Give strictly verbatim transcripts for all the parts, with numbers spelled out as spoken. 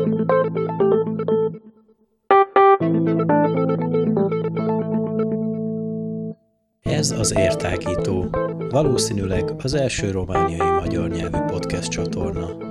Ez az Értágító, valószínűleg az első romániai magyar nyelvű podcast csatorna.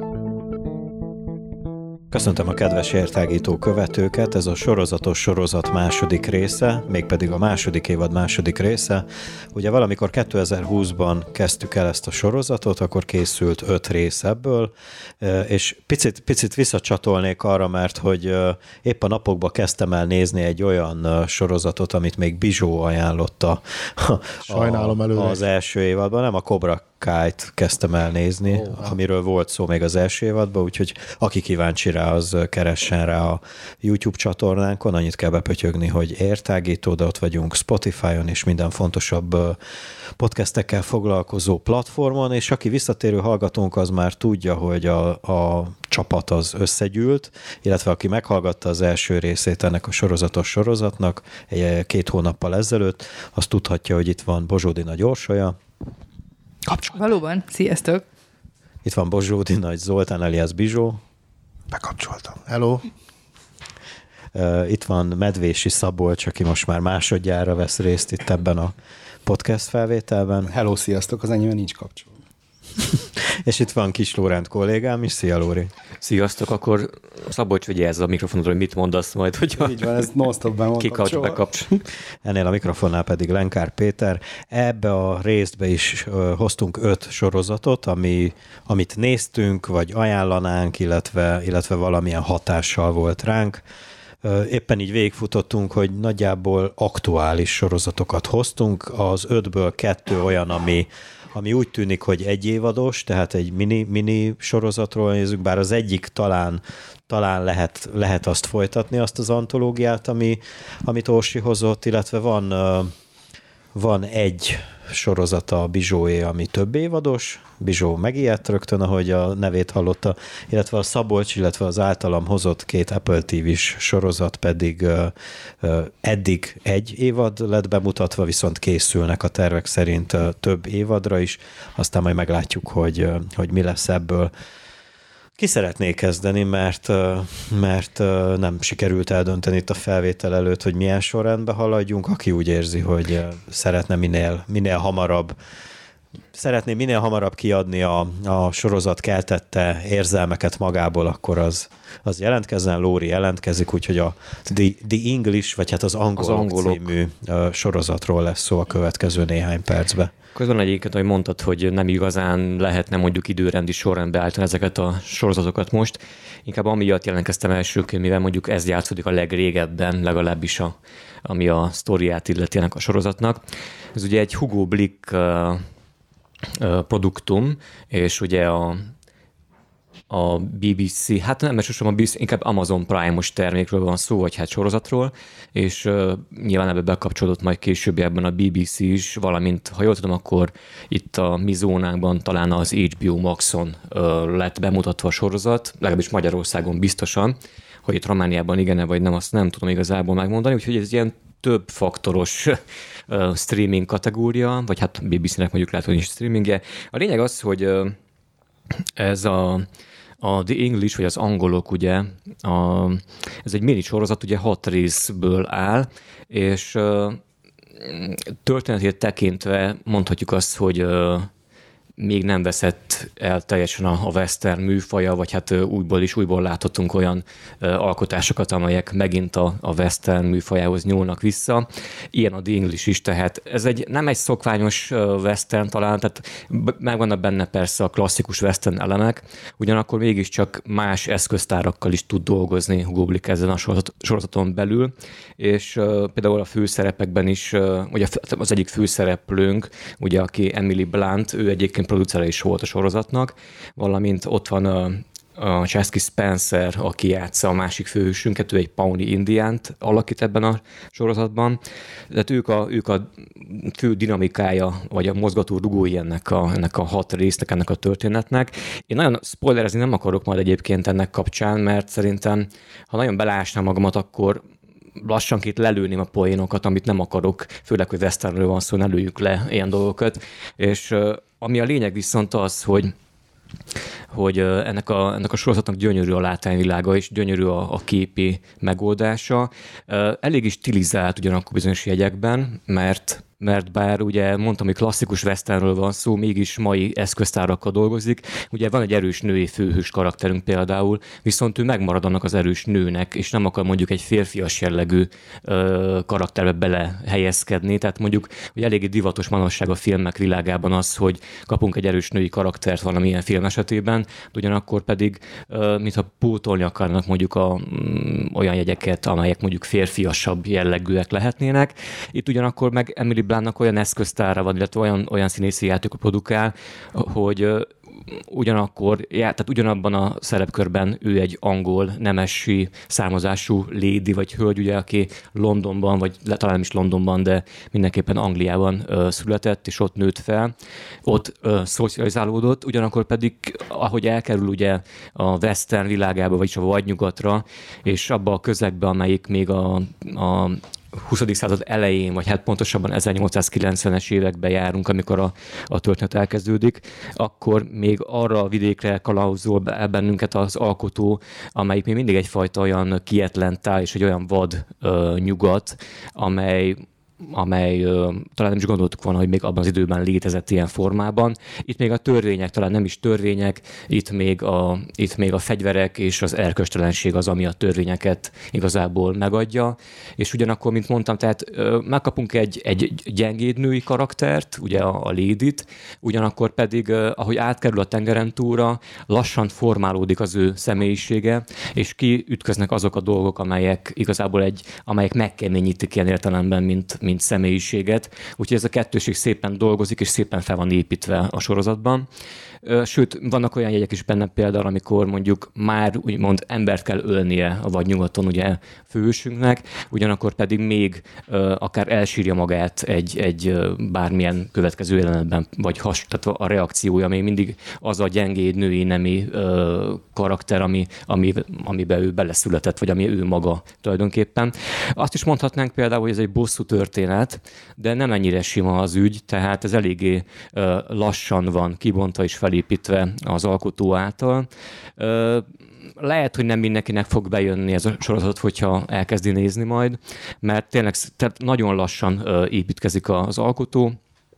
Köszöntöm a kedves Értágító követőket, ez a sorozatos sorozat második része, mégpedig a második évad második része. Ugye valamikor kétezer-húszban kezdtük el ezt a sorozatot, akkor készült öt rész ebből, és picit, picit visszacsatolnék arra, mert hogy épp a napokban kezdtem el nézni egy olyan sorozatot, amit még Bizsó ajánlotta Sajnálom előre. az első évadban, nem a Cobra Kai-t kezdtem el nézni, oh, amiről volt szó még az első évadban, úgyhogy aki kíváncsi rá, az keressen rá a YouTube csatornánkon, annyit kell bepötyögni, hogy Értágító, de ott vagyunk Spotify-on és minden fontosabb podcastekkel foglalkozó platformon, és aki visszatérő hallgatónk, az már tudja, hogy a, a csapat az összegyűlt, illetve aki meghallgatta az első részét ennek a sorozatos sorozatnak egy, két hónappal ezelőtt, az tudhatja, hogy itt van Bozsódi Nagy Orsolya. Kapcsolat. Valóban, sziasztok! Itt van Bozsódi Nagy Zoltán alias Bizsó. Bekapcsoltam. Hello! Uh, itt van Medvési Szabolcs, aki most már másodjára vesz részt itt ebben a podcast felvételben. Hello, sziasztok! Az enyémben nincs kapcsolva. És itt van Kis Lóránt kollégám is. Szia, Lóri! Sziasztok! Akkor Szabolcs, vigyázz ez a mikrofonodra, hogy mit mondasz majd, hogyha így van, ez non-stopban van kikapcsol, bekapcsol. Ennél a mikrofonnál pedig Lenkár Péter. Ebbe a részbe is uh, hoztunk öt sorozatot, ami, amit néztünk, vagy ajánlanánk, illetve, illetve valamilyen hatással volt ránk. Éppen így végigfutottunk, hogy nagyjából aktuális sorozatokat hoztunk. Az ötből kettő olyan, ami ami úgy tűnik, hogy egy évados, tehát egy mini, mini sorozatról nézzük, bár az egyik talán, talán lehet, lehet azt folytatni, azt az antológiát, ami, amit Orsi hozott, illetve van, van egy sorozata a Bizsóé, ami több évados. Bizsó megijedt rögtön, ahogy a nevét hallotta, illetve a Szabolcs, illetve az általam hozott két Apple té vés sorozat pedig uh, uh, eddig egy évad lett bemutatva, viszont készülnek a tervek szerint uh, több évadra is, aztán majd meglátjuk, hogy, uh, hogy mi lesz ebből. Ki szeretné kezdeni, mert, mert nem sikerült eldönteni itt a felvétel előtt, hogy milyen sorrendben haladjunk, aki úgy érzi, hogy szeretne minél, minél hamarabb szeretné minél hamarabb kiadni a, a sorozat keltette érzelmeket magából, akkor az, az jelentkezzen. Lóri jelentkezik, úgyhogy a The, The English, vagy hát az Angolok, az angolok című sorozatról lesz szó a következő néhány percben. Közben egyébként, ahogy mondtad, hogy nem igazán lehetne mondjuk időrendi sorrendbe állítani ezeket a sorozatokat most. Inkább amiatt jelentkeztem elsőként, mivel mondjuk ez játszódik a legrégebben, legalábbis a, ami a sztoriát illeti ennek a sorozatnak. Ez ugye egy Hugo Blick uh, uh, produktum, és ugye a a bé bé cé, hát nem elsősorban a bé bé cé, inkább Amazon Prime-os termékről van szó, vagy hát sorozatról, és uh, nyilván ebbe bekapcsolódott majd későbbiekben a bé bé cé is, valamint, ha jól tudom, akkor itt a mi zónánkban talán az há bé o Maxon uh, lett bemutatva a sorozat, legalábbis Magyarországon biztosan, hogy itt Romániában igen vagy nem, azt nem tudom igazából megmondani, úgyhogy ez ilyen több faktoros uh, streaming kategória, vagy hát bé bé cének mondjuk lehet, hogy is streamingje. A lényeg az, hogy uh, ez a A The English, vagy az angolok, ugye, a, ez egy mini sorozat, ugye hat részből áll, és uh, történetét tekintve mondhatjuk azt, hogy uh, még nem veszett el teljesen a, a western műfaja, vagy hát uh, újból is újból láthatunk olyan uh, alkotásokat, amelyek megint a, a western műfajához nyúlnak vissza. Ilyen a The English is, tehát ez egy, nem egy szokványos uh, western talán, tehát megvannak benne persze a klasszikus western elemek, ugyanakkor mégiscsak más eszköztárakkal is tud dolgozni Hugo Blick ezen a sorozaton belül, és uh, például a főszerepekben is, uh, ugye az egyik főszereplőnk, ugye aki Emily Blunt, ő egyébként producere is volt a sorozatnak, valamint ott van a, a Chesky Spencer, aki játsza a másik főhősünket, ő egy Pawnee indiánt alakít ebben a sorozatban. Tehát ők a, ők a fő dinamikája, vagy a mozgató rugói ennek a, ennek a hat résznek, ennek a történetnek. Én nagyon spoilerezni nem akarok majd egyébként ennek kapcsán, mert szerintem, ha nagyon beleásnám magamat, akkor lassanként lelőném a poénokat, amit nem akarok, főleg, hogy westernről van szó, ne lőjük le ilyen dolgokat. És ami a lényeg viszont az, hogy hogy ennek a, ennek a sorozatnak gyönyörű a látványvilága, és gyönyörű a, a képi megoldása. Elég is stilizált ugyanakkor bizonyos jegyekben, mert mert bár ugye mondtam, hogy klasszikus westernről van szó, mégis mai eszköztárakkal dolgozik. Ugye van egy erős női főhős karakterünk például, viszont ő megmarad annak az erős nőnek, és nem akar mondjuk egy férfias jellegű ö, karakterbe belehelyezkedni. Tehát mondjuk, hogy eléggé divatos manapság a filmek világában az, hogy kapunk egy erős női karaktert valamilyen film esetében, de ugyanakkor pedig ö, mintha pótolni akarnak mondjuk a, mm, olyan jegyeket, amelyek mondjuk férfiasabb jellegűek lehetnének. Itt ugyanakkor meg Emily Bluntnak olyan eszköztára van, illetve olyan, olyan színészi játékot produkál, hogy ugyanakkor, já, tehát ugyanabban a szerepkörben ő egy angol, nemesi származású lady vagy hölgy, ugye, aki Londonban, vagy talán nem is Londonban, de mindenképpen Angliában ö, született, és ott nőtt fel, ott ö, szocializálódott, ugyanakkor pedig, ahogy elkerül ugye a western világába, vagyis a vadnyugatra, és abba a közegbe, amelyik még a, a huszadik század elején, vagy hát pontosabban ezernyolcszázkilencvenes években járunk, amikor a, a történet elkezdődik, akkor még arra a vidékre kalauzol el bennünket az alkotó, amelyik még mindig egyfajta olyan kietlen táj és egy olyan vad ö, nyugat, amely amely ö, talán nem is gondoltuk volna, hogy még abban az időben létezett ilyen formában. Itt még a törvények, talán nem is törvények, itt még a, itt még a fegyverek és az erkölcstelenség az, ami a törvényeket igazából megadja. És ugyanakkor, mint mondtam, tehát ö, megkapunk egy, egy gyengéd női karaktert, ugye a, a lédit, ugyanakkor pedig, ö, ahogy átkerül a tengeren túlra, lassan formálódik az ő személyisége, és kiütköznek azok a dolgok, amelyek igazából egy, amelyek megkeményítik ilyen értelemben, mint mint személyiséget. Úgyhogy ez a kettőség szépen dolgozik, és szépen fel van építve a sorozatban. Sőt, vannak olyan jegyek is benne például, amikor mondjuk már úgymond embert kell ölnie a vadnyugaton ugye főhősünknek, ugyanakkor pedig még akár elsírja magát egy, egy bármilyen következő jelenetben, vagy has, tehát a reakciója még mindig az a gyengéd női nemi karakter, ami, ami, amiben ő beleszületett, vagy ami ő maga tulajdonképpen. Azt is mondhatnánk például, hogy ez egy bosszú történet, de nem ennyire sima az ügy, tehát ez eléggé lassan van kibontva és felépítve az alkotó által. Lehet, hogy nem mindenkinek fog bejönni ez a sorozat, hogyha elkezdi nézni majd, mert tényleg tehát nagyon lassan építkezik az alkotó,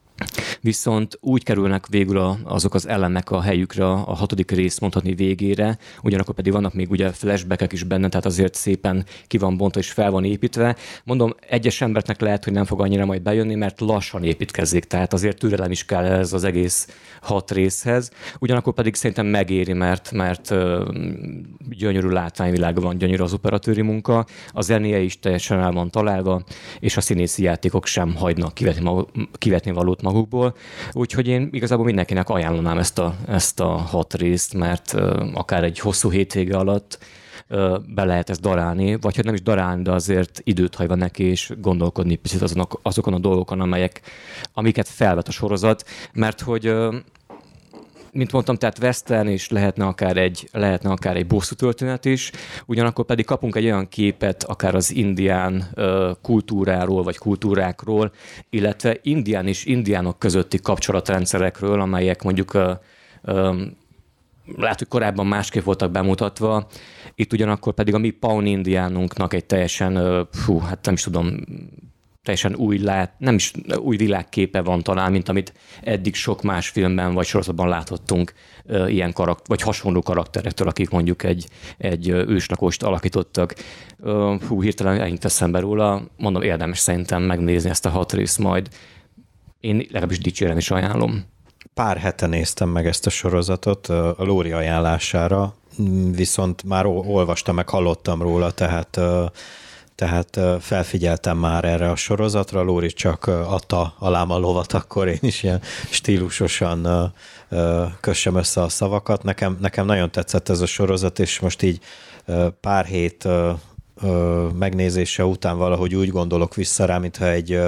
viszont úgy kerülnek végül a, azok az elemek a helyükre a hatodik rész mondhatni végére, ugyanakkor pedig vannak még ugye flashbackek is benne, tehát azért szépen ki van bontva és fel van építve. Mondom, egyes embereknek lehet, hogy nem fog annyira majd bejönni, mert lassan építkezik, tehát azért türelem is kell ez az egész hat részhez. Ugyanakkor pedig szerintem megéri, mert, mert uh, gyönyörű látványvilága van, gyönyörű az operatőri munka, a zenéje is teljesen el van találva, és a színészi játékok sem hagynak kivetni, maguk, kivetni valót magukból. Úgyhogy én igazából mindenkinek ajánlanám ezt a, ezt a hat részt, mert uh, akár egy hosszú hétvége alatt uh, be lehet ezt darálni, vagy hogy nem is darálni, de azért időt hagyva neki, és gondolkodni picit azonok, azokon a dolgokon, amelyek, amiket felvet a sorozat, mert hogy uh, mint mondtam, tehát western és lehetne akár egy, lehetne akár egy bosszú történet is, ugyanakkor pedig kapunk egy olyan képet akár az indián uh, kultúráról vagy kultúrákról, illetve indián és indiánok közötti kapcsolatrendszerekről, amelyek mondjuk uh, um, lehet, hogy korábban másképp voltak bemutatva. Itt ugyanakkor pedig a mi Pawn indiánunknak egy teljesen, uh, fú, hát nem is tudom, teljesen új, lát, nem is új világképe van talán, mint amit eddig sok más filmben vagy sorozatban láthattunk uh, ilyen karakter, vagy hasonló karakterektől, akik mondjuk egy, egy őslakost alakítottak. Uh, hú, hirtelen elint eszembe róla, mondom, érdemes szerintem megnézni ezt a hat részt majd. Én legalábbis dicsérem is ajánlom. Pár hete néztem meg ezt a sorozatot a Lóri ajánlására, viszont már olvastam, meg hallottam róla, tehát Tehát felfigyeltem már erre a sorozatra, Lóri csak adta alám a lovat, akkor én is ilyen stílusosan kössem össze a szavakat. Nekem, nekem nagyon tetszett ez a sorozat, és most így pár hét megnézése után valahogy úgy gondolok vissza rá, mintha egy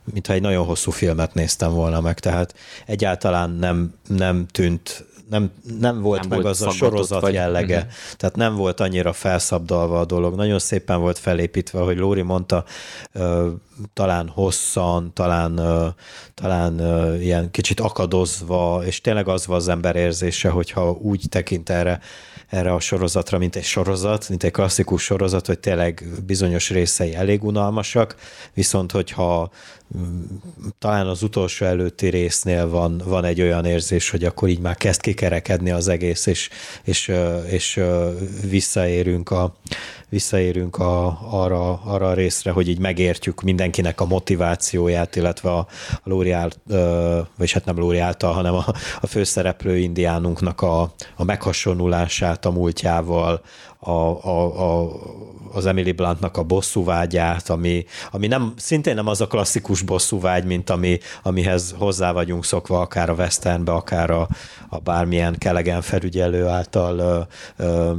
mintha egy nagyon hosszú filmet néztem volna meg, tehát egyáltalán nem, nem tűnt, nem, nem volt nem meg volt az a sorozat vagy. Jellege, uh-huh. tehát nem volt annyira felszabdalva a dolog, nagyon szépen volt felépítve, hogy Lóri mondta, uh, talán hosszan, talán, uh, talán uh, ilyen kicsit akadozva, és tényleg az van az ember érzése, hogyha úgy tekint erre, erre a sorozatra, mint egy sorozat, mint egy klasszikus sorozat, hogy tényleg bizonyos részei elég unalmasak, viszont hogyha talán az utolsó előtti résznél van, van egy olyan érzés, hogy akkor így már kezd kikerekedni az egész, és, és, és visszaérünk, a, visszaérünk a, arra, arra a részre, hogy így megértjük mindenkinek a motivációját, illetve a, a Lóri által, vagy hát nem Lóri által, hanem a, a főszereplő indiánunknak a, a meghasonulását a múltjával, a, a, a, az Emily Bluntnak a bosszúvágyát, ami, ami nem, szintén nem az a klasszikus bosszúvágy, mint ami, amihez hozzá vagyunk szokva, akár a westernbe, akár a, a bármilyen Kellegen felügyelő által ö, ö,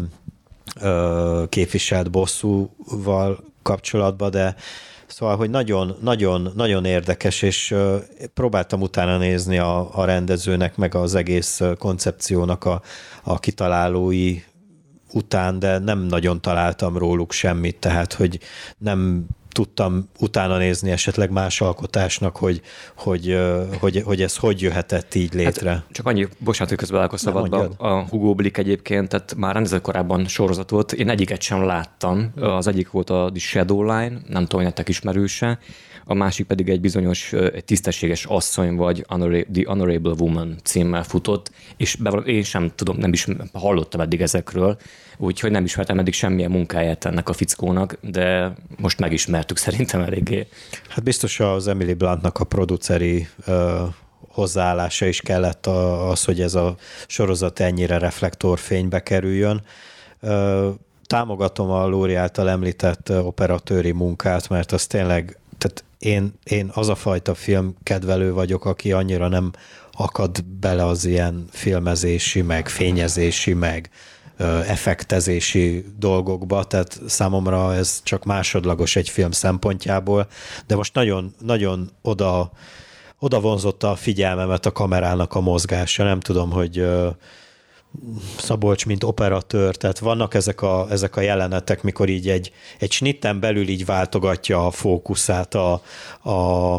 ö, képviselt bosszúval kapcsolatban, de szóval, hogy nagyon, nagyon, nagyon érdekes, és ö, próbáltam utána nézni a, a rendezőnek, meg az egész koncepciónak a, a kitalálói után, de nem nagyon találtam róluk semmit, tehát, hogy nem tudtam utána nézni esetleg más alkotásnak, hogy, hogy, hogy, hogy ez hogy jöhetett így létre. Hát csak annyi, bocsánat, hogy közben állok a szabadba. A Hugo Blick egyébként, tehát már rendezett korábban sorozatot, én egyiket sem láttam. Az egyik volt a The Shadow Line, nem tudom, hogy nektek ismerőse, a másik pedig egy bizonyos egy tisztességes asszony, vagy The Honorable Woman címmel futott, és én sem tudom, nem is hallottam eddig ezekről, úgyhogy nem ismertem eddig semmilyen munkáját ennek a fickónak, de most megismertük szerintem eléggé. Hát biztos az Emily Bluntnak a produceri uh, hozzáállása is kellett az, hogy ez a sorozat ennyire reflektorfénybe kerüljön. Uh, támogatom a Lóri által említett operatőri munkát, mert az tényleg, tehát én, én az a fajta filmkedvelő vagyok, aki annyira nem akad bele az ilyen filmezési, meg fényezési, meg effektezési dolgokba, tehát számomra ez csak másodlagos egy film szempontjából, de most nagyon, nagyon oda, oda vonzotta a figyelmemet a kamerának a mozgása. Nem tudom, hogy Szabolcs, mint operatőr, tehát vannak ezek a, ezek a jelenetek, mikor így egy, egy snitten belül így váltogatja a fókuszát a, a,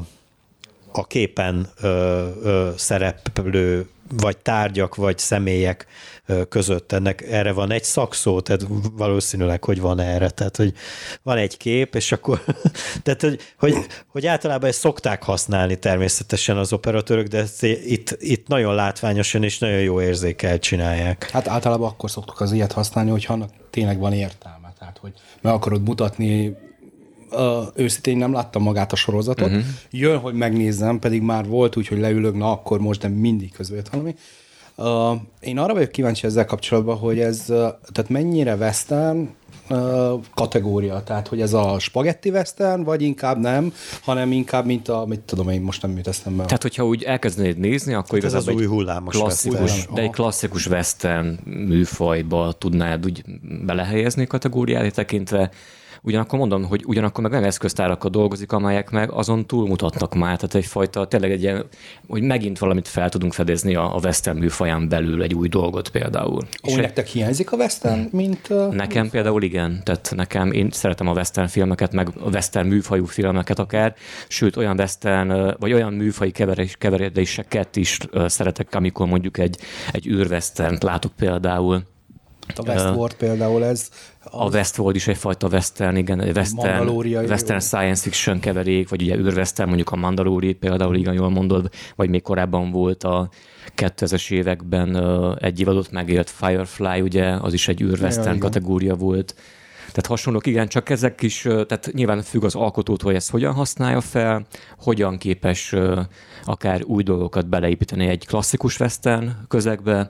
a képen ö, ö, szereplő vagy tárgyak, vagy személyek között. Ennek erre van egy szakszó, tehát valószínűleg, hogy van erre. Tehát, hogy van egy kép, és akkor tehát, hogy, hogy, hogy általában ezt szokták használni természetesen az operatőrök, de ezt itt, itt nagyon látványosan és nagyon jó érzékkel csinálják. Hát általában akkor szoktuk az ilyet használni, hogyha annak tényleg van értelme. Tehát, hogy meg akarod mutatni, Uh, őszintén nem láttam magát a sorozatot. Uh-huh. Jön, hogy megnézzem, pedig már volt úgy, hogy leülök, na akkor most, de mindig közben jött valami. Uh, én arra vagyok kíváncsi ezzel kapcsolatban, hogy ez, uh, tehát mennyire western uh, kategória, tehát hogy ez a spagetti western, vagy inkább nem, hanem inkább, mint a, mit tudom én, most nem jut eszembe. Tehát, hogyha úgy elkezdenéd nézni, akkor hát igazából egy hullámos klasszikus, western. De egy klasszikus western műfajba tudnád úgy belehelyezni kategóriát tekintve. Ugyanakkor mondom, hogy ugyanakkor meg olyan eszköztárakkal dolgozik, amelyek meg azon túlmutatnak már, tehát egyfajta, tényleg egy ilyen, hogy megint valamit fel tudunk fedezni a, a western műfaján belül, egy új dolgot például. Úgy nektek hiányzik a western, mint... Uh, nekem műfaj? Például igen, tehát nekem, én szeretem a western filmeket, meg a western műfajú filmeket akár, sőt olyan western, vagy olyan műfaji keverés, keveredéseket is szeretek, amikor mondjuk egy, egy űrwesternt látok például. A Westworld uh, például ez... A Westworld is egyfajta western, igen, egy western, western science fiction keverék, vagy ugye űrwestern, mondjuk a Mandalori például, igen, jól mondod, vagy még korábban volt a kétezres években uh, egy évadot megélt Firefly, ugye, az is egy űrwestern ja, kategória volt. Tehát hasonlók, igen, csak ezek is, tehát nyilván függ az alkotótól, hogy ezt hogyan használja fel, hogyan képes uh, akár új dolgokat beleépíteni egy klasszikus western közegbe.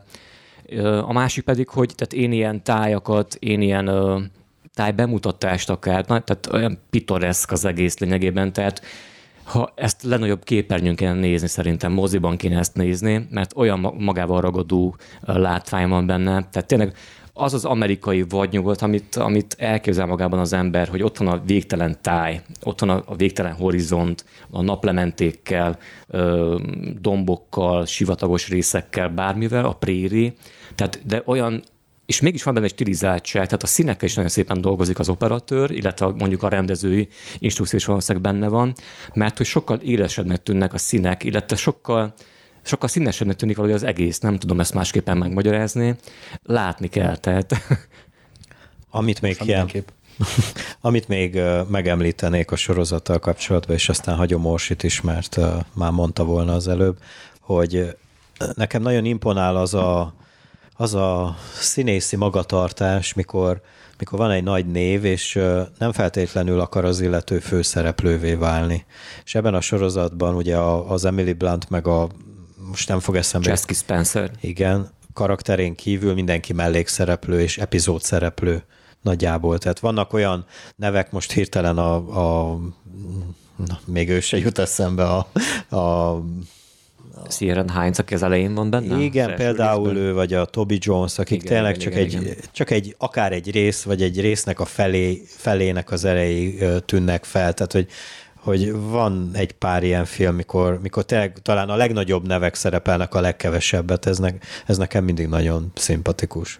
A másik pedig, hogy tehát én ilyen tájakat, én ilyen uh, táj bemutatást akár, na, tehát olyan pittoreszk az egész lényegében, tehát ha ezt legnagyobb képernyőn kéne nézni, szerintem moziban kéne ezt nézni, mert olyan magával ragadó uh, látvány van benne, tehát tényleg az az amerikai vadnyugat, amit, amit elképzel magában az ember, hogy ott van a végtelen táj, ott van a, a végtelen horizont, a naplementékkel, ö, dombokkal, sivatagos részekkel, bármivel, a préri, tehát de olyan, és mégis van benne egy stilizáltság, tehát a színekkel is nagyon szépen dolgozik az operatőr, illetve mondjuk a rendezői instrukció is valószínűleg benne van, mert hogy sokkal élesebbnek tűnnek a színek, illetve sokkal sokkal színesebbnek tűnik valahogy az egész, nem tudom ezt másképpen megmagyarázni. Látni kell, tehát... Amit még, ilyen, amit még megemlítenék a sorozattal kapcsolatban, és aztán hagyom Orsit is, mert már mondta volna az előbb, hogy nekem nagyon imponál az a, az a színészi magatartás, mikor, mikor van egy nagy név, és nem feltétlenül akar az illető főszereplővé válni. És ebben a sorozatban ugye az Emily Blunt meg a most nem fog eszembe. Jessica Spencer. Igen, karakterén kívül mindenki mellékszereplő és epizódszereplő nagyjából. Tehát vannak olyan nevek, most hirtelen a, a na, még ő se jut eszembe a, a Ciarán Hinds, aki az elején van benne? Igen, például részben. Ő, vagy a Toby Jones, akik igen, tényleg igen, csak, igen, egy, igen. csak egy, akár egy rész, vagy egy résznek a felé, felének az erejei tűnnek fel. Tehát, hogy hogy van egy pár ilyen film, mikor, mikor tényleg talán a legnagyobb nevek szerepelnek a legkevesebbet, ez, ne, ez nekem mindig nagyon szimpatikus.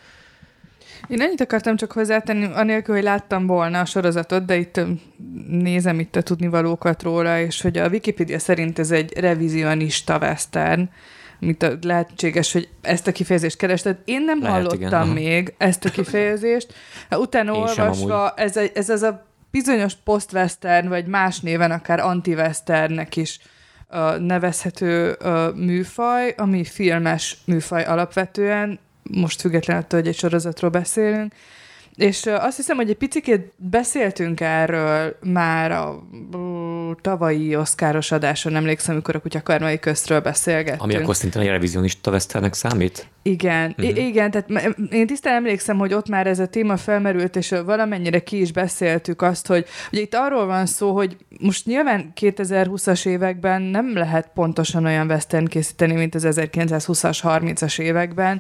Én ennyit akartam csak hozzátenni, anélkül, hogy láttam volna a sorozatot, de itt nézem itt a tudnivalókat róla, és hogy a Wikipédia szerint ez egy revizionista western, mint lehetséges, hogy ezt a kifejezést kerested. Én nem Lehet, hallottam igen. még ezt a kifejezést. Utána Én olvasva, ez, a, ez az a bizonyos post-western, vagy más néven akár anti-westernnek is uh, nevezhető uh, műfaj, ami filmes műfaj alapvetően, most függetlenül attól, hogy egy sorozatról beszélünk. És uh, azt hiszem, hogy egy picikét beszéltünk erről már a uh, tavalyi oszkáros adáson, emlékszem, amikor a Kutyakarmai Köztről beszélgettünk. Ami akkor szintén egy revizionista westernnek számít? Igen, uh-huh. I- igen, tehát én tisztán emlékszem, hogy ott már ez a téma felmerült, és valamennyire ki is beszéltük azt, hogy ugye itt arról van szó, hogy most nyilván kétezer-húszas években nem lehet pontosan olyan western készíteni, mint az ezerkilencszázhúszas, harmincas években.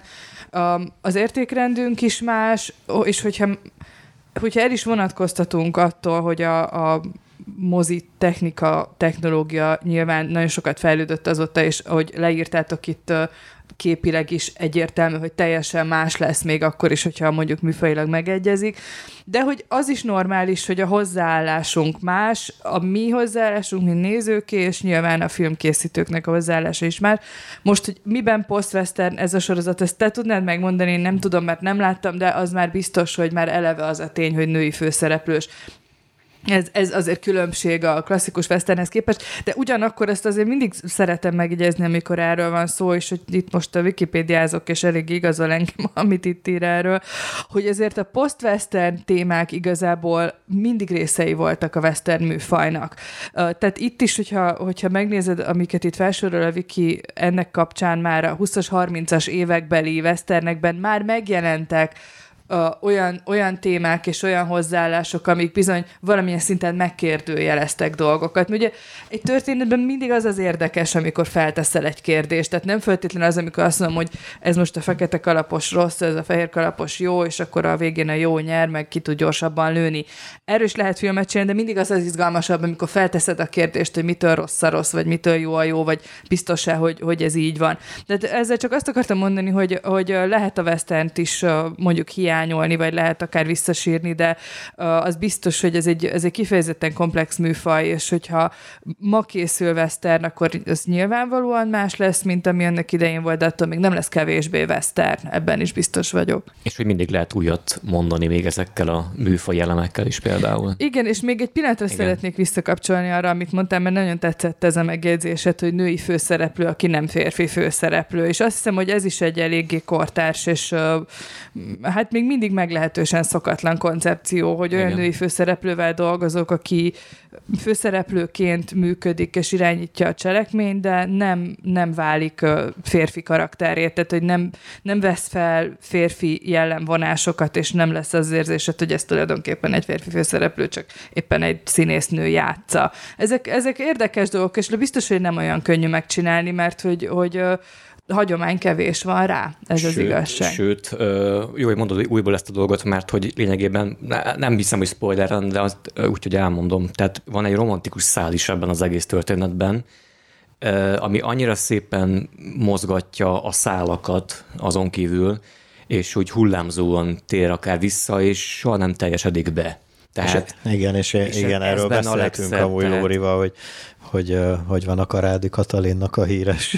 Az értékrendünk is más, és hogyha, hogyha el is vonatkoztatunk attól, hogy a, a mozi technika, technológia nyilván nagyon sokat fejlődött azóta, és ahogy leírtátok itt képileg is egyértelmű, hogy teljesen más lesz még akkor is, hogyha mondjuk műfajilag megegyezik, de hogy az is normális, hogy a hozzáállásunk más, a mi hozzáállásunk, mint nézőké, és nyilván a filmkészítőknek a hozzáállása is más. Most, hogy miben post-western ez a sorozat, ezt te tudnád megmondani, én nem tudom, mert nem láttam, de az már biztos, hogy már eleve az a tény, hogy női főszereplős. Ez, ez azért különbség a klasszikus westernhez képest, de ugyanakkor ezt azért mindig szeretem megjegyezni, amikor erről van szó, és hogy itt most a Wikipédiázok, és elég igazol engem, amit itt ír erről, hogy azért a post-western témák igazából mindig részei voltak a western műfajnak. Tehát itt is, hogyha, hogyha megnézed, amiket itt felsorol a Wiki, ennek kapcsán már a húszas, harmincas évekbeli westernekben már megjelentek Uh, olyan, olyan témák és olyan hozzáállások, amik bizony valamilyen szinten megkérdőjeleztek dolgokat. Ugye egy történetben mindig az az érdekes, amikor felteszel egy kérdést, tehát nem feltétlenül az, amikor azt mondom, hogy ez most a fekete kalapos rossz, ez a fehér kalapos jó, és akkor a végén a jó nyer, meg ki tud gyorsabban lőni. Erről is lehet filmet csinálni, de mindig az az izgalmasabb, amikor felteszed a kérdést, hogy mitől rossz a rossz, vagy mitől jó a jó, vagy biztos-e, hogy, hogy ez így van. De ezzel csak azt akartam mondani, hogy, hogy lehet a westernt is mondjuk hiányolni, vagy lehet akár visszasírni, de az biztos, hogy ez egy, ez egy kifejezetten komplex műfaj, és hogyha ma készül western, akkor az nyilvánvalóan más lesz, mint ami annak idején volt, de attól még nem lesz kevésbé western, ebben is biztos vagyok. És hogy mindig lehet újat mondani még ezekkel a műfaj elemekkel is például. Igen, és még egy pillanatra Igen. szeretnék visszakapcsolni arra, amit mondtam, mert nagyon tetszett ez a megjegyzésed, hogy női főszereplő, aki nem férfi főszereplő, és azt hiszem, hogy ez is egy eléggé kortárs, és uh, hát még mindig meglehetősen szokatlan koncepció, hogy olyan Igen. női főszereplővel dolgozok, aki főszereplőként működik és irányítja a cselekményt, de nem, nem válik férfi karakterét, tehát hogy nem, nem vesz fel férfi jellemvonásokat, és nem lesz az érzésed, hogy ez tulajdonképpen egy férfi főszereplő, csak éppen egy színésznő játsza. Ezek, ezek érdekes dolgok, és biztos, hogy nem olyan könnyű megcsinálni, mert hogy, hogy hagyomány kevés van rá, ez sőt, az igazság. Sőt, jó, hogy mondod újból ezt a dolgot, mert hogy lényegében nem hiszem, hogy spoileren, de azt úgy, hogy elmondom. Tehát van egy romantikus szál is ebben az egész történetben, ami annyira szépen mozgatja a szálakat azon kívül, és úgy hullámzóan tér akár vissza, és soha nem teljesedik be. Tehát, és, igen, és, és igen, erről beszéltünk amúgy Lórival, hogy hogy hogy van a Karádi Katalinnak a híres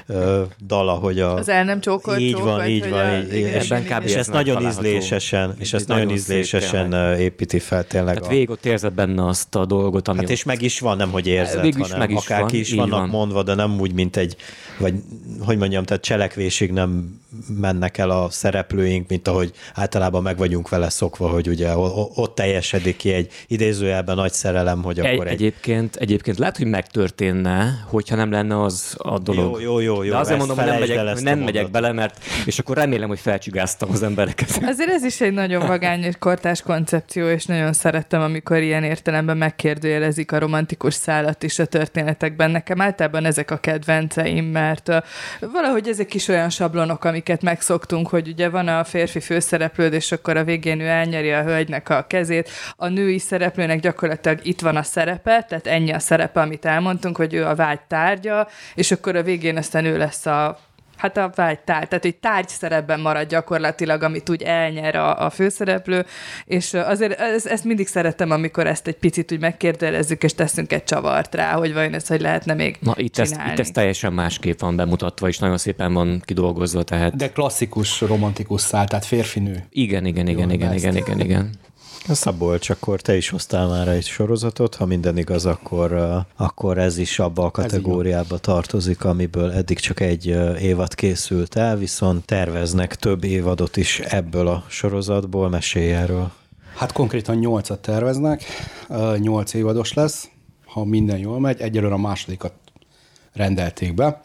dala, hogy a... Az el nem csókolt így csók, van, így van, így, igen, és, igen, és ezt nagyon ízlésesen, és ezt nagyon ízlésesen építi fel tényleg. Hát végig ott érzed benne azt a dolgot, ami... Hát és meg is van, nem hogy érzed, végül is hanem meg is akár van, ki is vannak van. mondva, de nem úgy, mint egy, vagy hogy mondjam, tehát cselekvésig nem mennek el a szereplőink, mint ahogy általában meg vagyunk vele szokva, hogy ugye ott teljesedik ki egy idézőjelben nagy szerelem, hogy akkor egy... Egyébként, egyébként lehet, hogy megtörténne, hogyha nem lenne az a dolog. Jó, jó, jó. jó. De azért mondom, hogy nem megyek, hogy nem megyek mondat. bele, mert és akkor remélem, hogy felcsigáztam az embereket. Azért ez is egy nagyon vagány és kortárs koncepció, és nagyon szerettem, amikor ilyen értelemben megkérdőjelezik a romantikus szálat is a történetekben. Nekem általában ezek a kedvenceim, mert uh, valahogy ezek is olyan sablonok, amiket megszoktunk, hogy ugye van a férfi főszereplőd, és akkor a végén ő elnyeri a hölgynek a kezét. A női szereplőnek gyakorlatilag itt van a szerepe, tehát ennyi a szerepe, amit elmondtunk, hogy ő a vágy tárgya, és akkor a végén aztán ő lesz a hát a vágy tárgy, tehát hogy tárgy szerepben marad gyakorlatilag, amit úgy elnyer a, a főszereplő, és azért ezt, ezt mindig szeretem, amikor ezt egy picit úgy megkérdelezzük, és teszünk egy csavart rá, hogy vajon ez, hogy lehetne még Na, itt csinálni. Ez, itt ez teljesen másképp van bemutatva, és nagyon szépen van kidolgozva, tehát... De klasszikus romantikus szál, tehát férfinő. Igen, igen, igen, Jó, igen, igen, igen, igen. Szabolcs, akkor te is hoztál már egy sorozatot, ha minden igaz, akkor, akkor ez is abba a kategóriába tartozik, amiből eddig csak egy évad készült el, viszont terveznek több évadot is ebből a sorozatból. Mesélj erről. Hát konkrétan nyolcat terveznek, nyolc évados lesz, ha minden jól megy, egyelőre a másodikat rendelték be.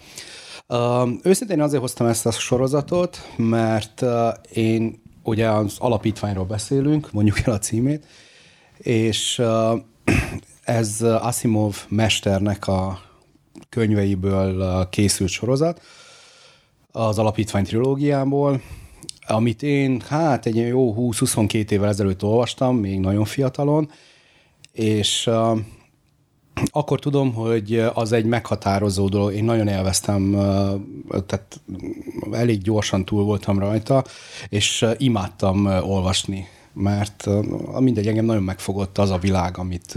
Őszintén azért hoztam ezt a sorozatot, mert én ugye az alapítványról beszélünk, mondjuk el a címét, és ez Asimov mesternek a könyveiből készült sorozat, az alapítvány trilógiából, amit én hát egy jó húsz-huszonkettő évvel ezelőtt olvastam, még nagyon fiatalon, és akkor tudom, hogy az egy meghatározó dolog. Én nagyon élveztem, tehát elég gyorsan túl voltam rajta, és imádtam olvasni, mert mindegy, engem nagyon megfogott az a világ, amit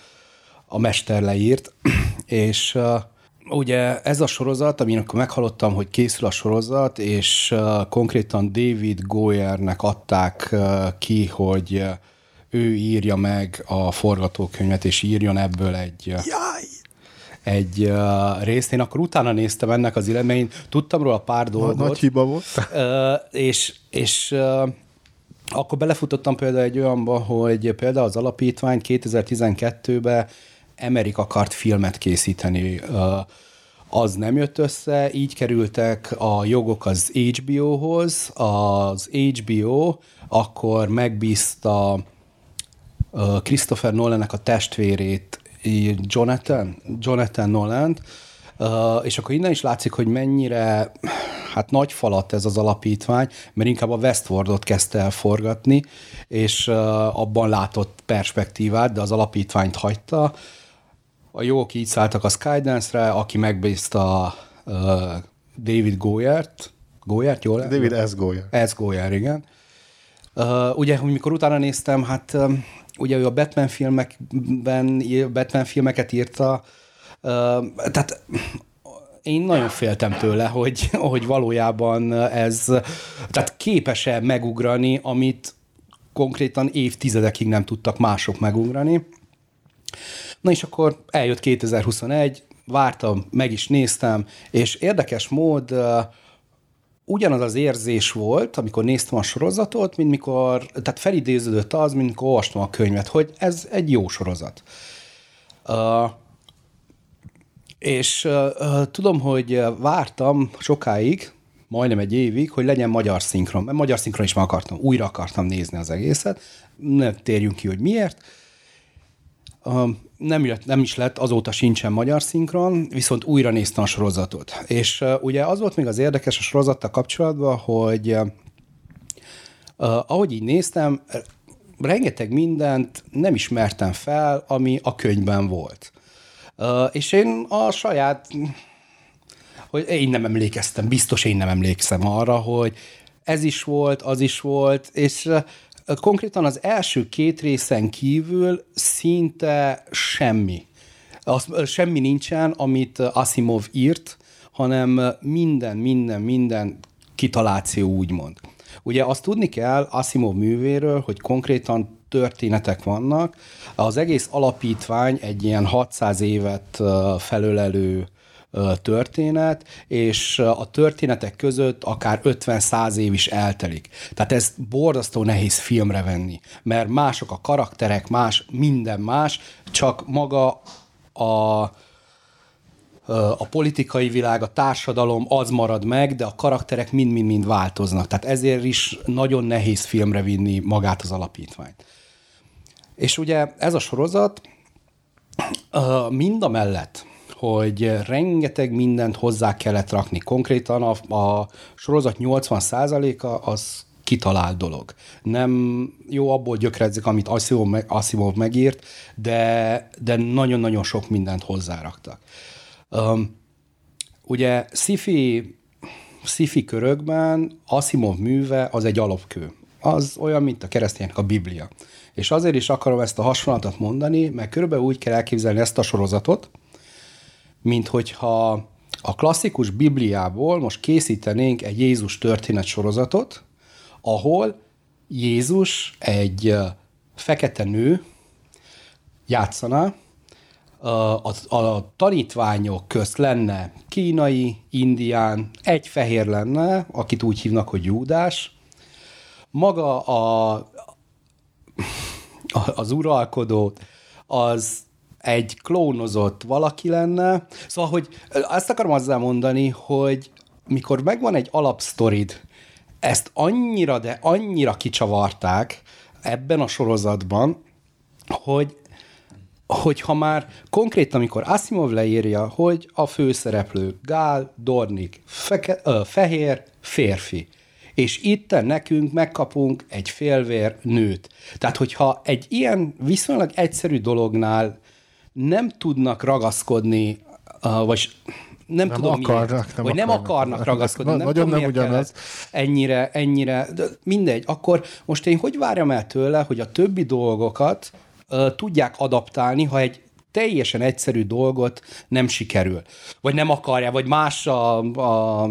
a mester leírt, és ugye ez a sorozat, amin akkor meghallottam, hogy készül a sorozat, és konkrétan David Goyernek adták ki, hogy ő írja meg a forgatókönyvet, és írjon ebből egy, Jaj! egy uh, részt. Én akkor utána néztem ennek az illetmény, tudtam róla pár dolgot. Nagy hiba volt. Uh, és és uh, akkor belefutottam például egy olyanba, hogy például az alapítvány kétezer-tizenkettőben Emmerich akart filmet készíteni. Uh, az nem jött össze, így kerültek a jogok az há bé ó-hoz. Az há bé ó akkor megbízta Christopher Nolannek a testvérét, Jonathan, Jonathan Nolant, és akkor innen is látszik, hogy mennyire hát nagy falat ez az alapítvány, mert inkább a Westworldot kezdte el forgatni, és abban látott perspektívát, de az alapítványt hagyta. A jók így szálltak a Skydance-re, aki megbízta David Goyert. Goyert, jól? David S. Goyer. S. Goyer, igen. Ugye, mikor utána néztem, hát ugye ő a Batman filmekben, Batman filmeket írta, tehát én nagyon féltem tőle, hogy, hogy valójában ez, tehát képes-e megugrani, amit konkrétan évtizedekig nem tudtak mások megugrani. Na és akkor eljött kétezer-huszonegy, vártam, meg is néztem, és érdekes mód ugyanaz az érzés volt, amikor néztem a sorozatot, mint mikor, tehát felidéződött az, mint mikor olvastam a könyvet, hogy ez egy jó sorozat. Uh, és uh, tudom, hogy vártam sokáig, majdnem egy évig, hogy legyen magyar szinkron, mert magyar szinkron is már akartam, újra akartam nézni az egészet, nem térjünk ki, hogy miért. Nem, jött, nem is lett, azóta sincsen magyar szinkron, viszont újra néztem a sorozatot. És uh, ugye az volt még az érdekes a sorozattal kapcsolatban, hogy uh, ahogy így néztem, rengeteg mindent nem ismertem fel, ami a könyvben volt. Uh, és én a saját, hogy én nem emlékeztem, biztos én nem emlékszem arra, hogy ez is volt, az is volt, és uh, konkrétan az első két részen kívül szinte semmi. Az, semmi nincsen, amit Asimov írt, hanem minden, minden, minden kitaláció úgymond. Ugye azt tudni kell Asimov művéről, hogy konkrétan történetek vannak. Az egész alapítvány egy ilyen hatszáz évet felölelő történet, és a történetek között akár ötven-száz év is eltelik. Tehát ez borzasztó nehéz filmre venni, mert mások a karakterek, más, minden más, csak maga a, a politikai világ, a társadalom az marad meg, de a karakterek mind-mind-mind változnak. Tehát ezért is nagyon nehéz filmre vinni magát az alapítványt. És ugye ez a sorozat mind a mellett, hogy rengeteg mindent hozzá kellett rakni. Konkrétan a, a sorozat nyolcvan százaléka az kitalált dolog. Nem jó, abból gyökeredzik, amit Asimov, meg, Asimov megírt, de, de nagyon-nagyon sok mindent hozzáraktak. Um, ugye sci-fi, sci-fi körökben Asimov műve az egy alapkő. Az olyan, mint a keresztények a Biblia. És azért is akarom ezt a hasonlatot mondani, mert körülbelül úgy kell elképzelni ezt a sorozatot, mint hogyha a klasszikus Bibliából most készítenénk egy Jézus történet sorozatot, ahol Jézus egy fekete nő játszaná, a, a tanítványok közt lenne kínai, indián, egy fehér lenne, akit úgy hívnak, hogy Júdás, maga a, az uralkodó, az egy klónozott valaki lenne. Szóval, hogy azt akarom azzal mondani, hogy mikor megvan egy alapsztorid, ezt annyira, de annyira kicsavarták ebben a sorozatban, hogy hogyha már konkrétan, amikor Asimov leírja, hogy a főszereplő Gál Dornick feke, ö, fehér férfi, és itten nekünk megkapunk egy félvér nőt. Tehát, hogyha egy ilyen viszonylag egyszerű dolognál nem tudnak ragaszkodni, uh, vagy nem, nem tudom akarnak, miért, nem vagy nem akarnak, akarnak ragaszkodni, Na, nem nagyon tudom nem miért ugyanaz. ennyire, ennyire, mindegy. Akkor most én hogy várjam el tőle, hogy a többi dolgokat uh, tudják adaptálni, ha egy teljesen egyszerű dolgot nem sikerül, vagy nem akarja, vagy más a, a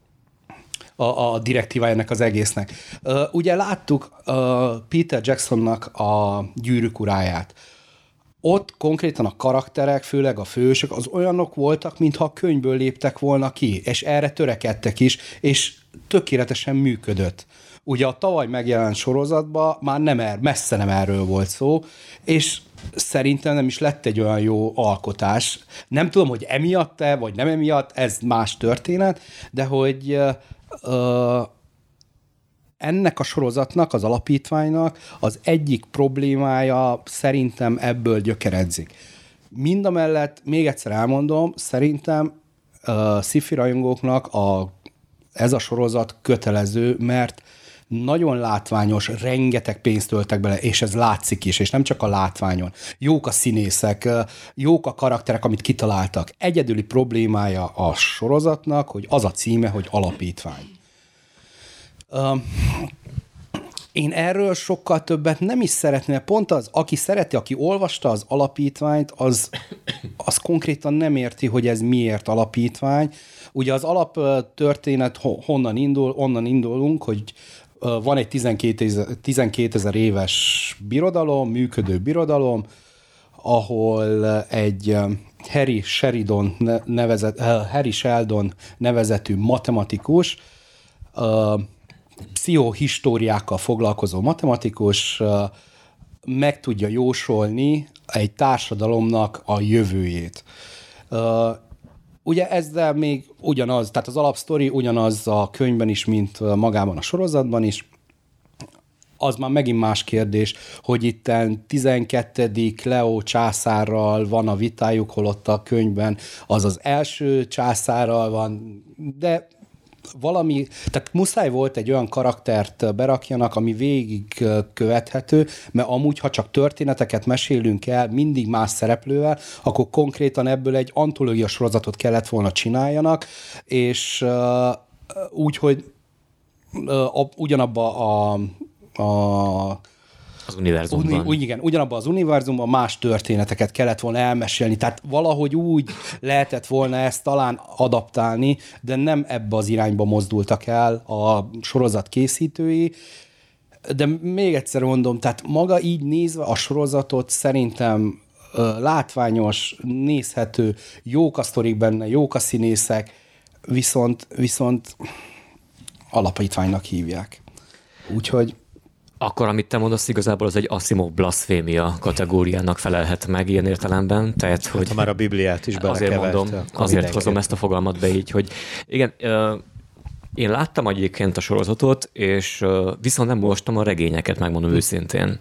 a, a direktívája ennek az egésznek. Uh, ugye láttuk uh, Peter Jacksonnak a Gyűrűk uráját. Ott konkrétan a karakterek, főleg a fősök, az olyanok voltak, mintha a könyvből léptek volna ki, és erre törekedtek is, és tökéletesen működött. Ugye a tavaly megjelent sorozatban már nem er, messze nem erről volt szó, és szerintem nem is lett egy olyan jó alkotás. Nem tudom, hogy emiatt-e, vagy nem emiatt, ez más történet, de hogy uh, ennek a sorozatnak, az alapítványnak az egyik problémája szerintem ebből gyökeredzik. Mindamellett, még egyszer elmondom, szerintem uh, sci-fi rajongóknak a, ez a sorozat kötelező, mert nagyon látványos, rengeteg pénzt töltek bele, és ez látszik is, és nem csak a látványon. Jók a színészek, jók a karakterek, amit kitaláltak. Egyedüli problémája a sorozatnak, hogy az a címe, hogy Alapítvány. Um, én erről sokkal többet nem is szeretném, pont az, aki szereti, aki olvasta az Alapítványt, az, az konkrétan nem érti, hogy ez miért alapítvány. Ugye az alaptörténet honnan indul, onnan indulunk, hogy van egy tizenkétezer éves birodalom, működő birodalom, ahol egy Harry Sheridan nevezet, Harry Sheldon nevezetű matematikus, pszichohistóriákkal foglalkozó matematikus meg tudja jósolni egy társadalomnak a jövőjét. Ugye ezzel még ugyanaz, tehát az alapsztori ugyanaz a könyvben is, mint magában a sorozatban is. az már megint más kérdés, hogy itten tizenkettedik Leo császárral van a vitájuk, holott a könyvben az az első császárral van, de valami, tehát muszáj volt egy olyan karaktert berakjanak, ami végig követhető, mert amúgy, ha csak történeteket mesélünk el mindig más szereplővel, akkor konkrétan ebből egy antológia sorozatot kellett volna csináljanak, és uh, úgy, hogy uh, ugyanabba a, a az univerzumban. Úgy, igen, ugyanabban az univerzumban más történeteket kellett volna elmesélni, tehát valahogy úgy lehetett volna ezt talán adaptálni, de nem ebbe az irányba mozdultak el a sorozat készítői, de még egyszer mondom, tehát maga így nézve a sorozatot szerintem látványos, nézhető, jók a sztorik benne, jók a színészek, viszont, viszont alapítványnak hívják. Úgyhogy akkor, amit te mondasz, igazából az egy Asimov blaszfémia kategóriának felelhet meg ilyen értelemben. Tehát, hogy hát, ha már a Bibliát is azért mondom, azért hozom ezt a fogalmat be így, hogy igen, én láttam egyébként a sorozatot, és viszont nem olvastam a regényeket, megmondom őszintén.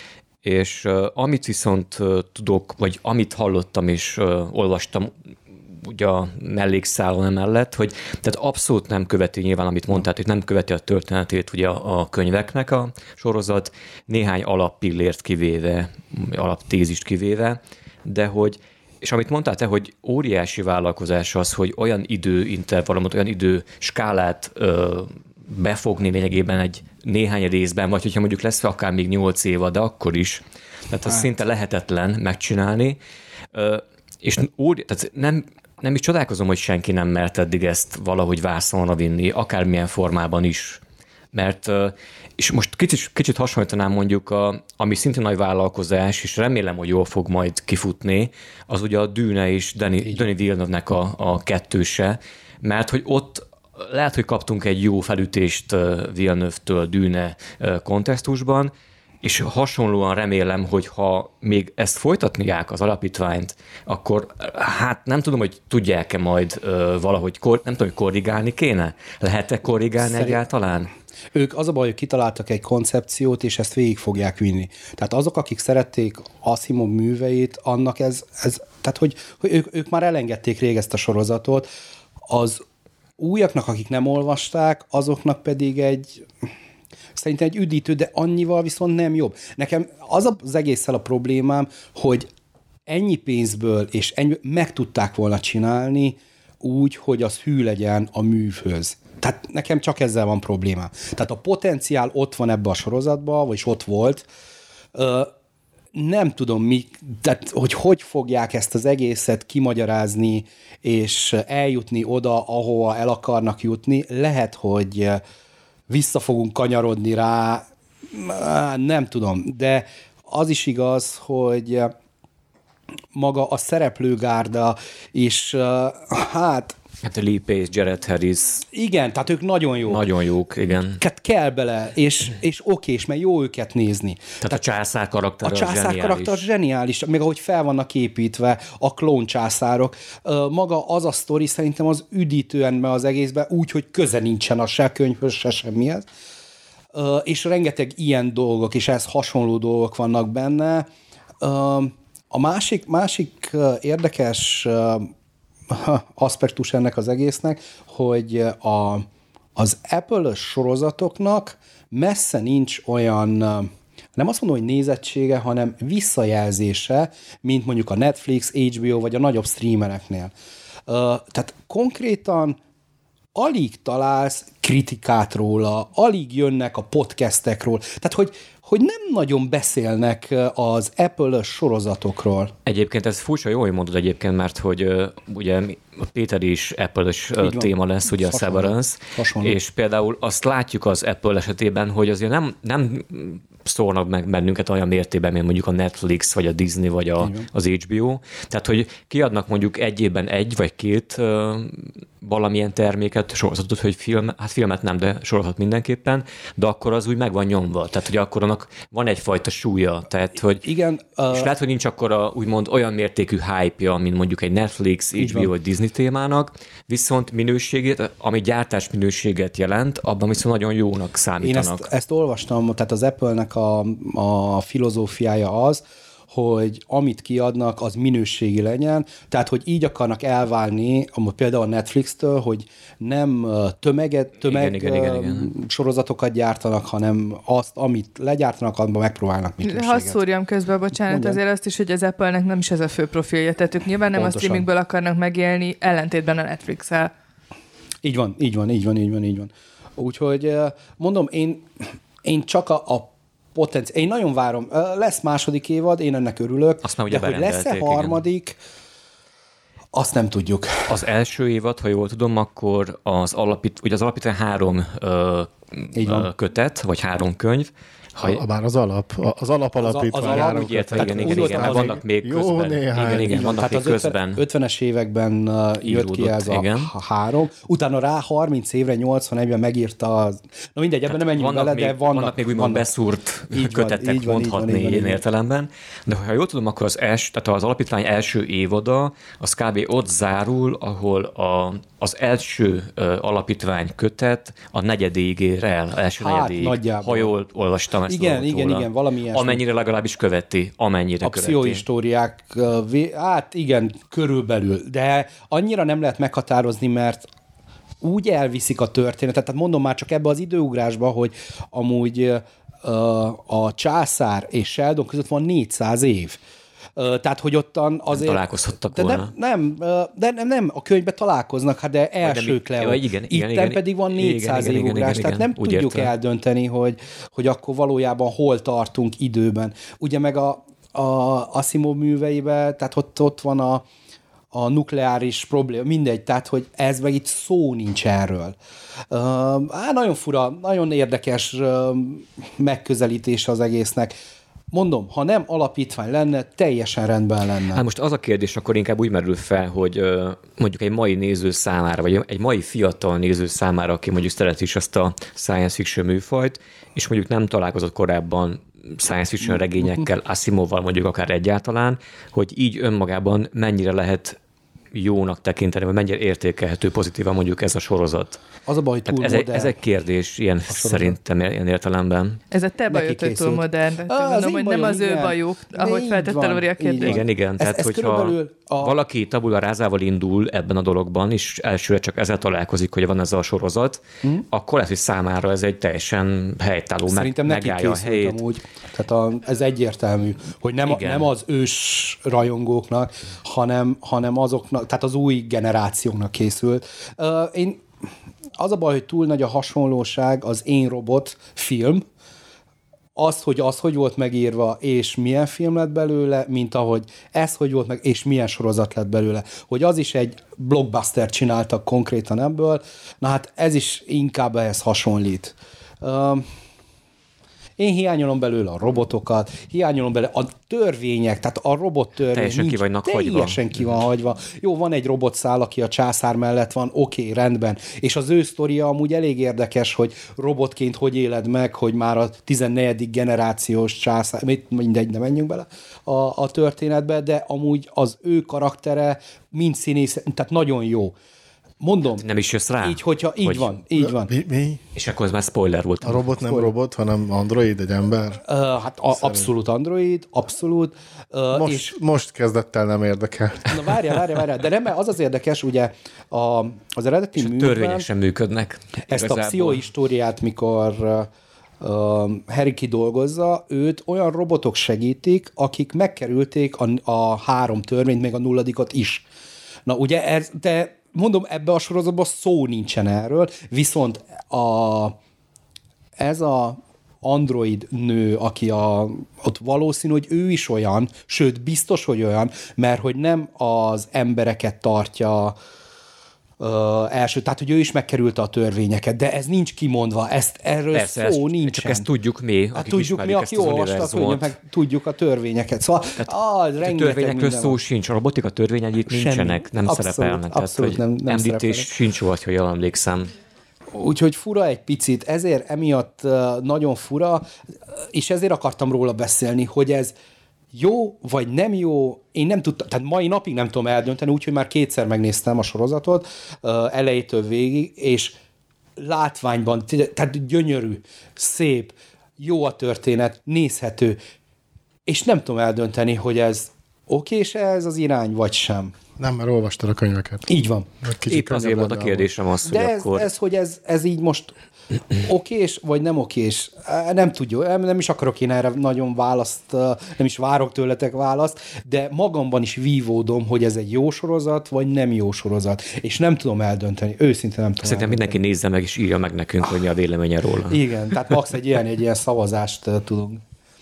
És amit viszont tudok, vagy amit hallottam és olvastam, ugye a mellékszálon emellett, hogy tehát abszolút nem követi nyilván, amit mondtál, hogy nem követi a történetét ugye a, a könyveknek a sorozat, néhány alappillért kivéve, alaptézist kivéve, de hogy, és amit mondtál te, hogy óriási vállalkozás az, hogy olyan időintervallumot, olyan idő skálát ö, befogni lényegében egy néhány részben, vagy hogyha mondjuk lesz akár még nyolc éva, de akkor is. Tehát az hát. Szinte lehetetlen megcsinálni. Ö, és óri, tehát nem Nem is csodálkozom, hogy senki nem mert eddig ezt valahogy vászonra vinni, akármilyen formában is. Mert, és most kicsit, kicsit hasonlítanám mondjuk, a, ami szintén nagy vállalkozás, és remélem, hogy jól fog majd kifutni, az ugye a Dune és Denis Villeneuve-nek a, a kettőse, mert hogy ott lehet, hogy kaptunk egy jó felütést Villeneuve-től Dune kontextusban, és hasonlóan remélem, hogy ha még ezt folytatniák az alapítványt, akkor hát nem tudom, hogy tudják-e majd ö, valahogy, kor, nem tudom, hogy korrigálni kéne? Lehet-e korrigálni Szerint... egyáltalán? Ők az a baj, hogy kitaláltak egy koncepciót, és ezt végig fogják vinni. Tehát azok, akik szerették Asimov műveit, annak ez, ez tehát hogy, hogy ők, ők már elengedték rég ezt a sorozatot, az újaknak, akik nem olvasták, azoknak pedig egy... Szerintem egy üdítő, de annyival viszont nem jobb. Nekem az az egésszel a problémám, hogy ennyi pénzből és ennyi, meg tudták volna csinálni úgy, hogy az hű legyen a művhöz. Tehát nekem csak ezzel van problémám. Tehát a potenciál ott van ebbe a sorozatban, vagyis ott volt. Nem tudom, mi, tehát, hogy hogy fogják ezt az egészet kimagyarázni, és eljutni oda, ahova el akarnak jutni. Lehet, hogy vissza fogunk kanyarodni rá, nem tudom, de az is igaz, hogy maga a szereplőgárda is, hát... Hát a Lee Pace, Jared Harris. Igen, tehát ők nagyon jók. Nagyon jók, igen. Tehát kell bele, és, és okés, mert jó őket nézni. Tehát, tehát a császár karakter A császár zseniális. karakter zseniális, még ahogy fel vannak építve a klón császárok. Maga az a sztori szerintem az üdítően me az egészben, úgy, hogy köze nincsen a se könyvhöz, se semmihez. És rengeteg ilyen dolgok, és ehhez hasonló dolgok vannak benne. A másik, másik érdekes aspektus ennek az egésznek, hogy a, az Apple-ös sorozatoknak messze nincs olyan, nem azt mondom, hogy nézettsége, hanem visszajelzése, mint mondjuk a Netflix, há bé o vagy a nagyobb streamereknél. Tehát konkrétan alig találsz kritikát róla, alig jönnek a podcastekről, tehát hogy hogy nem nagyon beszélnek az Apple-ös sorozatokról. Egyébként ez furcsa, jó, hogy mondod egyébként, mert hogy uh, ugye a Péter is Apple-ös téma lesz, ugye a Severance, és például azt látjuk az Apple esetében, hogy azért nem, nem szórnak meg bennünket olyan mértében, mint mondjuk a Netflix, vagy a Disney, vagy a, az há bé o. Tehát, hogy kiadnak mondjuk egy évben egy, vagy két uh, valamilyen terméket, sorozatot, hogy film, hát filmet nem, de sorozat mindenképpen, de akkor az úgy meg van nyomva. Tehát, hogy akkor annak van egyfajta súlya. Tehát, hogy, igen, uh, és lehet, hogy nincs akkor a, úgymond olyan mértékű hype-ja, mint mondjuk egy Netflix, há bé o vagy Disney témának, viszont minőségét, ami gyártás minőséget jelent, abban viszont nagyon jónak számítanak. Én ezt, ezt olvastam, tehát az Apple-nek a, a filozófiája az, hogy amit kiadnak, az minőségi legyen, tehát, hogy így akarnak elválni, például a Netflix-től, hogy nem tömeget, tömeg igen, igen, igen, igen. sorozatokat gyártanak, hanem azt, amit legyártanak, abban megpróbálnak minőséget. Ha szúrjam közben, bocsánat, Mondjam. Azért azt is, hogy az Apple-nek nem is ez a fő profilja, tehát ők nyilván nem Pontosan. A streamingből akarnak megélni, ellentétben a Netflix-el. Így van, így van, így van, így van, így van. Úgyhogy mondom, én, én csak a, a potenciál. Én nagyon várom. Lesz második évad, én ennek örülök. Azt már ugye de hogy lesz-e harmadik, igen. Azt nem tudjuk. Az első évad, ha jól tudom, akkor az alapít, ugye az alapítvány három ö, ö, kötet, vagy három könyv. Ha, a, bár az alap, az alap alapítvány. Az, az alap, úgy értem, igen, igen, igen, igen, vannak még jó közben. Néhány. Igen, igen, vannak még közben. ötvenes években uh, jött ki ez a, a három, utána rá harminc évre, nyolcvanegyben megírta az... Na mindegy, ebben nem menjünk bele, de vannak... Vannak még úgymond beszúrt kötetek, mondhatni ilyen értelemben. De ha jól tudom, akkor az, els, tehát az alapítvány első évada, az kb. Ott zárul, ahol a, az első uh, alapítvány kötet a negyedéig ér el, első hát, negyedéig. Nagyjából. Ha jól olvastam ezt igen, igen, igen, valami ilyesmi. Amennyire legalábbis követi, amennyire a követi. A pszichohistóriák, hát igen, körülbelül, de annyira nem lehet meghatározni, mert úgy elviszik a történetet, tehát mondom már csak ebbe az időugrásba, hogy amúgy a császár és Sheldon között van négyszáz év. Tehát, hogy ottan azért... Nem találkozhattak de volna. Nem, nem, de nem, nem, a könyvben találkoznak, hát de elsők le. Igen, igen, Itten igen, pedig van négyszáz igen, év igen, ugrás, igen, tehát igen, nem úgy tudjuk értem. eldönteni, hogy, hogy akkor valójában hol tartunk időben. Ugye meg a, a Asimov műveiben, tehát ott, ott van a, a nukleáris probléma, mindegy, tehát, hogy ez meg itt szó nincs erről. Uh, á, nagyon fura, nagyon érdekes uh, megközelítése az egésznek. Mondom, ha nem alapítvány lenne, teljesen rendben lenne. Hát most az a kérdés akkor inkább úgy merül fel, hogy mondjuk egy mai néző számára, vagy egy mai fiatal néző számára, aki mondjuk szereti is ezt a science fiction műfajt, és mondjuk nem találkozott korábban science fiction regényekkel, Asimovval mondjuk akár egyáltalán, hogy így önmagában mennyire lehet jónak tekinteni, vagy mennyire értékelhető pozitívan mondjuk ez a sorozat. Az a baj, túl ez, modern. Egy, ez egy kérdés, ilyen szerintem ilyen értelemben. Ez a te bajod, hogy túl modern. Ah, mondom, hogy nem az ő bajuk, ahogy feltette Lóri a kérdést. Igen, igen. Tehát, ez, ez hogyha a... valaki tabula rázával indul ebben a dologban, és elsőre csak ezzel találkozik, hogy van ez a sorozat, mm. akkor lehet, hogy számára ez egy teljesen helytálló, szerintem meg, megállja a helyét. Úgy. Tehát a, ez egyértelmű, hogy nem, a, nem az ős rajongóknak, hanem, hanem azoknak, tehát az új generációnak készült. Uh, én Az a baj, hogy túl nagy a hasonlóság az Én Robot film, az, hogy az, hogy volt megírva, és milyen film lett belőle, mint ahogy ez, hogy volt meg, és milyen sorozat lett belőle. Hogy az is egy blockbuster csináltak konkrétan ebből, na hát ez is inkább ehhez hasonlít. Uh, Én hiányolom belőle a robotokat, hiányolom belőle a törvények, tehát a robot törvény teljesen nincs, ki vannak teljesen hagyva. ki van hagyva. Jó, van egy robotszál, aki a császár mellett van, oké, okay, rendben. És az ő sztoria amúgy elég érdekes, hogy robotként hogy éled meg, hogy már a tizennegyedik generációs császár, mindegy, ne menjünk bele a, a történetbe, de amúgy az ő karaktere mind színész, tehát nagyon jó. Mondom. Nem is jössz rá? Így, hogyha, így hogy... van, így van. Mi, mi? És akkor ez már spoiler volt. A robot nem spoiler. Robot, hanem android, egy ember? Uh, hát a, abszolút android, abszolút. Uh, most, és... most kezdett el nem érdekel. Na várjál, várjál, várjál. De nem, az az érdekes, ugye a, az eredeti és műben... törvényesen működnek. Ezt igazából. A pszichohistóriát, mikor uh, Harry kidolgozza, őt olyan robotok segítik, akik megkerülték a, a három törvényt, még a nulladikat is. Na ugye, ez, de mondom, ebbe a sorozatban szó nincsen erről, viszont a, ez a android nő, aki a, ott valószínű, hogy ő is olyan, sőt, biztos, hogy olyan, mert hogy nem az embereket tartja ö, első, tehát hogy ő is megkerülte a törvényeket, de ez nincs kimondva, ezt erről Persze, szó ezt, nincsen. Csak ezt tudjuk mi, hát akik tudjuk mi, aki olvastak, meg tudjuk a törvényeket. Szóval ah, a törvényekről szó sincs, a robotika törvényei itt nincsenek, nem abszolút, szerepelnek. Abszolút tehát, nem, nem említés szerepelnek. sincs volt, hogy jól emlékszem. Úgyhogy fura egy picit, ezért emiatt nagyon fura, és ezért akartam róla beszélni, hogy ez jó vagy nem jó, én nem tudtam, tehát mai napig nem tudom eldönteni, úgyhogy már kétszer megnéztem a sorozatot, elejétől végig, és látványban, tehát gyönyörű, szép, jó a történet, nézhető, és nem tudom eldönteni, hogy ez okés ez az irány, vagy sem. Nem, mert olvastad a könyveket. Így van. Épp azért volt a kérdésem az, hogy De ez, akkor... ez, hogy ez, ez így most okés, vagy nem okés, nem tudjuk, nem is akarok én erre nagyon választ, nem is várok tőletek választ, de magamban is vívódom, hogy ez egy jó sorozat, vagy nem jó sorozat, és nem tudom eldönteni, őszintén nem tudom Szerintem mindenki nézze meg, és írja meg nekünk, hogy mi a véleménye róla. Igen, tehát max egy ilyen, egy ilyen szavazást tudunk.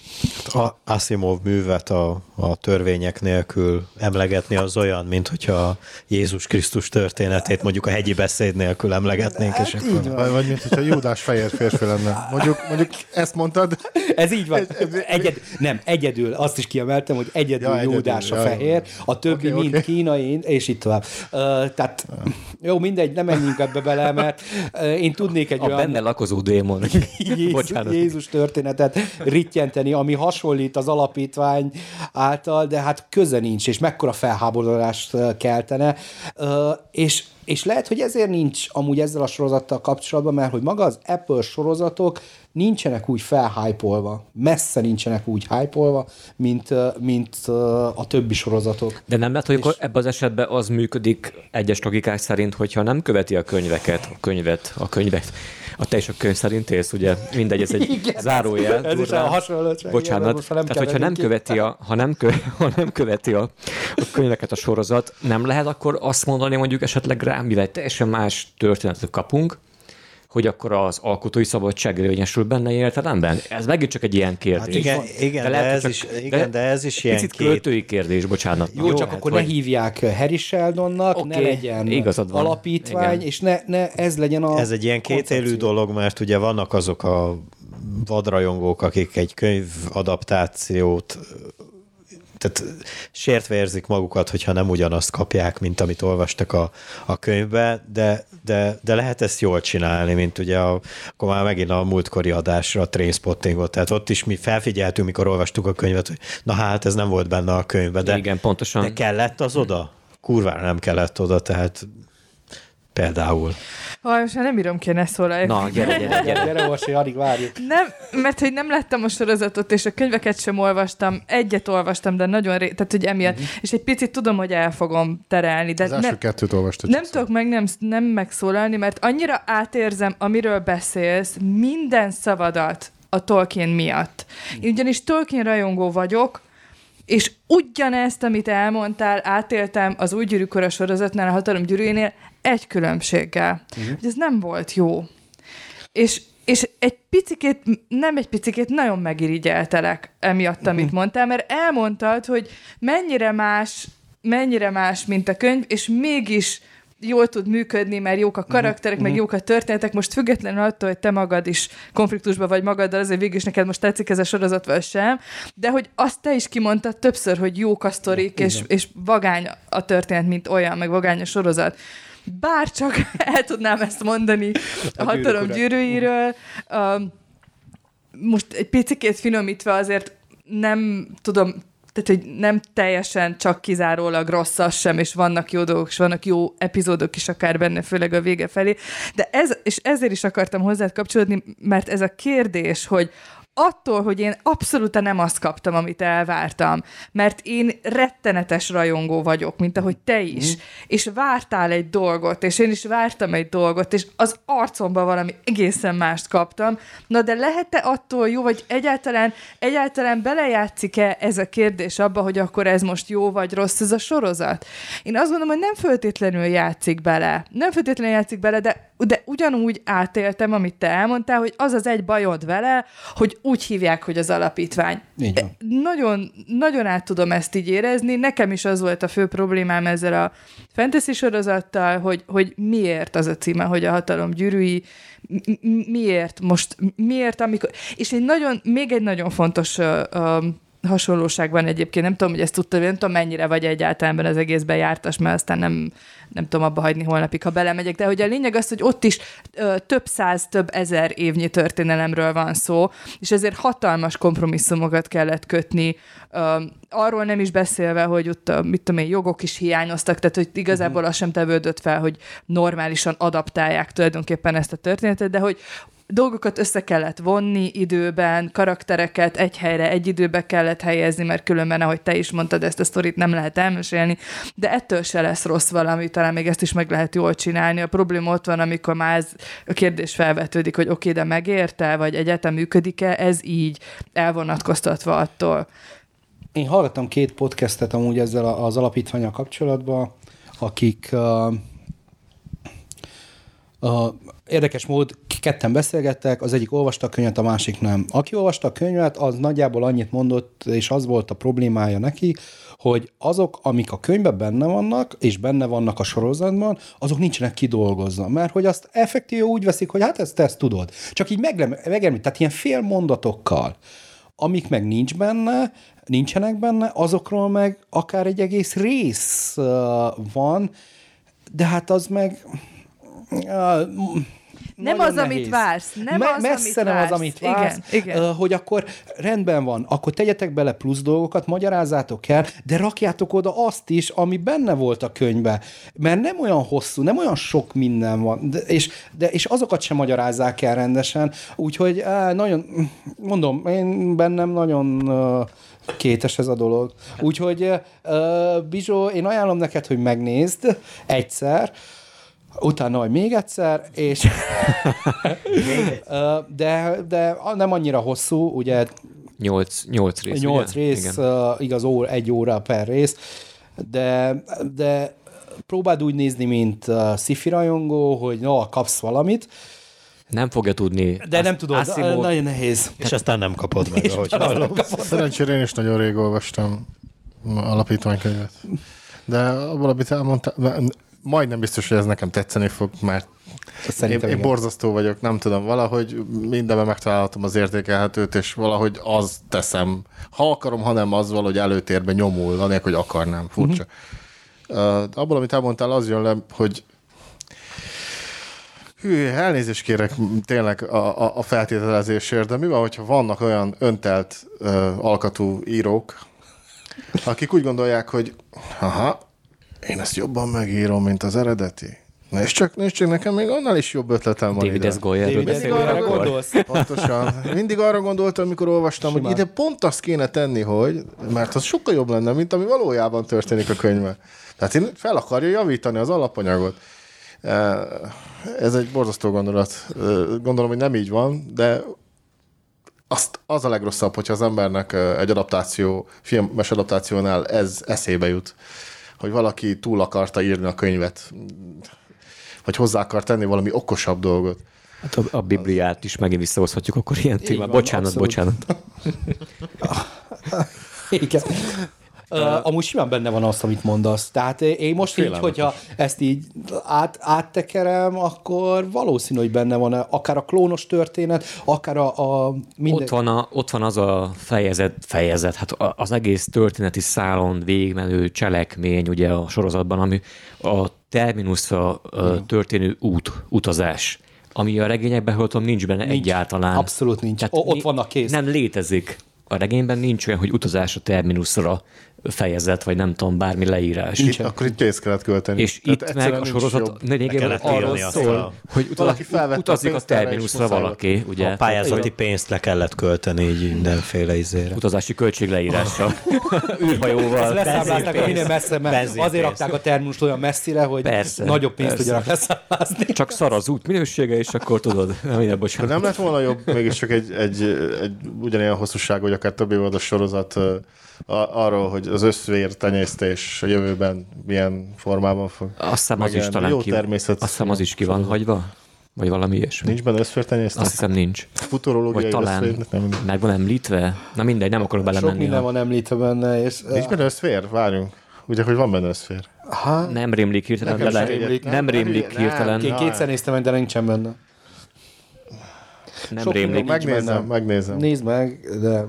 A Asimov művet a, a törvények nélkül emlegetni az olyan, mint hogyha Jézus Krisztus történetét mondjuk a hegyi beszéd nélkül emlegetnénk, és Hát akkor... Vagy, vagy mint hogyha Júdás fehér férfi lenne. Mondjuk, mondjuk ezt mondtad. Ez így van. Egyed, nem, egyedül, azt is kiemeltem, hogy egyedül Ja, egyedül, Júdás a ja, fehér, a többi okay, mind okay. kínai, és így tovább. Uh, tehát jó, mindegy, nem menjünk ebbe bele, mert uh, én tudnék egy A olyan... benne lakozó démon. Jézus, Jézus történetet rittyenteni, ami hasonlít az alapítvány által, de hát köze nincs, és mekkora felháborodást keltene, és, és lehet, hogy ezért nincs amúgy ezzel a sorozattal kapcsolatban, mert hogy maga az Apple sorozatok nincsenek úgy felhájpolva, messze nincsenek úgy hype-olva, mint, mint a többi sorozatok. De nem lehet, hogy És... akkor ebben az esetben az működik egyes logikák szerint, hogyha nem követi a könyveket, a könyvet, a könyvet, a te is a könyv szerint élsz, ugye mindegy, ez egy Igen, zárójel. Ez is a hasonlóság. Bocsánat, Igen, nem tehát hogyha nem követi, a, ha, nem kö, ha nem követi a, a könyveket a sorozat, nem lehet akkor azt mondani mondjuk esetleg rá, mivel teljesen más történetet kapunk, hogy akkor az alkotói szabadság érvényesül benne értelemben? Ez megint csak egy ilyen kérdés. Hát igen, igen, de, lehet, de, ez csak, is, igen de, de ez is ilyen picit két... költői kérdés, bocsánat. Jó, Jó csak hát akkor vagy... ne hívják Harry Sheldonnak, okay, ne legyen igazad van. alapítvány, Igen. és ne, ne ez legyen a Ez egy ilyen kétélű dolog, mert ugye vannak azok a vadrajongók, akik egy könyvadaptációt tehát sértve érzik magukat, hogyha nem ugyanazt kapják, mint amit olvastak a, a könyvbe, de, de, de lehet ezt jól csinálni, mint ugye a, akkor már megint a múltkori adásra a Trainspottingot, tehát ott is mi felfigyeltünk, mikor olvastuk a könyvet, hogy na hát ez nem volt benne a könyvben, de, igen, pontosan. de kellett az oda? Kurvára nem kellett oda, tehát például. Ha, most már nem írom ki, ne szólalj. Na, gyere, gyere, gyere. Gyere, Orsi, addig várjuk. Nem, mert hogy nem láttam a sorozatot, és a könyveket sem olvastam. Egyet olvastam, de nagyon ré... tehát hogy emiatt. Mm-hmm. És egy picit tudom, hogy el fogom terelni. De Az első nem, kettőt olvastad. nem tudok meg nem, nem megszólalni, mert annyira átérzem, amiről beszélsz, minden szavadat a Tolkien miatt. Én ugyanis Tolkien rajongó vagyok, és ugyanezt, amit elmondtál, átéltem az Új gyűrűk ura sorozatnál, a Hatalom gyűrűjénél egy különbséggel, uh-huh. hogy ez nem volt jó. És, és egy picikét, nem egy picikét, nagyon megirigyeltelek emiatt, uh-huh. amit mondtál, mert elmondtad, hogy mennyire más, mennyire más, mint a könyv, és mégis jól tud működni, mert jók a karakterek, uh-huh. meg jók a történetek, most függetlenül attól, hogy te magad is konfliktusban vagy magaddal, azért végül is neked most tetszik ez a sorozat, vagy sem, de hogy azt te is kimondtad többször, hogy jók a sztorik, és, és vagány a történet, mint olyan, meg vagány a sorozat. Bárcsak el tudnám ezt mondani a, a Hatalom gyűrűiről. Uh, most egy picikét finomítva azért nem tudom, tehát, hogy nem teljesen csak kizárólag rossz az sem, és vannak jó dolgok, és vannak jó epizódok is akár benne, főleg a vége felé. De ez, és ezért is akartam hozzád kapcsolódni, mert ez a kérdés, hogy attól, hogy én abszolút nem azt kaptam, amit elvártam, mert én rettenetes rajongó vagyok, mint ahogy te is, mm. és vártál egy dolgot, és én is vártam egy dolgot, és az arcomban valami egészen mást kaptam. Na de lehet-e attól jó, vagy egyáltalán, egyáltalán belejátszik-e ez a kérdés abba, hogy akkor ez most jó vagy rossz ez a sorozat? Én azt gondolom, hogy nem feltétlenül játszik bele. Nem feltétlenül játszik bele, de de ugyanúgy átéltem, amit te elmondtál, hogy az az egy bajod vele, hogy úgy hívják, hogy az alapítvány. Nagyon, nagyon át tudom ezt így érezni. Nekem is az volt a fő problémám ezzel a fantasy sorozattal, hogy, hogy miért az a címe, hogy a hatalom gyűrűi, miért most, miért amikor... És egy nagyon, még egy nagyon fontos uh, uh, hasonlóság van egyébként, nem tudom, hogy ezt tudtam, nem tudom, mennyire vagy egyáltalán az egészben jártas, mert aztán nem, nem tudom abba hagyni holnapig, ha belemegyek, de hogy a lényeg az, hogy ott is ö, több száz, több ezer évnyi történelemről van szó, és ezért hatalmas kompromisszumokat kellett kötni, ö, arról nem is beszélve, hogy ott a, mit tudom én, jogok is hiányoztak, tehát hogy igazából uh-huh. az sem tevődött fel, hogy normálisan adaptálják tulajdonképpen ezt a történetet, de hogy dolgokat össze kellett vonni időben, karaktereket egy helyre, egy időbe kellett helyezni, mert különben, ahogy te is mondtad, ezt a sztorit nem lehet elmesélni, de ettől se lesz rossz valami, talán még ezt is meg lehet jól csinálni. A probléma ott van, amikor már ez, a kérdés felvetődik, hogy oké, okay, de megérte, vagy egyáltalán működik-e, ez így elvonatkoztatva attól. Én hallgattam két podcastet amúgy ezzel az alapítvánnyal kapcsolatban, akik uh, uh, érdekes mód ketten beszélgettek, az egyik olvasta a könyvet, a másik nem. Aki olvasta a könyvet, az nagyjából annyit mondott, és az volt a problémája neki, hogy azok, amik a könyvben benne vannak, és benne vannak a sorozatban, azok nincsenek kidolgozva. Mert hogy azt effektíve úgy veszik, hogy hát ezt, ezt tudod. Csak így megemlít, tehát ilyen fél mondatokkal, amik meg nincs benne, nincsenek benne, azokról meg akár egy egész rész uh, van, de hát az meg... Uh, nem az, nehéz. Amit vársz. Nem Me- az, messze amit nem vársz. az, amit vársz. Igen, igen. Uh, hogy akkor rendben van, akkor tegyetek bele plusz dolgokat, magyarázzátok el, de rakjátok oda azt is, ami benne volt a könyvben. Mert nem olyan hosszú, nem olyan sok minden van, de, és, de, és azokat sem magyarázzák el rendesen. Úgyhogy uh, nagyon, mondom, én bennem nagyon... Uh, kétes ez a dolog. Úgyhogy uh, Bizsó, én ajánlom neked, hogy megnézd egyszer, utána majd még egyszer, és de, de nem annyira hosszú, ugye Nyolc, nyolc rész. Nyolc ugye? rész, uh, igaz, ó, egy óra per rész, de, de próbáld úgy nézni, mint uh, sci-fi rajongó, hogy na, kapsz valamit. Nem fogja tudni. De nem tudod, Asimov... nagyon nehéz. És aztán nem kapod meg, ahogy hallom. Szerencsére én is nagyon rég olvastam alapítványkönyvet. De abból, amit elmondtál, majdnem biztos, hogy ez nekem tetszeni fog, mert én, én borzasztó vagyok, nem tudom, valahogy mindenben megtalálhatom az értékelhetőt, és valahogy azt teszem. Ha akarom, ha nem, az valahogy előtérben nyomul, anélkül, hogy akarnám, furcsa. Uh-huh. Uh, abból, amit elmondtál, az jön le, hogy hű, elnézést kérek tényleg a, a, a feltételezésért, de mi van, hogyha vannak olyan öntelt uh, alkatú írók, akik úgy gondolják, hogy aha, én ezt jobban megírom, mint az eredeti. És csak, és csak nekem még annál is jobb ötletem van. David S. Goyerről beszélünk. Gondolsz? Pontosan. Mindig arra gondoltam, amikor olvastam, Simán. Hogy ide pont azt kéne tenni, hogy, mert az sokkal jobb lenne, mint ami valójában történik a könyvben. Tehát én fel akarja javítani az alapanyagot. Ez egy borzasztó gondolat. Gondolom, hogy nem így van, de azt, az a legrosszabb, hogyha az embernek egy adaptáció, filmes adaptációnál ez eszébe jut, hogy valaki túl akarta írni a könyvet, vagy hozzá akar tenni valami okosabb dolgot. Hát a, a Bibliát is megint visszahozhatjuk akkor ilyen témát. Bocsánat, abszolút. bocsánat. Igen. Uh, amúgy simán benne van az, amit mondasz. Tehát én most így, hogyha ezt így át, áttekerem, akkor valószínű, hogy benne van akár a klónos történet, akár a, a minden... Ott van, a, ott van az a fejezet, fejezet, hát az egész történeti szálon végigmenő cselekmény ugye a sorozatban, ami a terminusra történő út, utazás, ami a regényekben, hogy tudom, nincs benne nincs, egyáltalán. Abszolút nincs. Tehát o, ott vannak kész. Nem létezik. A regényben nincs olyan, hogy utazás a terminusra fejezet, vagy nem tudom, bármi leírás. Itt, akkor itt pénzt kellett költeni. És tehát itt meg a sorozat lényegében arról szól, hogy valaki utazik a terminusra valaki. Ugye? A pályázati pénzt le kellett költeni így mindenféle izére. Utazási költségleírással. űrhajóval. Ezt leszámlázták a minél messze, mert azért rakták a terminust olyan messzire, hogy persze, nagyobb pénzt tudjanak leszámlázni. Csak szar az út minősége, és akkor tudod. Nem, bocsánat. Nem lett volna jobb mégiscsak egy, egy, egy ugyanilyen hosszúság, vagy akár több évados sorozat arról, hogy az összvértenyésztés a jövőben milyen formában fog Azt hiszem az is talán jó ki, természet. Azt hiszem az is ki van hagyva. vagy valami ilyesmi. Nincs benne összfértenyésztés? Azt hiszem nincs. Futurológiai vagy talán nem. meg van említve? Na mindegy, nem akarok belemenni. Sok minden a... van említve benne. És, Nincs benne összfér? Várjunk. Ugye, hogy van benne összfér? Ha, Nem rémlik hirtelen. Nekem Le... sem rémlik. Nem rémlik Nem, hirtelen. én kétszer néztem meg, de nincsen benne. Nem Sok rémlik. minden Megnézem, benne. megnézem. Nézd meg, de...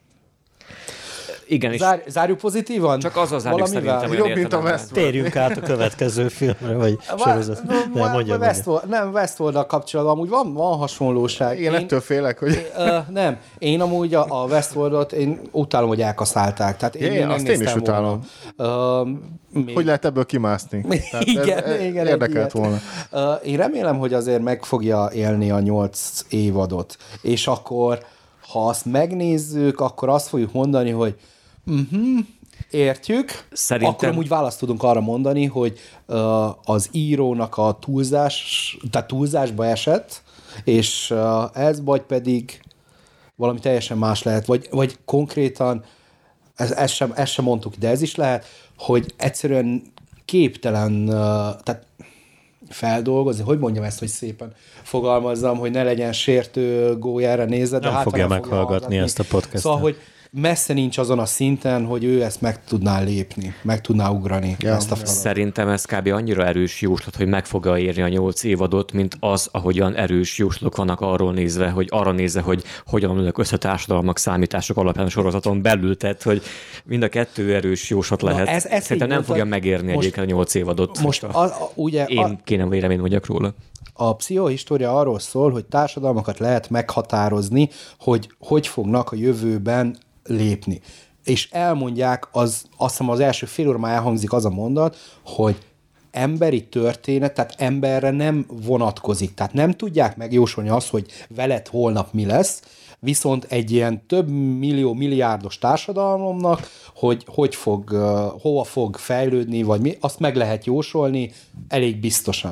Igen, és Zár, zárjuk pozitívan? csak az az zárjuk Valamivel? szerintem. Jobb, mint a Westworld. Térjünk át a következő filmre, vagy sorozat. Nem, mondjam. Westworld, nem, Westworld-dal kapcsolatban amúgy van, van hasonlóság. Igen, Én- ettől félek, hogy... Ö, nem, én amúgy a, a Westworldot én utálom, hogy elkaszálták. Tehát én, Ja, én azt én is megnéztem utálom. volna. Ö, még- Hogy lehet ebből kimászni? Tehát igen, ez, ez igen, egy érdekelt ilyet. volna. Ö, én remélem, hogy azért meg fogja élni a nyolc évadot. És akkor, ha azt megnézzük, akkor azt fogjuk mondani, hogy uh-huh, értjük, Szerintem- akkor amúgy választ tudunk arra mondani, hogy ö, az írónak a túlzás, tehát túlzásba esett, és ö, ez vagy pedig valami teljesen más lehet, vagy, vagy konkrétan, ez, ezt, sem, ezt sem mondtuk, de ez is lehet, hogy egyszerűen képtelen, ö, tehát feldolgozni, hogy mondjam ezt, hogy szépen fogalmazzam, hogy ne legyen sértő gólyára nézve, de Nem hát fogja nem meghallgatni hallgatni. ezt a podcastet. Szóval, hogy messze nincs azon a szinten, hogy ő ezt meg tudná lépni, meg tudná ugrani Ja, ezt a feladatot. Szerintem ez kb. Annyira erős jóslat, hogy meg fogja érni a nyolc évadot, mint az, ahogyan erős jóslatok vannak arról nézve, hogy arra nézve, hogy hogyan omlanak össze társadalmak számítások alapján a sorozaton belül, tehát hogy mind a kettő erős jóslat Na, lehet. ez- ezt így Szerintem nem mondtad. fogja megérni Most- egyébként a nyolc évadot. Most a, a, a, ugye én a, kéne véleményt mondjak róla. a pszichohistória arról szól, hogy társadalmakat lehet meghatározni, hogy hogy fognak a jövőben lépni. És elmondják, az, azt hiszem az első fél óra már elhangzik az a mondat, hogy emberi történet, tehát emberre nem vonatkozik. Tehát nem tudják megjósolni azt, hogy veled holnap mi lesz, viszont egy ilyen több millió, milliárdos társadalomnak, hogy hogy fog, uh, hova fog fejlődni, vagy mi, azt meg lehet jósolni elég biztosan.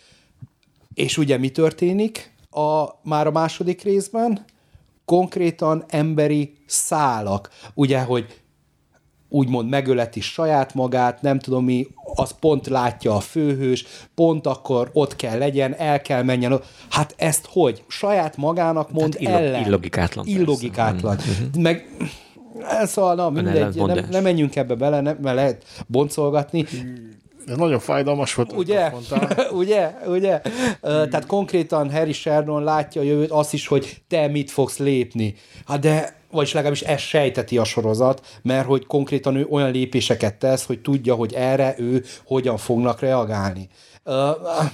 És ugye mi történik a, már a második részben? Konkrétan emberi szálak. Ugye, hogy úgymond megöleti saját magát, nem tudom mi, az pont látja a főhős, pont akkor ott kell legyen, el kell menjen. Hát ezt hogy? Saját magának mond illog- ellen. illogikátlan, persze. Illogikátlan. Meg szóval, na, mindegy, nem, ellentmondás. nem menjünk ebbe bele, nem, mert lehet boncolgatni. Ez nagyon fájdalmas volt. Ugye? amit mondtál. ugye? Ugye? Ö, Tehát konkrétan Harry Sheldon látja a jövőt, azt is, hogy te mit fogsz lépni. Hát de, vagyis legalábbis ezt sejteti a sorozat, mert hogy konkrétan ő olyan lépéseket tesz, hogy tudja, hogy erre ő hogyan fognak reagálni. Ö,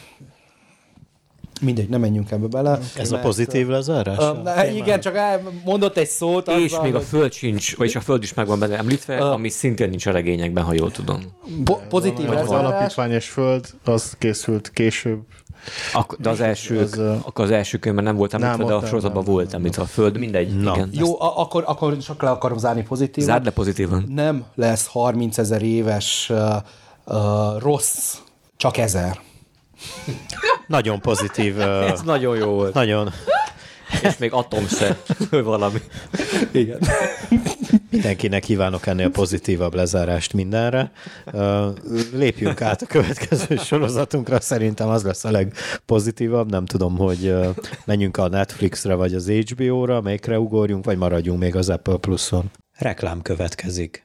Mindegy, nem menjünk ebbe bele. Ez a mert, pozitív lezárás? ö, na, igen, csak el- mondott egy szót. És azzal, még a hogy föld sincs, vagyis a föld is meg van benne említve, Ö. ami szintén nincs a regényekben, ha jól tudom. po- pozitív Az lezárás. alapítvány és föld, az készült később. Ak- de az első, Ez, ö, akkor az első könyvben nem volt említve, Nem, de a ott nem, sorozatban nem, volt említve a föld, mindegy. Na. Igen. Jó, a- akkor, akkor csak le akarom zárni pozitívan. Zárd le pozitívan. Nem lesz harmincezer éves uh, uh, rossz, csak ezer. Nagyon pozitív. ö, Ez nagyon jó volt. Nagyon. És még atomsze, valami. Igen. Mindenkinek kívánok ennél pozitívabb lezárást mindenre. Ö, Lépjünk át a következő sorozatunkra, szerintem az lesz a legpozitívabb. Nem tudom, hogy ö, menjünk a Netflixre vagy az há bé ó-ra, melyikre ugorjunk, vagy maradjunk még az Apple Plus-on. Reklám következik.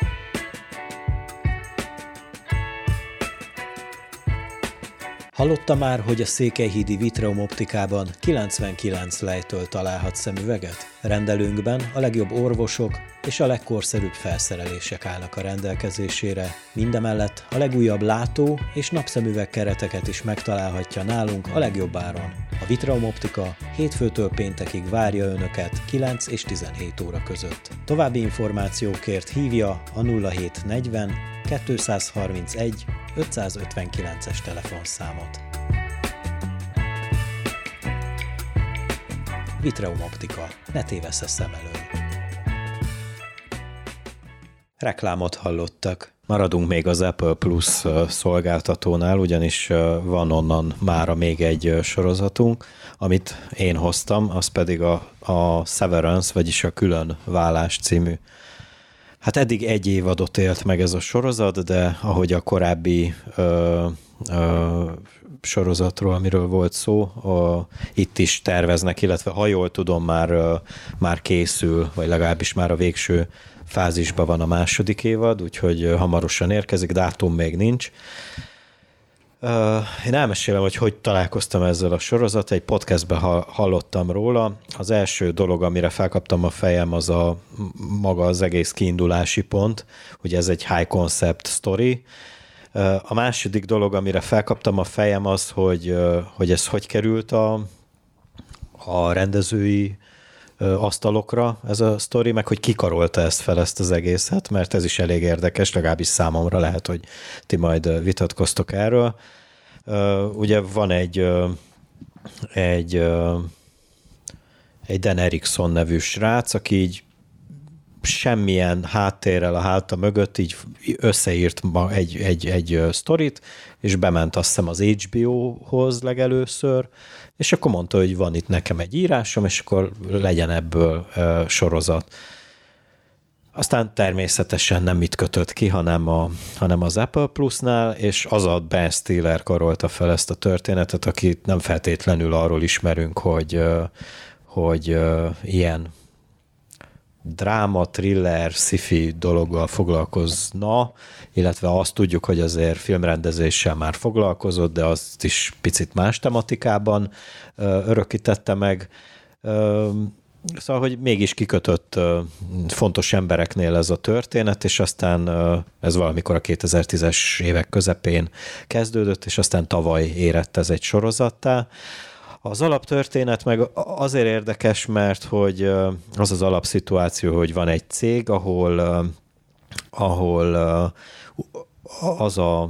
Hallotta már, hogy a Székelyhídi Vitreum Optikában kilencvenkilenc lejtől találhat szemüveget? Rendelőnkben a legjobb orvosok és a legkorszerűbb felszerelések állnak a rendelkezésére. Mindemellett a legújabb látó- és napszemüveg kereteket is megtalálhatja nálunk a legjobb áron. A Vitreum Optika hétfőtől péntekig várja Önöket kilenc és tizenhét óra között. További információkért hívja a nulla hét negyven kétszázharmincegy ötszázötvenkilences telefonszámot. Vitreum Optika. Ne tévessz szem elől. Reklámot hallottak. Maradunk még az Apple Plus szolgáltatónál, ugyanis van onnan mára még egy sorozatunk, amit én hoztam, az pedig a, a Severance, vagyis a Külön Válás című. Hát eddig egy évadot élt meg ez a sorozat, de ahogy a korábbi ö, ö, sorozatról, amiről volt szó. A, itt is terveznek, illetve ha jól tudom, már, ö, már készül, vagy legalábbis már a végső fázisban van a második évad, úgyhogy hamarosan érkezik, dátum még nincs. Én elmesélem, hogy hogy találkoztam ezzel a sorozat, egy podcastben hallottam róla. Az első dolog, amire felkaptam a fejem, az a maga az egész kiindulási pont, hogy ez egy high concept story. A második dolog, amire felkaptam a fejem, az, hogy, hogy ez hogy került a, a rendezői asztalokra ez a sztori, meg hogy kikarolta ezt fel, ezt az egészet, mert ez is elég érdekes, legalábbis számomra, lehet, hogy ti majd vitatkoztok erről. Ugye van egy egy, egy Dan Erickson nevű srác, aki így semmilyen háttérrel a háta mögött így összeírt egy, egy, egy sztorit, és bement azt hiszem az há bé ó-hoz legelőször, és akkor mondta, hogy van itt nekem egy írásom, és akkor legyen ebből uh, sorozat. Aztán természetesen nem itt kötött ki, hanem, a, hanem az Apple Plus-nál, és az a Ben Stiller karolta fel ezt a történetet, akit nem feltétlenül arról ismerünk, hogy, uh, hogy uh, ilyen dráma, thriller, sci-fi dologgal foglalkozna, illetve azt tudjuk, hogy azért filmrendezéssel már foglalkozott, de azt is picit más tematikában örökítette meg. Szóval, hogy mégis kikötött fontos embereknél ez a történet, és aztán ez valamikor a kétezer-tízes évek közepén kezdődött, és aztán tavaly érett ez egy sorozattá. Az alaptörténet meg azért érdekes, mert hogy az az alapszituáció, hogy van egy cég, ahol, ahol az a,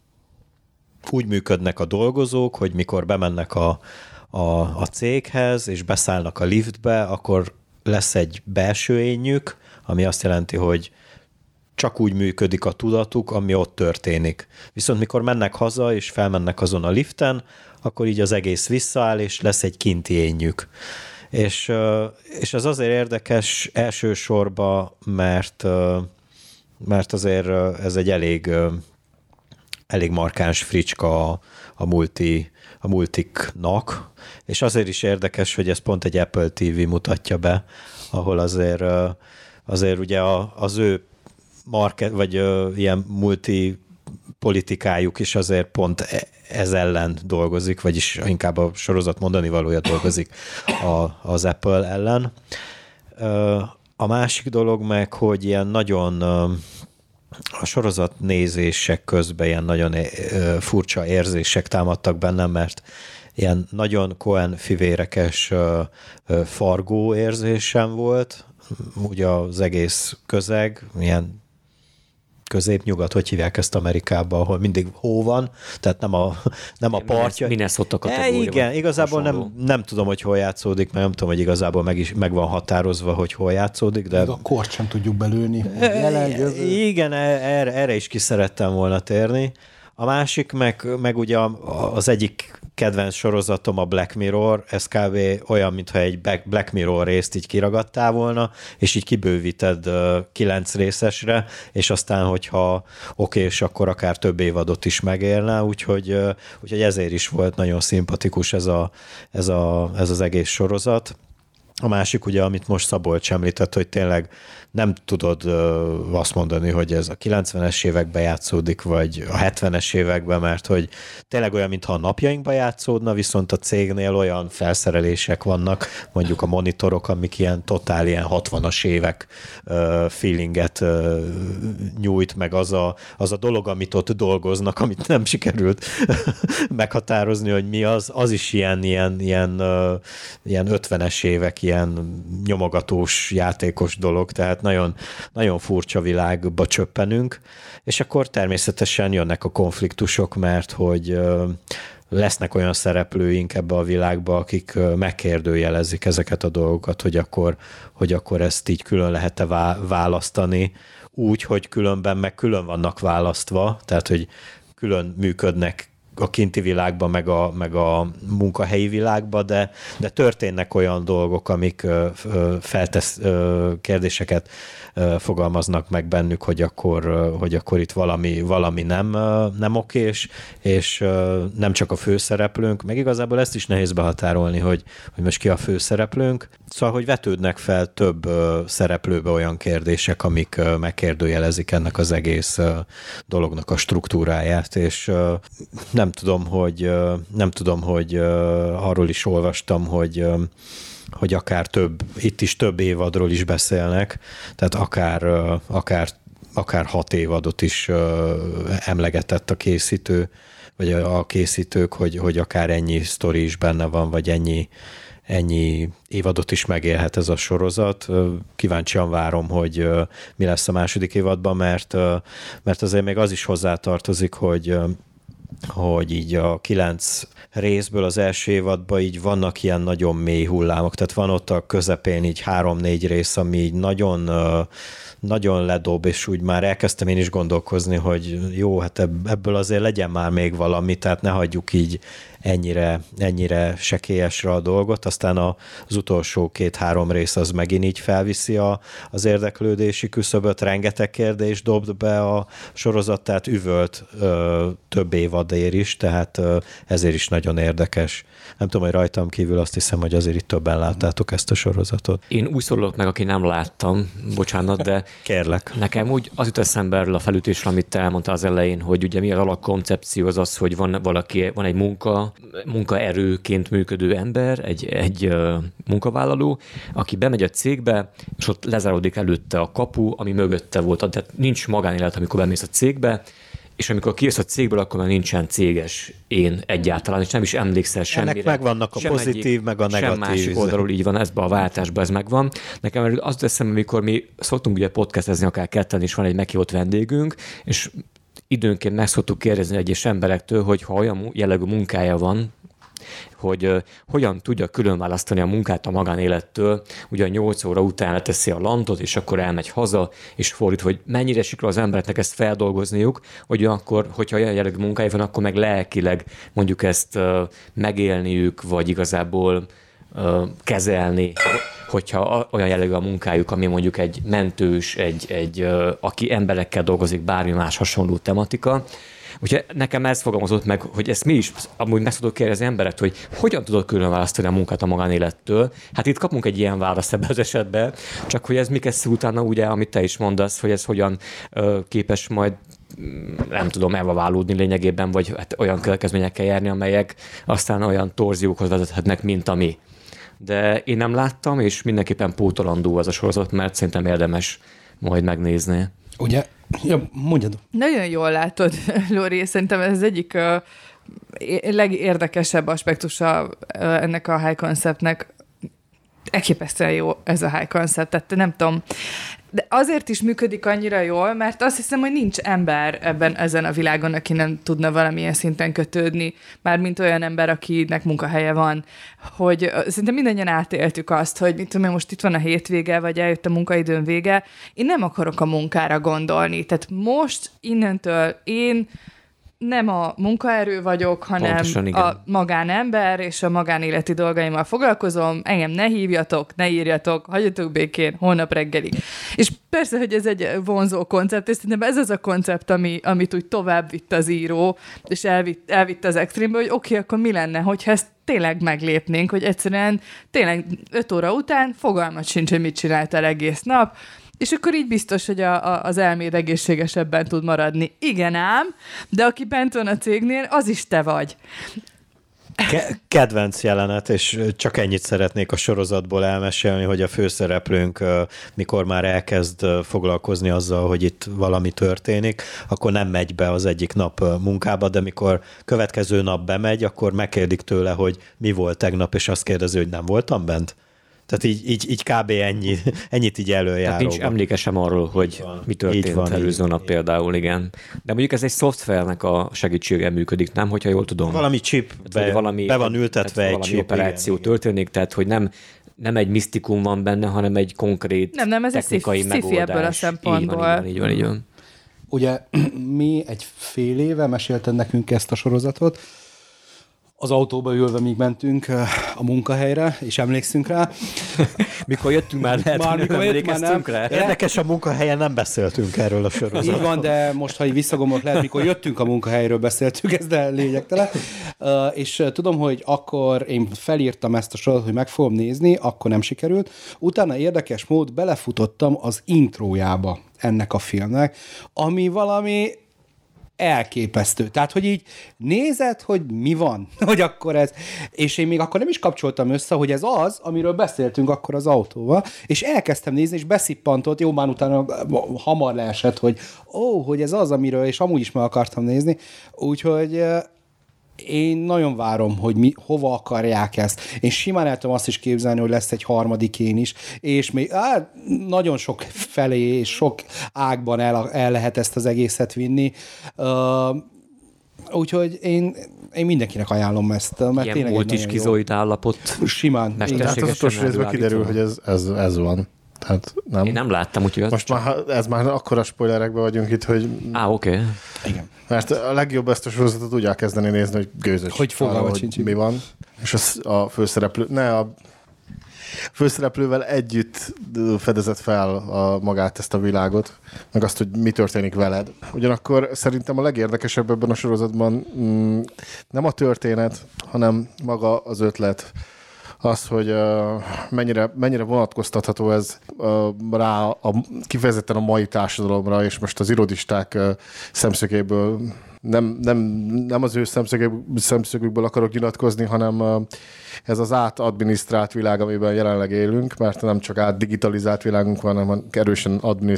úgy működnek a dolgozók, hogy mikor bemennek a, a, a céghez, és beszállnak a liftbe, akkor lesz egy belső énjük, ami azt jelenti, hogy csak úgy működik a tudatuk, ami ott történik. Viszont mikor mennek haza, és felmennek azon a liften, akkor így az egész visszaáll, és lesz egy kinti énjük. És, és ez azért érdekes elsősorban, mert, mert azért ez egy elég, elég markáns fricska a, a, multi, a multiknak, és azért is érdekes, hogy ez pont egy Apple té vé mutatja be, ahol azért, azért ugye az ő market, vagy ilyen multi politikájuk is azért pont ez ellen dolgozik, vagyis inkább a sorozat mondani valója dolgozik a, az Apple ellen. A másik dolog meg, hogy ilyen nagyon a sorozat nézések közben ilyen nagyon furcsa érzések támadtak bennem, mert ilyen nagyon Coen fivérekes Fargo érzésem volt, ugye az egész közeg, ilyen középnyugat, hogy hívják ezt Amerikában, ahol mindig hó van, tehát nem a, nem a partja. Minnesota kategória. E, igen, igazából nem, nem tudom, hogy hol játszódik, mert nem tudom, hogy igazából meg, is, meg van határozva, hogy hol játszódik. De... Még a kort sem tudjuk belőni. E, igen, erre, erre is ki szerettem volna térni. A másik, meg, meg ugye az egyik kedvenc sorozatom a Black Mirror, ez kb. Olyan, mintha egy Black Mirror részt így kiragadtál volna, és így kibővíted kilenc részesre, és aztán, hogyha oké, és akkor akár több évadot is megérne, úgyhogy, úgyhogy ezért is volt nagyon szimpatikus ez, a, ez, a, ez az egész sorozat. A másik ugye, amit most Szabolcs említett, hogy tényleg nem tudod azt mondani, hogy ez a kilencvenes években játszódik, vagy a hetvenes években, mert hogy tényleg olyan, mintha a napjainkban játszódna, viszont a cégnél olyan felszerelések vannak, mondjuk a monitorok, amik ilyen totál ilyen hatvanas évek feelinget nyújt, meg az a, az a dolog, amit ott dolgoznak, amit nem sikerült meghatározni, hogy mi az, az is ilyen, ilyen, ilyen, ilyen ötvenes évek, ilyen nyomogatós, játékos dolog, tehát nagyon, nagyon furcsa világba csöppenünk, és akkor természetesen jönnek a konfliktusok, mert hogy lesznek olyan szereplőink ebbe a világba, akik megkérdőjelezik ezeket a dolgokat, hogy akkor, hogy akkor ezt így külön lehet-e választani, úgy, hogy különben meg külön vannak választva, tehát hogy külön működnek a kinti világban, meg a, meg a munkahelyi világban, de, de történnek olyan dolgok, amik feltesz kérdéseket fogalmaznak meg bennük, hogy akkor, hogy akkor itt valami, valami nem, nem okés, és nem csak a főszereplőnk, meg igazából ezt is nehéz behatárolni, hogy, hogy most ki a főszereplőnk. Szóval, hogy vetődnek fel több szereplőbe olyan kérdések, amik megkérdőjelezik ennek az egész dolognak a struktúráját, és nem tudom, hogy nem tudom, hogy arról is olvastam, hogy hogy akár több, itt is több évadról is beszélnek, tehát akár, akár, akár hat évadot is emlegetett a készítő, vagy a készítők, hogy, hogy akár ennyi sztori is benne van, vagy ennyi, ennyi évadot is megélhet ez a sorozat. Kíváncsian várom, hogy mi lesz a második évadban, mert, mert azért még az is hozzátartozik, hogy hogy így a kilenc részből az első évadban így vannak ilyen nagyon mély hullámok, tehát van ott a közepén így három-négy rész, ami így nagyon, nagyon ledob, és úgy már elkezdtem én is gondolkozni, hogy jó, hát ebből azért legyen már még valami, tehát ne hagyjuk így ennyire, ennyire sekélyesre a dolgot, aztán az utolsó két-három rész az megint így felviszi a, az érdeklődési küszöböt, rengeteg kérdés dobd be a sorozat, tehát üvölt ö, több évadér is, tehát ö, ezért is nagyon érdekes. Nem tudom, hogy rajtam kívül azt hiszem, hogy azért itt többen láttátok ezt a sorozatot. Én úgy szólok meg, aki nem láttam, bocsánat, de kérlek. Nekem úgy az jut eszembe erről a felütésről, amit te elmondtál az elején, hogy ugye mi az alapkoncepció az az, hogy van valaki, van egy munka, munkaerőként működő ember, egy, egy uh, munkavállaló, aki bemegy a cégbe, és ott lezáródik előtte a kapu, ami mögötte volt. Tehát nincs magánélet, amikor bemész a cégbe, és amikor kijössz a cégből, akkor már nincsen céges én egyáltalán, és nem is emlékszel semmire. Ennek megvannak a sem pozitív, egyik, meg a negatív. Sem másik oldalról így van, ezben a váltásban ez megvan. Nekem azt teszem, amikor mi szoktunk ugye podcastezni, akár ketten is van egy meghívott vendégünk, és időnként meg szoktuk kérdezni egyes emberektől, hogy ha olyan jellegű munkája van, hogy uh, hogyan tudja különválasztani a munkát a magánélettől, ugye a nyolc óra után leteszi a lantot, és akkor elmegy haza, és fordítva, hogy mennyire sikerül az embereknek ezt feldolgozniuk, hogy akkor, hogyha olyan jellegű munkája van, akkor meg lelkileg mondjuk ezt uh, megélniük, vagy igazából uh, kezelni, hogyha olyan jellegű a munkájuk, ami mondjuk egy mentős, egy, egy uh, aki emberekkel dolgozik, bármi más hasonló tematika. Úgyhogy nekem ez fogalmazott meg, hogy ezt mi is amúgy meg tudok kérdezni emberek, hogy hogyan tudod külön választani a munkát a magánélettől. Hát itt kapunk egy ilyen választ ebben az esetben, csak hogy ez mi kezdsz utána, ugye, amit te is mondasz, hogy ez hogyan ö, képes majd nem tudom, elválódni lényegében, vagy hát olyan következményekkel járni, amelyek aztán olyan torziókhoz vezethetnek, mint a mi. De én nem láttam, és mindenképpen pótolandó az a sorozat, mert szerintem érdemes majd megnézni. Ugye? Ja, mondjad. Nagyon jól látod, Lóri, szerintem ez az egyik uh, legérdekesebb aspektusa uh, ennek a high conceptnek. Elképesztően jó ez a high concept, tehát nem tudom, de azért is működik annyira jól, mert azt hiszem, hogy nincs ember ebben ezen a világon, aki nem tudna valamilyen szinten kötődni, mármint olyan ember, akinek munkahelye van, hogy szerintem mindannyian átéltük azt, hogy mit tudom én, most itt van a hétvége, vagy eljött a munkaidőn vége, én nem akarok a munkára gondolni, tehát most innentől én nem a munkaerő vagyok, hanem pontosan, a magánember, és a magánéleti dolgaimmal foglalkozom, engem ne hívjatok, ne írjatok, hagyjatok békén, holnap reggelig. És persze, hogy ez egy vonzó koncept, és szerintem ez az a koncept, ami, amit úgy tovább vitt az író, és elvitt, elvitt az extrémbe, hogy oké, okay, akkor mi lenne, hogyha ezt tényleg meglépnénk, hogy egyszerűen tényleg öt óra után fogalmat sincs, hogy mit csináltál egész nap, és akkor így biztos, hogy a, a, az elméd egészségesebben tud maradni. Igen ám, de aki bent van a cégnél, az is te vagy. Ke- kedvenc jelenet, és csak ennyit szeretnék a sorozatból elmesélni, hogy a főszereplőnk, mikor már elkezd foglalkozni azzal, hogy itt valami történik, akkor nem megy be az egyik nap munkába, de mikor következő nap bemegy, akkor megkérdik tőle, hogy mi volt tegnap, és azt kérdezi, hogy nem voltam bent. Tehát így, így, így kb. ennyi, ennyit így előjáróban. Tehát nincs emlékesem arról, hogy van, mi történt előző nap például, igen. De mondjuk ez egy szoftvernek a segítsége működik, nem? Hogyha jól tudom. Valami chip, be, valami, be van ültetve egy valami chip. Operáció igen, történik, tehát hogy nem, nem egy misztikum van benne, hanem egy konkrét nem, nem, ez technikai egy megoldás. ebből a szempontból. Így van, így van, így van, így van. ugye mi egy fél éve mesélted nekünk ezt a sorozatot, az autóba ülve még mentünk a munkahelyre, és emlékszünk rá. Mikor jöttünk már, lehet, már, mikor emlékeztünk rá. Érdekes, a munkahelyen nem beszéltünk erről a sorozatról. Így van, de most, ha így visszagomolok, lehet, mikor jöttünk a munkahelyről beszéltük, ez de lényegtelen. Uh, és tudom, hogy akkor én felírtam ezt a sorozatot, hogy meg fogom nézni, akkor nem sikerült. Utána érdekes mód belefutottam az intrójába ennek a filmnek, ami valami elképesztő. Tehát, hogy így nézed, hogy mi van, hogy akkor ez, és én még akkor nem is kapcsoltam össze, hogy ez az, amiről beszéltünk akkor az autóval, és elkezdtem nézni, és beszippantott, jó, már utána hamar leesett, hogy ó, hogy ez az, amiről, és amúgy is meg akartam nézni, úgyhogy én nagyon várom, hogy mi, hova akarják ezt. Én simán el tudom azt is képzelni, hogy lesz egy harmadik én is, és még á, nagyon sok felé és sok ágban el, el lehet ezt az egészet vinni. Uh, úgyhogy én, én mindenkinek ajánlom ezt. Mert ilyen volt is skizoid állapot. Simán. Hát az utolsó részben kiderül, hogy ez, ez, ez van. Tehát nem. Én nem láttam, úgyhogy az most csak... már, ez már akkora spoilerekben vagyunk itt, hogy... Á, oké. Okay. Igen. Mert a legjobb ezt a sorozatot úgy elkezdeni nézni, hogy gőzös. Hogy fogalmat sincs. Mi van. És az a főszereplő... Ne, a főszereplővel együtt fedezett fel a, magát ezt a világot, meg azt, hogy mi történik veled. Ugyanakkor szerintem a legérdekesebb ebben a sorozatban mm, nem a történet, hanem maga az ötlet. Az, hogy uh, mennyire, mennyire vonatkoztatható ez uh, rá a, kifejezetten a mai társadalomra, és most az irodisták uh, szemszögéből nem, nem, nem az ő szemszögükből akarok nyilatkozni, hanem uh, ez az átadminisztrált világ, amiben jelenleg élünk, mert nem csak átdigitalizált világunk van, hanem erősen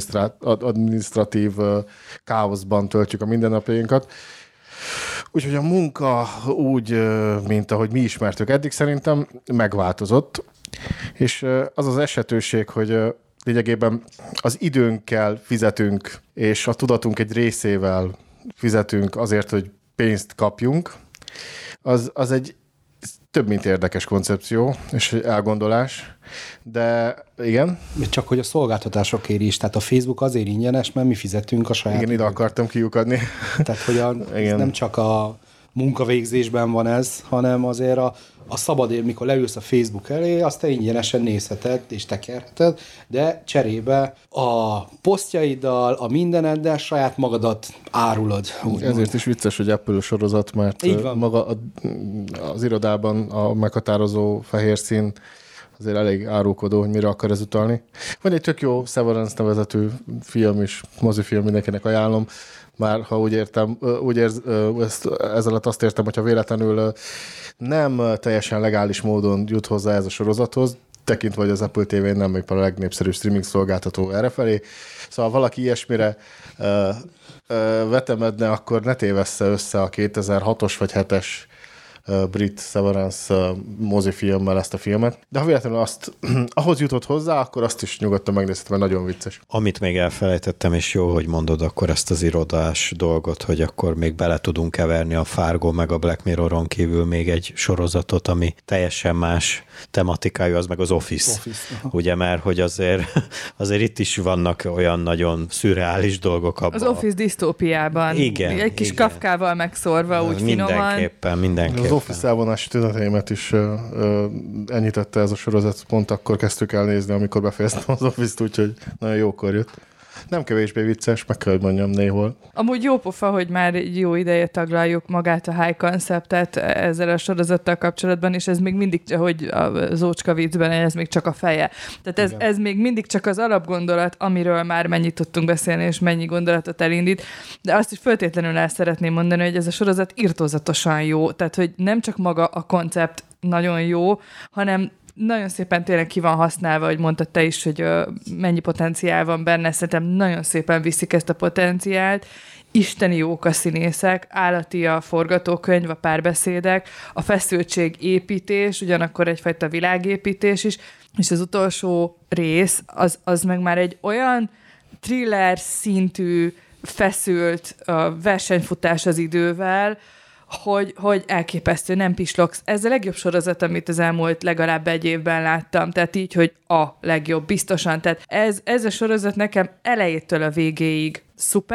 adminisztratív uh, káoszban töltjük a mindennapjainkat. Úgyhogy a munka úgy, mint ahogy mi ismertük eddig, szerintem megváltozott, és az az esetőség, hogy lényegében az időnkkel fizetünk, és a tudatunk egy részével fizetünk azért, hogy pénzt kapjunk, az, az egy több mint érdekes koncepció és elgondolás, de igen. Csak hogy a szolgáltatásokért is, tehát a Facebook azért ingyenes, mert mi fizetünk a saját. Igen, ide akartam kiukadni. Tehát, hogy a, nem csak a munkavégzésben van ez, hanem azért a, a szabad ér, mikor leülsz a Facebook elé, azt te ingyenesen nézheted és tekerheted, de cserébe a posztjaiddal, a mindeneddel saját magadat árulod. Ezért mond. Is vicces, hogy Apple sorozat, mert maga a, az irodában a meghatározó fehér szín azért elég árulkodó, hogy mire akar ez utalni. Van egy tök jó Severance nevezetű film is, mozifilm, mindenkinek ajánlom. Már ha úgy értem, úgy érz, ezt, ez alatt azt értem, hogyha véletlenül nem teljesen legális módon jut hozzá ez a sorozathoz, tekintve, hogy az Apple té vén nem még a legnépszerűbb streaming szolgáltató errefelé. Szóval valaki ilyesmire uh, uh, vetemedne, akkor ne tévessze össze a kétezer-hatos vagy hetes uh, brit Severance uh, mozifilmmel ezt a filmet. De ha véletlenül azt ahhoz jutott hozzá, akkor azt is nyugodtan megnézhetem, mert nagyon vicces. Amit még elfelejtettem, és jó, hogy mondod akkor ezt az irodás dolgot, hogy akkor még bele tudunk keverni a Fargo meg a Black Mirroron kívül még egy sorozatot, ami teljesen más tematikájú, az meg az Office. Office. Ugye, mert hogy azért, azért itt is vannak olyan nagyon szürreális dolgok abban. Az Office disztópiában. Igen. Egy kis igen. Kafkával megszórva, úgy finoman. Mindenképpen, mindenképpen. Az Office elvonási tüneteimet is uh, uh, enyhítette ez a sorozat, pont akkor kezdtük el nézni, amikor befejeztem az Office-t, úgyhogy nagyon jókor jött. Nem kevésbé vicces, meg kell, hogy mondjam néhol. Amúgy jó pofa, hogy már jó ideje taglaljuk magát a high conceptet ezzel a sorozattal kapcsolatban, és ez még mindig, hogy a Zócska viccben, ez még csak a feje. Tehát ez, ez még mindig csak az alapgondolat, amiről már mennyit tudtunk beszélni, és mennyi gondolatot elindít. De azt is feltétlenül el szeretném mondani, hogy ez a sorozat irtózatosan jó. Tehát, hogy nem csak maga a koncept nagyon jó, hanem nagyon szépen tényleg ki van használva, hogy mondtad te is, hogy uh, mennyi potenciál van benne, szerintem nagyon szépen viszik ezt a potenciált, isteni jók a színészek, állati a forgatókönyv, a párbeszédek, a feszültség építés, ugyanakkor egyfajta világépítés is, és az utolsó rész, az, az meg már egy olyan thriller szintű feszült uh, versenyfutás az idővel, Hogy, hogy elképesztő, nem pislogsz. Ez a legjobb sorozat, amit az elmúlt legalább egy évben láttam, tehát így, hogy a legjobb, biztosan. Tehát ez, ez a sorozat nekem elejétől a végéig szuper,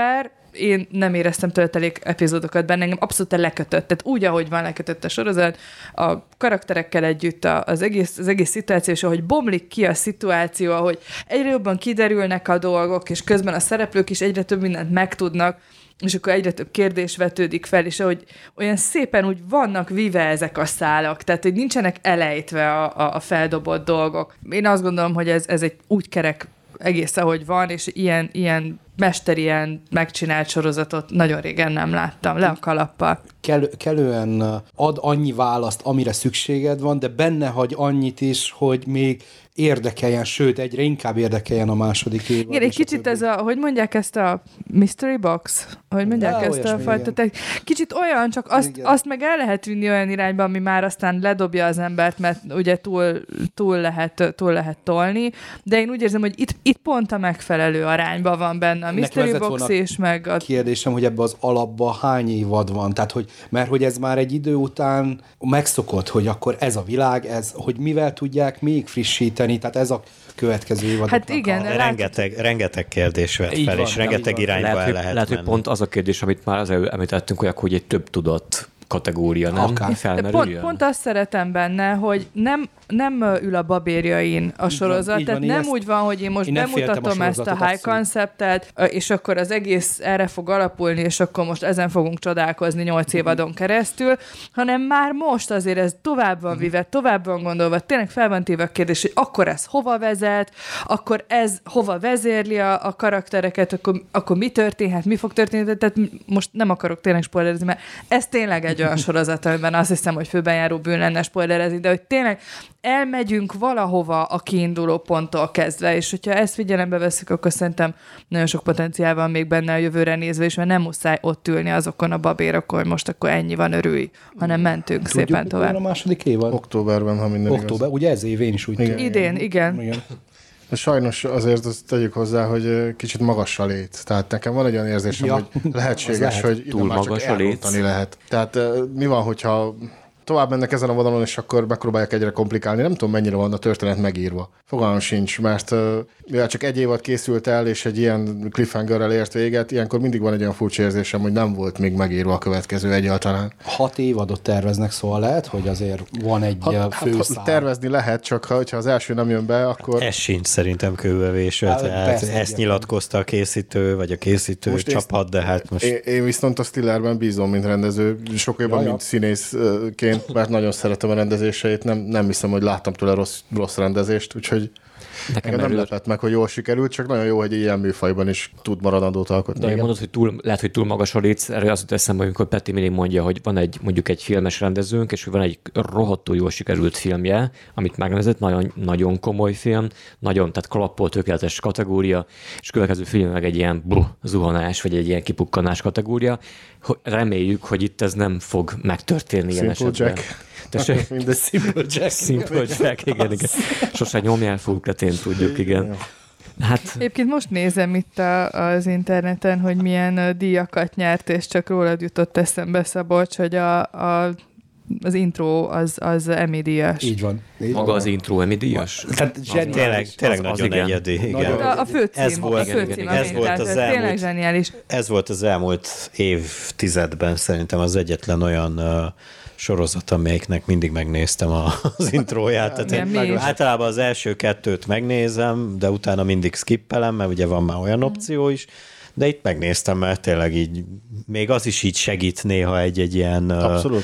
én nem éreztem töltelék epizódokat benne, engem abszolút lekötött. Tehát úgy, ahogy van, lekötött a sorozat, a karakterekkel együtt az egész, az egész szituáció, és ahogy bomlik ki a szituáció, ahogy egyre jobban kiderülnek a dolgok, és közben a szereplők is egyre több mindent megtudnak, és akkor egyre több kérdés vetődik fel, és ahogy olyan szépen úgy vannak vive ezek a szálak, tehát hogy nincsenek elejtve a, a, a feldobott dolgok. Én azt gondolom, hogy ez, ez egy úgy kerek egész, ahogy van, és ilyen, ilyen mesterien megcsinált sorozatot nagyon régen nem láttam, le a kalappal. Kell, kellően ad annyi választ, amire szükséged van, de benne hagy annyit is, hogy még érdekeljen, sőt, egyre inkább érdekeljen a második évad. Igen, egy kicsit ez a, hogy mondják ezt a mystery box? Hogy mondják de, ezt a fajta? Te, kicsit olyan, csak azt, azt meg el lehet vinni olyan irányba, ami már aztán ledobja az embert, mert ugye túl, túl, lehet, túl lehet tolni, de én úgy érzem, hogy itt, itt pont a megfelelő arányban van benne a mystery box és meg a... Kérdésem, hogy ebbe az alapba hány évad van? Tehát, hogy, mert hogy ez már egy idő után megszokott, hogy akkor ez a világ, ez, hogy mivel tudják még frissíteni, tehát ez a következő évadoknak. Hát igen, a... rengeteg, rengeteg kérdés vett fel, van, és rengeteg irányba lehet, el lehet Lehet, menni. hogy pont az a kérdés, amit már az előbb említettünk, hogy, hogy egy több tudott kategória, nem? Pont, pont azt szeretem benne, hogy nem, nem ül a babérjain a sorozat, van, tehát van, nem ezt, úgy van, hogy én most én bemutatom a ezt a high conceptet, és akkor az egész erre fog alapulni, és akkor most ezen fogunk csodálkozni nyolc évadon keresztül, hanem már most azért ez tovább van vive, tovább van gondolva, tényleg fel van téve a kérdés, hogy akkor ez hova vezet, akkor ez hova vezérli a, a karaktereket, akkor, akkor mi történhet, mi fog történni, tehát most nem akarok tényleg spoilerezni, mert ez tényleg egy olyan sorozat, amiben azt hiszem, hogy főben járó bűn lenne spoilerezni, de hogy tényleg elmegyünk valahova a kiinduló ponttól kezdve, és hogyha ezt figyelembe veszik, akkor szerintem nagyon sok potenciál van még benne a jövőre nézve, és mert nem muszáj ott ülni azokon a babérokon, hogy most akkor ennyi van, örülj, hanem mentünk Tudjuk, szépen tovább. a második évad? Októberben, ha minden Október, igaz. Ugye ez év, én is úgy igen. Idén, igen. igen. De sajnos azért azt tegyük hozzá, hogy kicsit magas a lét. Tehát nekem van egy olyan érzésem, ja. hogy lehetséges, lehet. hogy túl már magas csak elrontani lehet. Tehát mi van, hogyha tovább mennek ezen a vonalon, és akkor megpróbálják egyre komplikálni. Nem tudom, mennyire van a történet megírva. Fogalmam sincs, mert mivel csak egy évad készült el, és egy ilyen cliffhangerrel ért véget, ilyenkor mindig van egy olyan furcsa érzésem, hogy nem volt még megírva a következő egyáltalán. Hat évadot terveznek, szóval lehet, hogy azért van egy hat, főszál. Hát, tervezni lehet, csak ha az első nem jön be, akkor... Ez sincs szerintem kőbevéső, hát, tehát ezt nyilatkozta a készítő, vagy a készítő most csapat, de hát most... Én, én viszont a Stillerben bízom, mint rendező, sokkal jobban, mint színészként, mert nagyon szeretem a rendezéseit, nem, nem hiszem, hogy láttam tőle rossz, rossz rendezést, úgyhogy nekem nem lepett meg, hogy jól sikerült, csak nagyon jó, hogy ilyen műfajban is tud maradandót alkotni. De mondod, hogy túl, lehet, hogy túl magas a léc, erre az jut eszembe, amikor Peti mindig mondja, hogy van egy, mondjuk egy filmes rendezőnk, és van egy rohadtul jól sikerült filmje, amit megnevezett, nagyon, nagyon komoly film, nagyon, tehát klappol, tökéletes kategória, és következő film meg egy ilyen bruh, zuhanás, vagy egy ilyen kipukkanás kategória. Reméljük, hogy itt ez nem fog megtörténni ilyen esetben. Jack. Tessék? Mindegy, Simple Jack. Simple Jack, igen, igen. Sose nyomjál fulkletén, tudjuk, igen. Hát... Egyébként most nézem itt a, az interneten, hogy milyen uh, díjakat nyert, és csak rólad jutott eszembe, Szabolcs, hogy a, a az intro az, az Emmy díjas. Így van. Így Maga van. az intro Emmy díjas? Tehát zseniális. Tényleg, tényleg az, nagyon az egyedi. Igen. Igen. A, a főcím, ez volt, a főcím, igen, ez volt az elmúlt, tényleg zseniális. Ez volt az elmúlt évtizedben szerintem az egyetlen olyan uh, sorozat, amelyiknek mindig megnéztem a, az intróját. Tehát Igen, én általában az első kettőt megnézem, de utána mindig skippelem, mert ugye van már olyan opció is, de itt megnéztem, mert tényleg így, még az is így segít néha egy-egy ilyen Abszolút.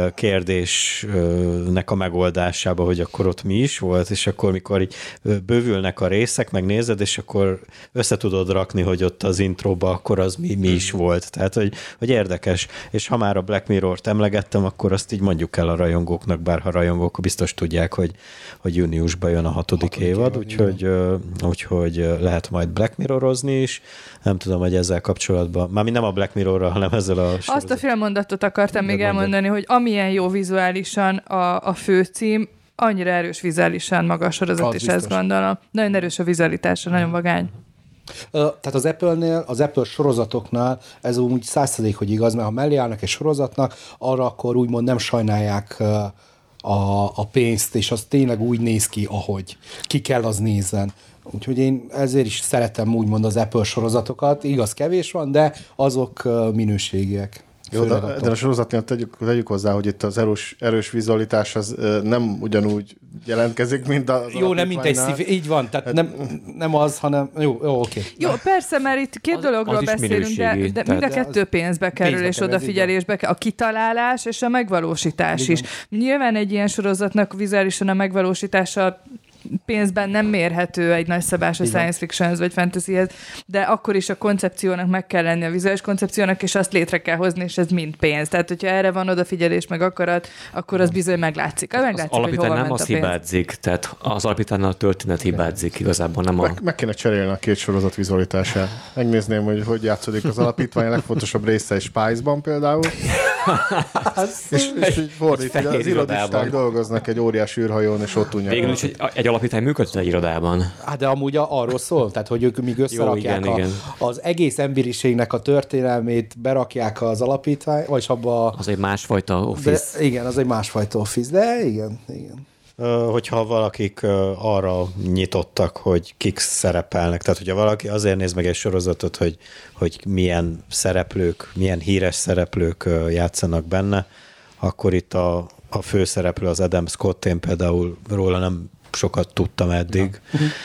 kérdésnek a megoldásába, hogy akkor ott mi is volt, és akkor mikor így bővülnek a részek, megnézed, és akkor össze tudod rakni, hogy ott az intróba akkor az mi, mi is volt. Tehát, hogy, hogy érdekes. És ha már a Black Mirror-t emlegettem, akkor azt így mondjuk el a rajongóknak, bár ha rajongók biztos tudják, hogy, hogy júniusban jön a hatodik, hatodik évad, évad úgyhogy, úgyhogy lehet majd Black Mirrorozni is. Nem tudom, hogy ezzel kapcsolatban, mármint nem a Black Mirrorral, hanem ezzel a sorozat. Azt a félmondatot akartam még elmondani, hogy amilyen jó vizuálisan a, a főcím, annyira erős vizuálisan maga a sorozat, az és biztos. Ezt gondolom. Nagyon erős a vizualitása, nagyon vagány. Tehát az Apple-nél, az Apple sorozatoknál ez úgy száz százalék, hogy igaz, mert ha mellé állnak egy sorozatnak, arra akkor úgymond nem sajnálják a, a pénzt, és az tényleg úgy néz ki, ahogy ki kell az nézzen. Úgyhogy én ezért is szeretem úgymond az Apple sorozatokat. Igaz, kevés van, de azok minőségiek. Jó, de, de a sorozatnél tegyük, tegyük hozzá, hogy itt az erős, erős vizualitás az nem ugyanúgy jelentkezik, mint az Jó, nem mint egy szív, így van, tehát nem, nem az, hanem jó, jó oké. Jó, persze, mert itt két az, dologról az beszélünk, de, de mind a kettő pénzbe kerül, pénzbe és kerül, odafigyelésbe kell. A kitalálás és a megvalósítás igen. is. Nyilván egy ilyen sorozatnak vizuálisan a megvalósítása pénzben nem mérhető egy nagyszabású science fictionhez vagy fantasyhez, de akkor is a koncepciónak meg kell lenni, a vizuális koncepciónak, és azt létre kell hozni, és ez mind pénz. Tehát, hogyha erre van odafigyelés, meg akarat, akkor az bizony meglátszik. meglátszik az alapítán nem az hibázik, tehát az alapítán a történet hibázik igazából, nem a... Meg, meg kéne cserélni a két sorozat vizualitását. Megnézném, hogy hogy játszódik az alapítvány, a legfontosabb része egy Spice-ban például. és, és így fordít, hogy az irodisták dolgoznak egy óriás űrhajón, és ott tudják. Végül is egy, egy alapítvány működött egy irodában. Hát de amúgy arról szól, tehát hogy ők míg összerakják Jó, igen, a, igen. az egész emberiségnek a történelmét, berakják az alapítvány, vagy abba... Az egy másfajta office. De, igen, az egy másfajta office, de igen, igen. Hogyha valakik arra nyitottak, hogy kik szerepelnek, tehát hogyha valaki azért néz meg egy sorozatot, hogy, hogy milyen szereplők, milyen híres szereplők játszanak benne, akkor itt a, a főszereplő az Adam Scott, én például róla nem sokat tudtam eddig,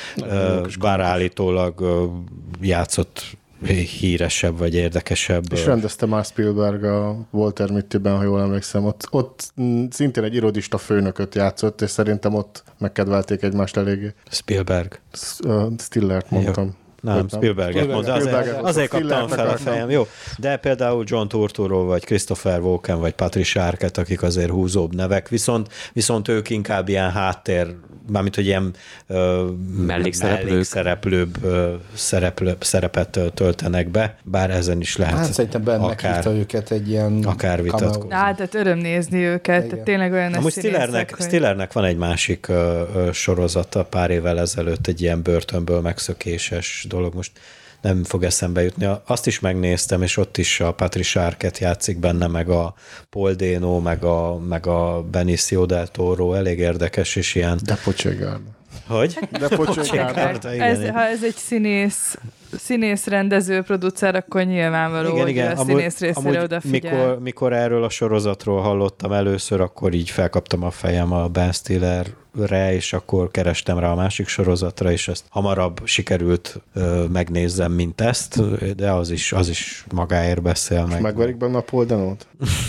ja. bár állítólag játszott híresebb vagy érdekesebb. És rendezte már Spielberg a Walter Mittyben, ha jól emlékszem. Ott, ott szintén egy irodista főnököt játszott, és szerintem ott megkedvelték egymást eléggé. Spielberg. Stillert mondtam. Jó. Nem, Spielberget mondta, azért, azért kaptam fel a fejem. Jó, de például John Turturro, vagy Christopher Walken, vagy Patricia Arquette, akik azért húzóbb nevek, viszont, viszont ők inkább ilyen háttér, mármint, hogy ilyen ö, mellékszereplőbb szereplő, szerepet töltenek be, bár ezen is lehet hát szerintem benne akár, őket egy ilyen akár vitatkozni. Hát, tehát öröm nézni őket, tehát tényleg olyan Amúgy Stillernek, hogy... Stillernek van egy másik ö, ö, sorozata pár évvel ezelőtt, egy ilyen börtönből megszökéses dolog, most nem fog eszembe jutni. Azt is megnéztem, és ott is a Patricia Arquette játszik benne, meg a Paul Dano, meg a, meg a Benicio del Toro, elég érdekes, és ilyen... De Pocségárd. Hogy? De Pocségárd. Ez, ha ez egy színész, színész rendező, producer, akkor nyilvánvaló, igen, hogy igen. a színész részére odafigyel. Mikor, mikor erről a sorozatról hallottam először, akkor így felkaptam a fejem a Ben Stillerre, és akkor kerestem rá a másik sorozatra, és ezt hamarabb sikerült ö, megnézzem, mint ezt, de az is, az is magáért beszél meg. Megverik benne a Paul Dano-t?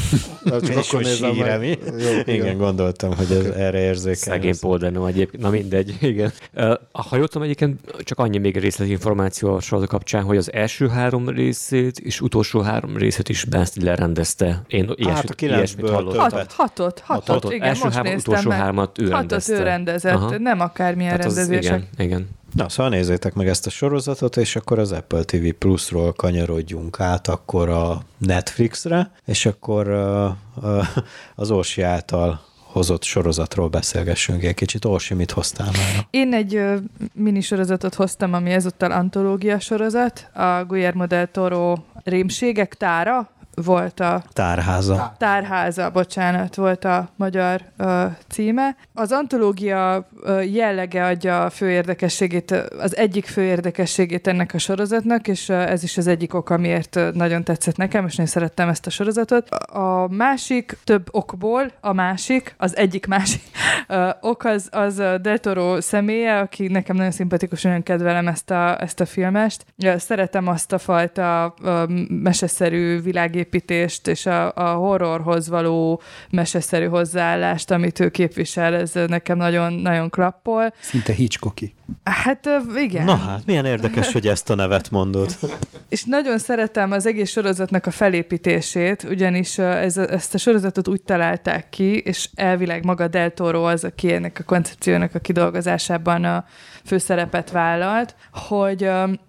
Csak akkor nézem meg. Mi? Jó, igen, igen, gondoltam, hogy ez, erre érzékel. Szegény Paul Dano egyébként, na mindegy, igen. Ha jól tudom, egyébként csak annyi még részletinformáció a sorozat kapcsán, hogy az első három részét és utolsó három részét is Ben Stiller rendezte. Én ilyesmit, hát ilyesmit hallottam. Hat, hatot, hatot, hatot, igen, első most három, néztem utolsó meg. hármat ő hatot rendezte. ő rendezett, Aha. nem akármilyen Tehát rendezések. Az, igen, igen. Na, szóval nézzétek meg ezt a sorozatot, és akkor az Apple té vé Plus-ról kanyarodjunk át akkor a Netflixre, és akkor uh, uh, az Orsi által hozott sorozatról beszélgessünk egy kicsit. Orsi, mit hoztál már? Én egy uh, minisorozatot hoztam, ami ezúttal antológia sorozat, a Guillermo del Toro Rémségek tára, volt a... Tárháza. Tárháza, bocsánat, volt a magyar uh, címe. Az antológia uh, jellege adja a fő érdekességét, az egyik fő érdekességét ennek a sorozatnak, és uh, ez is az egyik ok, amiért uh, nagyon tetszett nekem, és én szerettem ezt a sorozatot. A másik, több okból, a másik, az egyik másik uh, ok az, az uh, Del Toro személye, aki nekem nagyon szimpatikus, nagyon kedvelem ezt a, ezt a filmest. Uh, szeretem azt a fajta uh, meseszerű világépítést, építést és a, a horrorhoz való meseszerű hozzáállást, amit ő képvisel, ez nekem nagyon, nagyon klappol. Szinte Hitchcocki. Hát igen. Na hát, milyen érdekes, hogy ezt a nevet mondod. És nagyon szeretem az egész sorozatnak a felépítését, ugyanis ez, ezt a sorozatot úgy találták ki, és elvileg maga Del Toro az, aki ennek a koncepciónak a kidolgozásában a főszerepet vállalt, hogy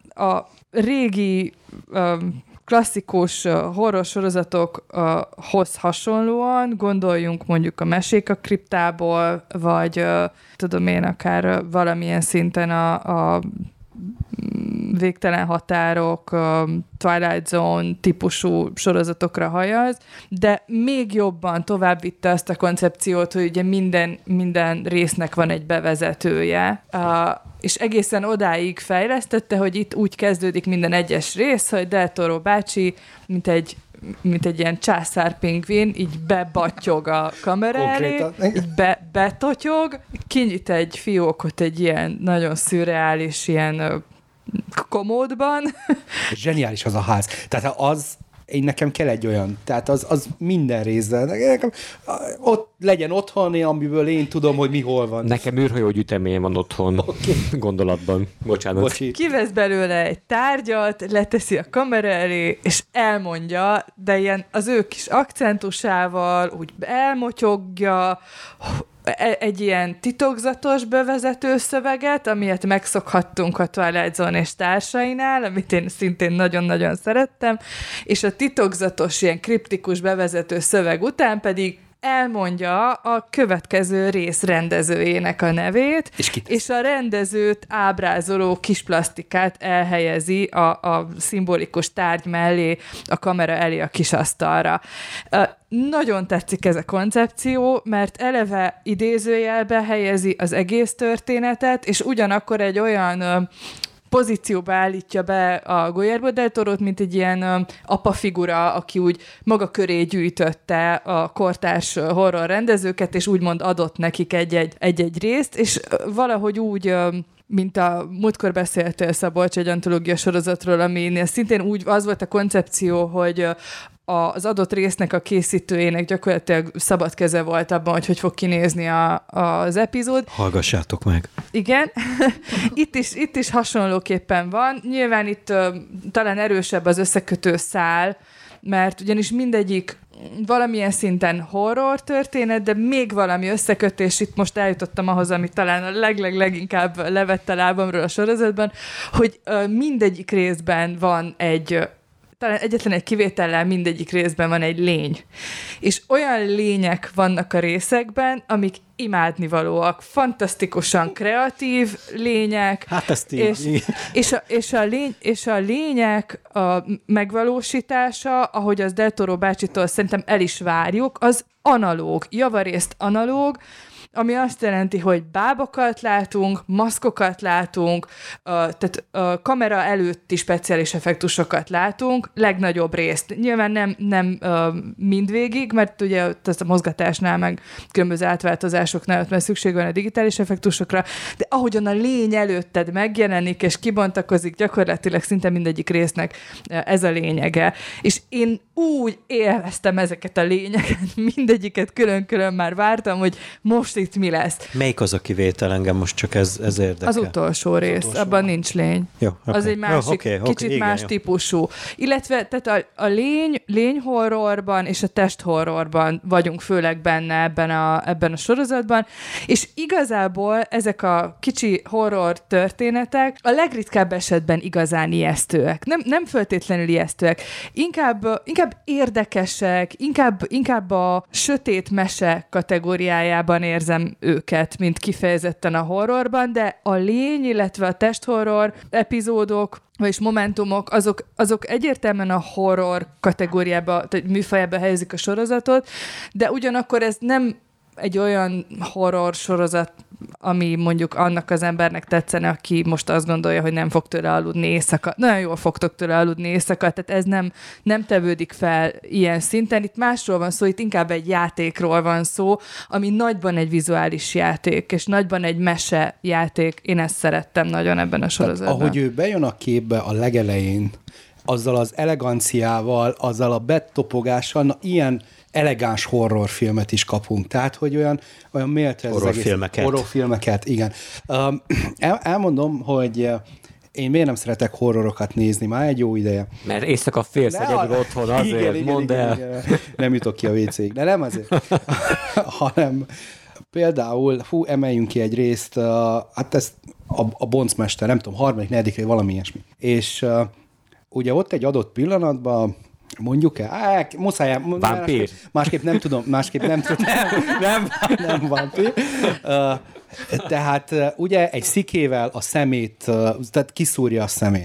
a régi klasszikus horror sorozatokhoz hasonlóan gondoljunk mondjuk a Mesék a kriptából, vagy tudom én akár valamilyen szinten a, a Végtelen határok, Twilight Zone típusú sorozatokra hajaz, de még jobban tovább vitte azt a koncepciót, hogy ugye minden, minden résznek van egy bevezetője, és egészen odáig fejlesztette, hogy itt úgy kezdődik minden egyes rész, hogy Del Toro bácsi, mint egy mint egy ilyen császárpingvin, így bebattyog a kamera elé, így be, betotyog, kinyit egy fiókot egy ilyen nagyon szürreális ilyen komódban. Zseniális az a ház. Tehát az, én nekem kell egy olyan, tehát az, az minden részben. Nekem, ott legyen otthon, amiből én tudom, hogy mi hol van. Nekem űrhajó gyűjteményem van otthon, okay. Gondolatban. Bocsánat. Bocsi. Kivesz belőle egy tárgyat, leteszi a kamera elé, és elmondja, de ilyen az ő kis akcentusával, úgy elmotyogja, egy ilyen titokzatos bevezető szöveget, amilyet megszokhattunk a Twilight Zone és társainál, amit én szintén nagyon-nagyon szerettem, és a titokzatos ilyen kriptikus bevezető szöveg után pedig elmondja a következő rész rendezőjének a nevét, és, és a rendezőt ábrázoló kis plasztikát elhelyezi a, a szimbolikus tárgy mellé, a kamera elé a kis asztalra. Nagyon tetszik ez a koncepció, mert eleve idézőjelbe helyezi az egész történetet, és ugyanakkor egy olyan pozícióba állítja be a Guillermo del Torot, mint egy ilyen um, apafigura, aki úgy maga köré gyűjtötte a kortárs horror rendezőket, és úgymond adott nekik egy-egy, egy-egy részt, és valahogy úgy... Um, mint a múltkor beszéltél, Szabolcs, egy antológia sorozatról, aminél szintén úgy az volt a koncepció, hogy az adott résznek a készítőjének gyakorlatilag szabad keze volt abban, hogy hogy fog kinézni a, az epizód. Hallgassátok meg. Igen. itt, is, itt is hasonlóképpen van. Nyilván itt uh, talán erősebb az összekötő szál, mert ugyanis mindegyik valamilyen szinten horror történet, de még valami összekötés, itt most eljutottam ahhoz, ami talán a leg-leg-leginkább levette lábamról a sorozatban, hogy uh, mindegyik részben van egy, uh, talán egyetlen egy kivétellel mindegyik részben van egy lény. És olyan lények vannak a részekben, amik imádnivalóak, fantasztikusan kreatív lények, hát ezt így, és, és, a, és, a lény, és a lények a megvalósítása, ahogy az Del Toro bácsitól szerintem el is várjuk, az analóg, javarészt analóg, ami azt jelenti, hogy bábokat látunk, maszkokat látunk, tehát a kamera előtti speciális effektusokat látunk, legnagyobb részt. Nyilván nem, nem mindvégig, mert ugye ezt a mozgatásnál, meg különböző átváltozásoknál, mert szükség van a digitális effektusokra, de ahogyan a lény előtted megjelenik, és kibontakozik, gyakorlatilag szinte mindegyik résznek ez a lényege. És én úgy élveztem ezeket a lényeket, mindegyiket külön-külön már vártam, hogy most itt mi lesz. Melyik az a kivétel, engem most csak ez, ez érdekel? Az utolsó rész, az utolsó abban van. Nincs lény. Jó, okay. Az egy másik, jó, okay, kicsit okay, más igen, típusú. Jó. Illetve tehát a, a lény, lényhorrorban és a testhorrorban vagyunk főleg benne ebben a, ebben a sorozatban, és igazából ezek a kicsi horror történetek a legritkább esetben igazán ijesztőek. Nem, nem feltétlenül ijesztőek. Inkább, inkább érdekesek, inkább, inkább a sötét mese kategóriájában érzem őket, mint kifejezetten a horrorban, de a lény, illetve a testhorror epizódok, vagyis momentumok, azok, azok egyértelműen a horror kategóriába, tehát műfajába helyezik a sorozatot, de ugyanakkor ez nem egy olyan horror sorozat, ami mondjuk annak az embernek tetszene, aki most azt gondolja, hogy nem fog tőle aludni éjszaka. Nagyon jól fogtok tőle aludni éjszaka, tehát ez nem, nem tevődik fel ilyen szinten. Itt másról van szó, itt inkább egy játékról van szó, ami nagyban egy vizuális játék, és nagyban egy mese játék. Én ezt szerettem nagyon ebben a sorozatban. Tehát, ahogy ő bejön a képbe a legelején, azzal az eleganciával, azzal a bettopogással, na ilyen elegáns horrorfilmet is kapunk. Tehát, hogy olyan, olyan méltó ez horrorfilmeket. Horrorfilmeket, igen. Um, el, elmondom, hogy én miért nem szeretek horrorokat nézni, már egy jó ideje. Mert éjszaka félsz egyedül otthon, azért, igen, igen, mondd el. Igen, igen. Nem jutok ki a vécéig, de nem azért. Hanem például, hú, emeljünk ki egy részt, uh, hát ezt a, a boncmester, nem tudom, harmadik, negyedik, valami ilyesmi. És uh, ugye ott egy adott pillanatban mondjuk el? Á, muszáj, vámpír. Másképp, másképp nem tudom, másképp nem tudom. Nem, nem, nem vámpír. Uh, tehát uh, ugye egy szikével a szemét, uh, tehát kiszúrja a szemét.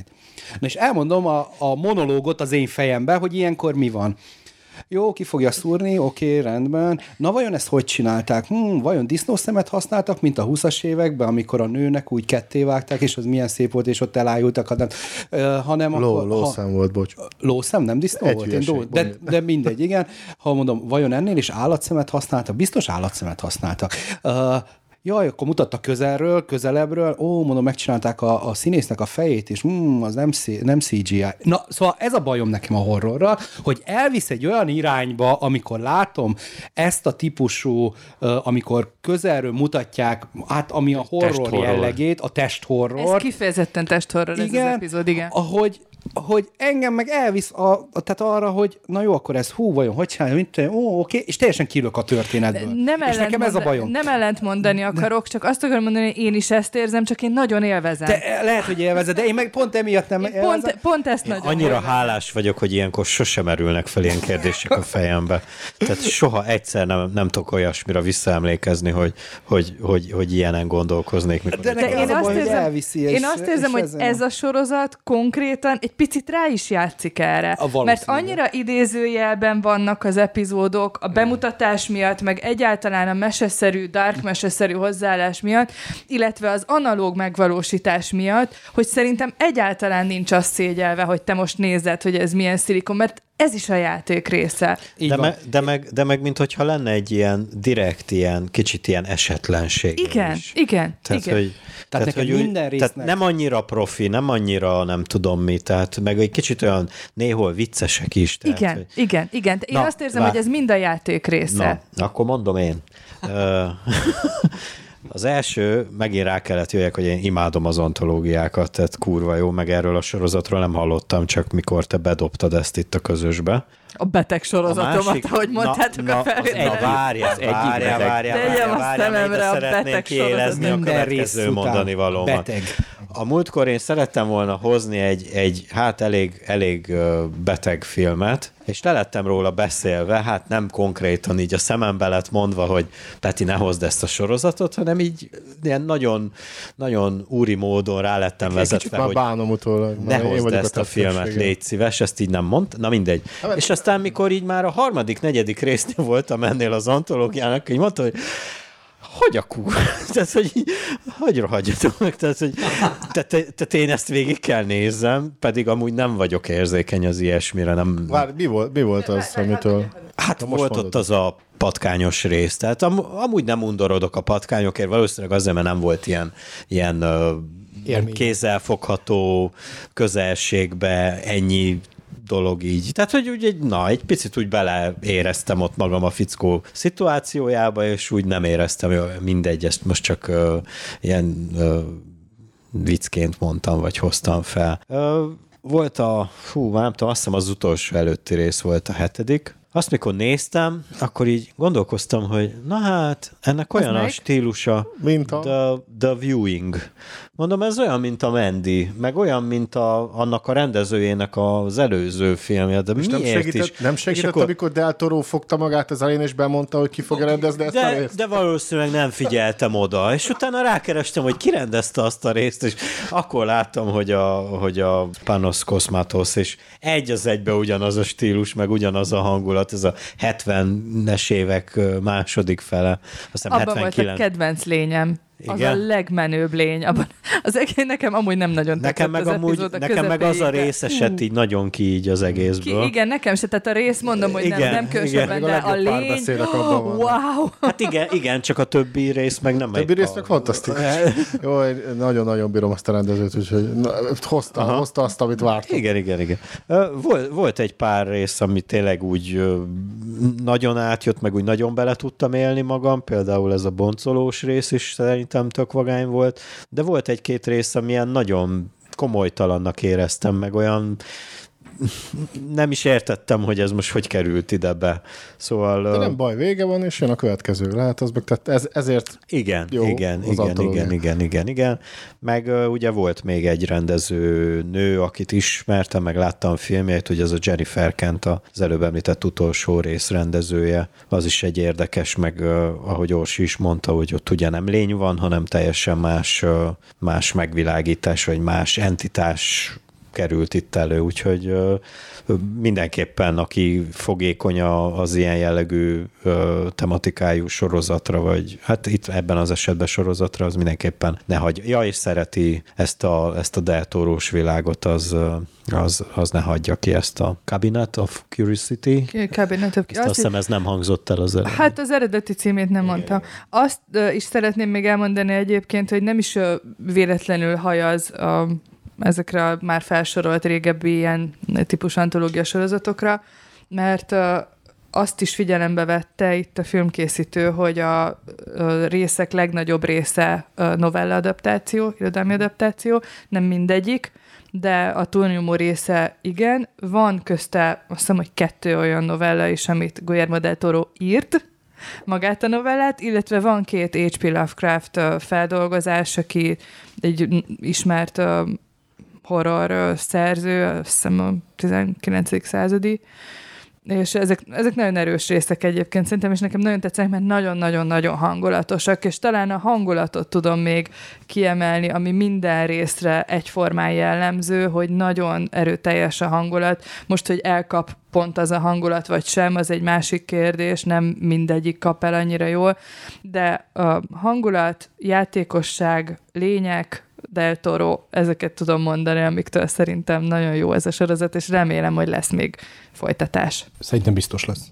Na és elmondom a, a monológot az én fejemben, hogy ilyenkor mi van. Jó, ki fogja szúrni, oké, rendben. Na vajon ezt hogy csinálták? Hmm, vajon disznószemet használtak, mint a húszas években, amikor a nőnek úgy ketté vágták, és az milyen szép volt, és ott elájultak, hanem, uh, hanem Ló, akkor... lószem ha, volt, bocs. Lószem, nem disznó Egy volt? Én do, de, de mindegy, igen. Ha mondom, vajon ennél is állatszemet használtak? Biztos állatszemet használtak. Uh, Jaj, akkor mutatta közelről, közelebbről, ó, mondom, megcsinálták a, a színésznek a fejét, és mm, az nem, C, nem cé gé í. Na, szóval ez a bajom nekem a horrorral, hogy elvisz egy olyan irányba, amikor látom ezt a típusú, uh, amikor közelről mutatják, hát ami a horror Testhorror. jellegét, a testhorror. Ez kifejezetten testhorror, ez Igen, az epizód, igen. ahogy hogy engem meg elvisz a, a, tehát arra, hogy na jó, akkor ez hú, vajon, hogy csinálja, mint tudom, ó, oké, és teljesen kilök a történetből. Nem és nekem ez a bajom. Nem ellent mondani akarok, csak azt akarom mondani, hogy én is ezt érzem, csak én nagyon élvezem. Te, lehet, hogy élvezed, de én meg pont emiatt nem Én élvezem. pont, pont ezt Én nagyon annyira élvezem. hálás vagyok, hogy ilyenkor sosem merülnek fel ilyen kérdések a fejembe. Tehát soha egyszer nem, nem tudok olyasmira visszaemlékezni, hogy, hogy, hogy, hogy ilyenen gondolkoznék. Mikor De De nekem én az a azt, baj, hogy érzem, elviszi, én és- azt érzem, és hogy ezen ez a sorozat konkrétan egy picit rá is játszik erre. A valószínűleg. Mert annyira idézőjelben vannak az epizódok, a bemutatás miatt, meg egyáltalán a meseszerű, dark meseszerű hozzáállás miatt, illetve az analóg megvalósítás miatt, hogy szerintem egyáltalán nincs azt szégyelve, hogy te most nézed, hogy ez milyen szilikon, mert ez is a játék része. Így De, van. me, de, meg, de meg, minthogyha lenne egy ilyen direkt, ilyen kicsit ilyen esetlenség. Igen, is. igen, Tehát, igen. hogy, Tehát neked hogy úgy- minden tehát résznek- nem annyira profi, nem annyira nem tudom mi, tehát meg egy kicsit olyan néhol viccesek is. Tehát, Igen, hogy, igen, igen. Én Na, azt érzem, vár- hogy ez mind a játék része. na, akkor mondom én. Ö, Az első, megint rá kellett jöjjek, hogy én imádom az antológiákat, tehát kurva jó, meg erről a sorozatról nem hallottam, csak mikor te bedobtad ezt itt a közösbe. A beteg sorozatomat, ahogy mondtátok na, a na, felvételben. Na, várjál, Az egyik várjál, beteg. várjál, Tegyem várjál, a várjál, mert ide szememre a szeretném beteg kiélezni a sorozat. Minden rész következő után mondani valómat. beteg. A múltkor én szerettem volna hozni egy, egy hát elég, elég ö, beteg filmet, és le lettem róla beszélve, hát nem konkrétan így a szemembe lett mondva, hogy Peti, ne hozd ezt a sorozatot, hanem így ilyen nagyon, nagyon úri módon rá lettem Kicsit vezetve, már hogy bánom utólag. ne Már én hozd vagyok ezt a filmet, többségen. légy szíves, ezt így nem mondta, na mindegy. Hát, És aztán, mikor így már a harmadik, negyedik résznél voltam ennél az antológiának, így mondta, hogy hogy a kú? Tehát, hogy így, hogy rohadjatok meg? Tehát, hogy te, te, te, én ezt végig kell nézzem, pedig amúgy nem vagyok érzékeny az ilyesmire. Nem... Várj, mi volt, mi volt az, amitől... Hát most volt mondod. ott az a patkányos rész. Tehát am, amúgy nem undorodok a patkányokért, valószínűleg azért, mert nem volt ilyen, ilyen ö, Élmény. kézzelfogható közelségbe ennyi dolog így. Tehát, hogy úgy egy, na, egy picit úgy beleéreztem ott magam a fickó szituációjába, és úgy nem éreztem, hogy mindegy, ezt most csak ö, ilyen ö, viccként mondtam, vagy hoztam fel. Ö, volt a, fú, nem tudom, azt hiszem az utolsó előtti rész volt a hetedik. Azt, mikor néztem, akkor így gondolkoztam, hogy na hát, ennek olyan a melyik? stílusa, Mint a- the, the Viewing. Mondom, ez olyan, mint a Mandy, meg olyan, mint a, annak a rendezőjének az előző filmje, de És nem miért segített, is? nem És segített akkor- amikor Del Toro fogta magát az elején, és bemondta, hogy ki fogja rendezni ezt a de, részt? de valószínűleg nem figyeltem oda, és utána rákerestem, hogy ki rendezte azt a részt, és akkor láttam, hogy a, hogy a Panos Cosmatos, és egy az egybe ugyanaz a stílus, meg ugyanaz a hangulat, ez a hetvenes évek ö, második fele, aztán Abban volt a hetvenkilenc. kedvenc lényem. Az Igen? a legmenőbb lény. Abban, az egész nekem amúgy nem nagyon tetszett Nekem meg, az amúgy, epizód a nekem meg az a közepéig, de- rész esett így nagyon ki így az Ki, egészből. igen, nekem se, tehát a rész mondom, hogy Igen, nem, nem igen. különösebben, Még a de a legjobb lény, párbeszédek abban vannak. wow! Hát igen, igen, csak a többi rész meg nem Többi egy rész meg fantasztikus. Jó, én nagyon-nagyon bírom azt a rendezőt, úgyhogy na, hozta, hozta azt, amit vártam. Igen, igen, igen. Ö, Volt, volt egy pár rész, ami tényleg úgy ö, nagyon átjött, meg úgy nagyon bele tudtam élni magam, például ez a boncolós rész is szerintem tök vagány volt, de volt egy-két rész, amilyen nagyon komolytalannak éreztem, meg olyan nem is értettem, hogy ez most hogy került ide be. Szóval... De nem baj, vége van, és jön a következő. Lehet az meg, tehát ez, ezért Igen, jó igen, az igen, antológia. igen, igen, igen, igen. Meg uh, ugye volt még egy rendező nő, akit ismertem, meg láttam filmjét, ugye az a Jennifer Kent, az előbb említett utolsó rész rendezője. Az is egy érdekes, meg uh, ahogy Orsi is mondta, hogy ott ugye nem lény van, hanem teljesen más, uh, más megvilágítás, vagy más entitás került itt elő, úgyhogy mindenképpen, aki fogékony az ilyen jellegű tematikájú sorozatra, vagy hát itt ebben az esetben sorozatra, az mindenképpen ne hagyja. Ja, és szereti ezt a, ezt a Del Toro-s világot, az, az, az ne hagyja ki ezt a Cabinet of Curiosity. Cabinet of Curiosity. Azt hiszem, ez nem hangzott el az eredeti. Hát az eredeti címét nem mondtam. Azt uh, is szeretném még elmondani egyébként, hogy nem is uh, véletlenül hajaz a ezekre a már felsorolt régebbi ilyen típus antológia sorozatokra, mert uh, azt is figyelembe vette itt a filmkészítő, hogy a, a részek legnagyobb része novella adaptáció, irodalmi adaptáció, nem mindegyik, de a túlnyomó része igen. Van közte, azt hiszem, hogy kettő olyan novella is, amit Guillermo del Toro írt, magát a novellát, illetve van két há pé Lovecraft feldolgozás, aki egy ismert horror szerző, azt hiszem a tizenkilencedik századi, és ezek, ezek nagyon erős részek egyébként szerintem, és nekem nagyon tetszenek, mert nagyon-nagyon-nagyon hangulatosak, és talán a hangulatot tudom még kiemelni, ami minden részre egyformán jellemző, hogy nagyon erőteljes a hangulat. Most, hogy elkap pont az a hangulat, vagy sem, az egy másik kérdés, nem mindegyik kap el annyira jól, de a hangulat, játékosság, lények, Del Toro, ezeket tudom mondani, amiktől szerintem nagyon jó ez a sorozat, és remélem, hogy lesz még folytatás. Szerintem biztos lesz.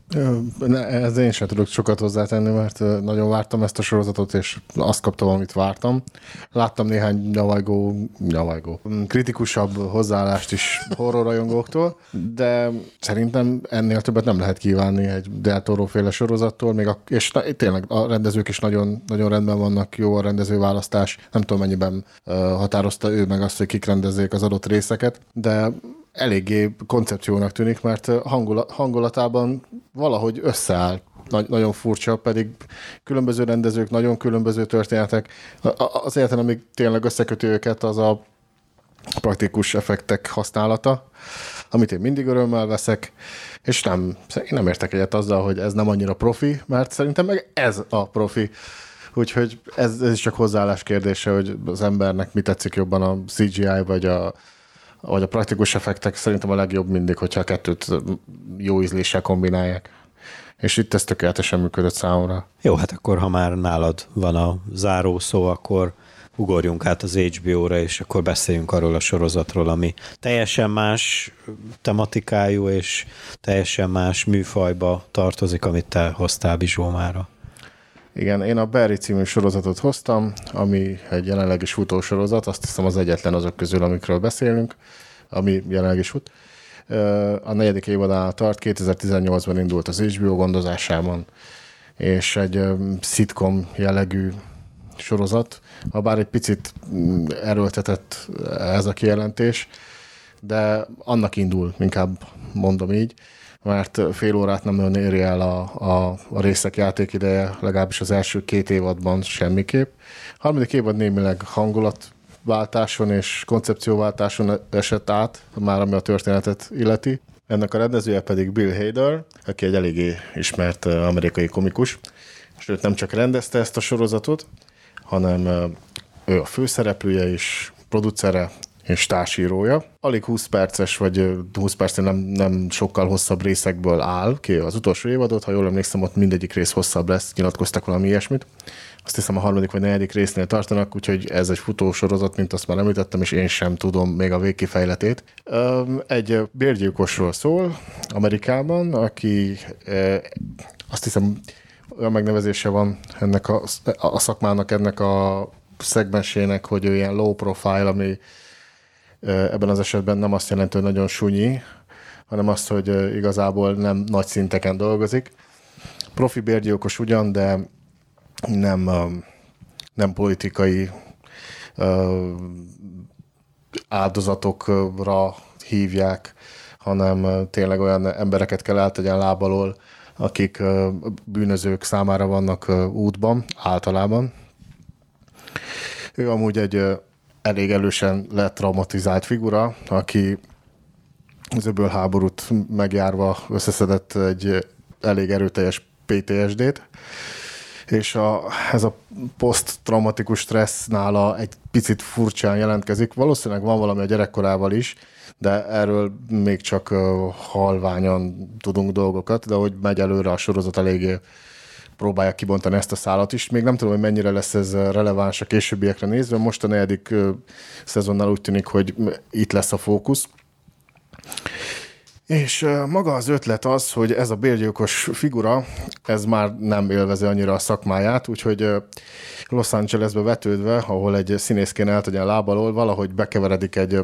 Ez én sem tudok sokat hozzátenni, mert nagyon vártam ezt a sorozatot, és azt kaptam, amit vártam. Láttam néhány nyavajgó, nyavajgó, kritikusabb hozzáállást is horrorrajongóktól, de szerintem ennél többet nem lehet kívánni egy Del Toro-féle sorozattól, még a, és na, tényleg a rendezők is nagyon, nagyon rendben vannak, jó a rendezőválasztás, nem tudom mennyiben uh, határozta ő meg azt, hogy kik rendezzék az adott részeket, de eléggé koncepciónak tűnik, mert hangulat, hangulatában valahogy összeáll. Nagy, nagyon furcsa, pedig különböző rendezők, nagyon különböző történetek. Az egyetlen, amíg tényleg összeköti őket, az a praktikus effektek használata, amit én mindig örömmel veszek, és nem, én nem értek egyet azzal, hogy ez nem annyira profi, mert szerintem meg ez a profi. Úgyhogy ez, ez is csak hozzáállás kérdése, hogy az embernek mi tetszik jobban, a cé gé í vagy a vagy a praktikus effektek. Szerintem a legjobb mindig, hogyha a kettőt jó ízléssel kombinálják. És itt ez tökéletesen működött számomra. Jó, hát akkor ha már nálad van a záró szó, akkor ugorjunk át az há bé ó-ra, és akkor beszéljünk arról a sorozatról, ami teljesen más tematikájú, és teljesen más műfajba tartozik, amit te hoztál Bizsómára. Igen, én a Barry című sorozatot hoztam, ami egy jelenleg is futó sorozat, azt hiszem az egyetlen azok közül, amikről beszélünk, ami jelenleg is fut. A negyedik évadánál tart, kétezer-tizennyolcban indult az há bé ó gondozásában, és egy szitkom jellegű sorozat, ha bár egy picit erőltetett ez a kijelentés, de annak indul, inkább mondom így, mert fél órát nem nagyon éri el a, a, a részek játékideje, legalábbis az első két évadban semmiképp. A harmadik évad némileg hangulatváltáson és koncepcióváltáson esett át, már ami a történetet illeti. Ennek a rendezője pedig Bill Hader, aki egy eléggé ismert amerikai komikus, sőt nem csak rendezte ezt a sorozatot, hanem ő a főszereplője is, producere és társírója. Alig húsz perces, vagy húsz percnél nem, nem sokkal hosszabb részekből áll ki az utolsó évadot, ha jól emlékszem, ott mindegyik rész hosszabb lesz, nyilatkoztak valami ilyesmit. Azt hiszem a harmadik vagy negyedik résznél tartanak, úgyhogy ez egy futósorozat, mint azt már említettem, és én sem tudom még a végkifejletét. Egy bérgyilkosról szól Amerikában, aki azt hiszem olyan megnevezése van ennek a, a szakmának, ennek a szegmensének, hogy ő ilyen low profile, ami ebben az esetben nem azt jelenti, hogy nagyon sunyi, hanem azt, hogy igazából nem nagy szinteken dolgozik. Profi bérgyilkos ugyan, de nem, nem politikai áldozatokra hívják, hanem tényleg olyan embereket kell eltegyen láb alól, akik bűnözők számára vannak útban, általában. Ő amúgy egy elég erősen letraumatizált figura, aki az öbölháborút megjárva összeszedett egy elég erőteljes pé té es dét, és a, ez a poszttraumatikus stressz nála egy picit furcsán jelentkezik. Valószínűleg van valami a gyerekkorával is, de erről még csak halványan tudunk dolgokat, de hogy megy előre a sorozat, eléggé próbálják kibontani ezt a szálat is. Még nem tudom, hogy mennyire lesz ez releváns a későbbiekre nézve. Most a negyedik szezonnál úgy tűnik, hogy itt lesz a fókusz. És maga az ötlet az, hogy ez a bérgyilkos figura, ez már nem élvezi annyira a szakmáját, úgyhogy Los Angelesbe vetődve, ahol egy színészként el tegyen lábalól, valahogy bekeveredik egy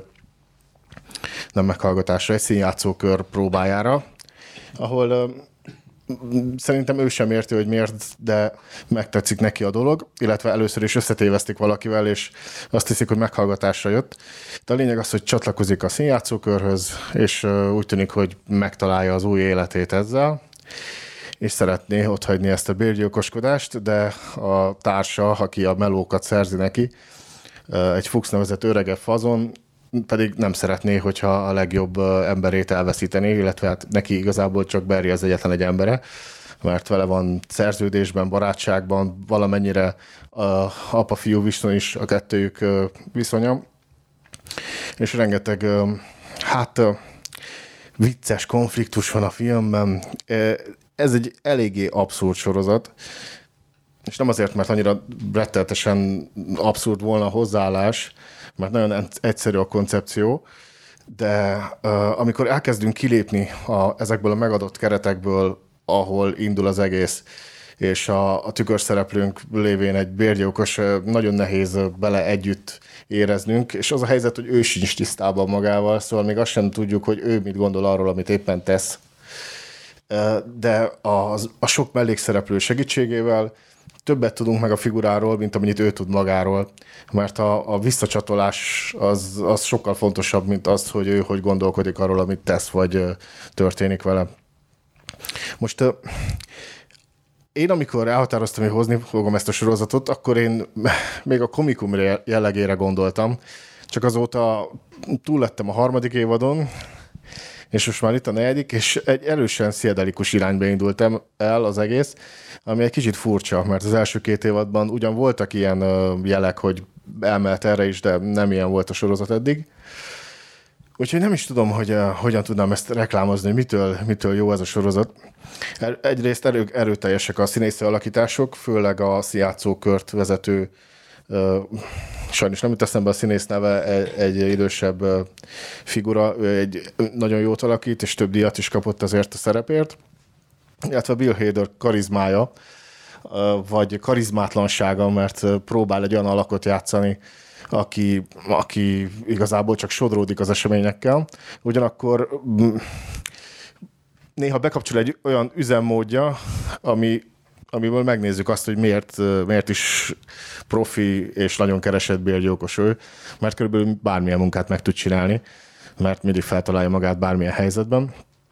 nem meghallgatásra, egy színjátszókör próbájára, ahol szerintem ő sem érti, hogy miért, de megtetszik neki a dolog, illetve először is összetévesztik valakivel, és azt hiszik, hogy meghallgatásra jött. De a lényeg az, hogy csatlakozik a színjátszókörhöz, és úgy tűnik, hogy megtalálja az új életét ezzel, és szeretné otthagyni ezt a bérgyilkoskodást, de a társa, aki a melókat szerzi neki, egy Fuchs nevezett öregebb fazon, pedig nem szeretné, hogyha a legjobb emberét elveszíteni, illetve hát neki igazából csak Barry az egyetlen egy embere, mert vele van szerződésben, barátságban, valamennyire apa-fiú viszony is a kettőjük viszonya, és rengeteg hát vicces konfliktus van a filmben. Ez egy eléggé abszurd sorozat, és nem azért, mert annyira rettenetesen abszurd volna a hozzáállás, mert nagyon egyszerű a koncepció, de uh, amikor elkezdünk kilépni a, ezekből a megadott keretekből, ahol indul az egész, és a, a tükörszereplőnk lévén egy bérgyilkos, nagyon nehéz bele együtt éreznünk, és az a helyzet, hogy ő sincs tisztában magával, szóval még azt sem tudjuk, hogy ő mit gondol arról, amit éppen tesz. De a, a sok mellékszereplő segítségével többet tudunk meg a figuráról, mint amennyit ő tud magáról, mert a, a visszacsatolás az, az sokkal fontosabb, mint az, hogy ő hogy gondolkodik arról, amit tesz, vagy történik vele. Most én, amikor elhatároztam, hogy hozni fogom ezt a sorozatot, akkor én még a komikum jellegére gondoltam, csak azóta túl lettem a harmadik évadon, és most már itt a negyedik, és egy erősen pszichedelikus irányba indultam el az egész, ami egy kicsit furcsa, mert az első két évadban ugyan voltak ilyen jelek, hogy elmelt erre is, de nem ilyen volt a sorozat eddig. Úgyhogy nem is tudom, hogy uh, hogyan tudnám ezt reklámozni, hogy mitől, mitől jó ez a sorozat. Egyrészt erő, erőteljesek a színészi alakítások, főleg a színjátszókört vezető, uh, sajnos nem jut eszembe a színész neve, egy, egy idősebb uh, figura, ő egy nagyon jót alakít, és több díjat is kapott azért a szerepért. Illetve Bill Hader karizmája, uh, vagy karizmátlansága, mert uh, próbál egy olyan alakot játszani, Aki, aki igazából csak sodródik az eseményekkel. Ugyanakkor néha bekapcsol egy olyan üzemmódja, ami, amiből megnézzük azt, hogy miért, miért is profi és nagyon keresett bérgyilkos ő, mert körülbelül bármilyen munkát meg tud csinálni, mert mindig feltalálja magát bármilyen helyzetben.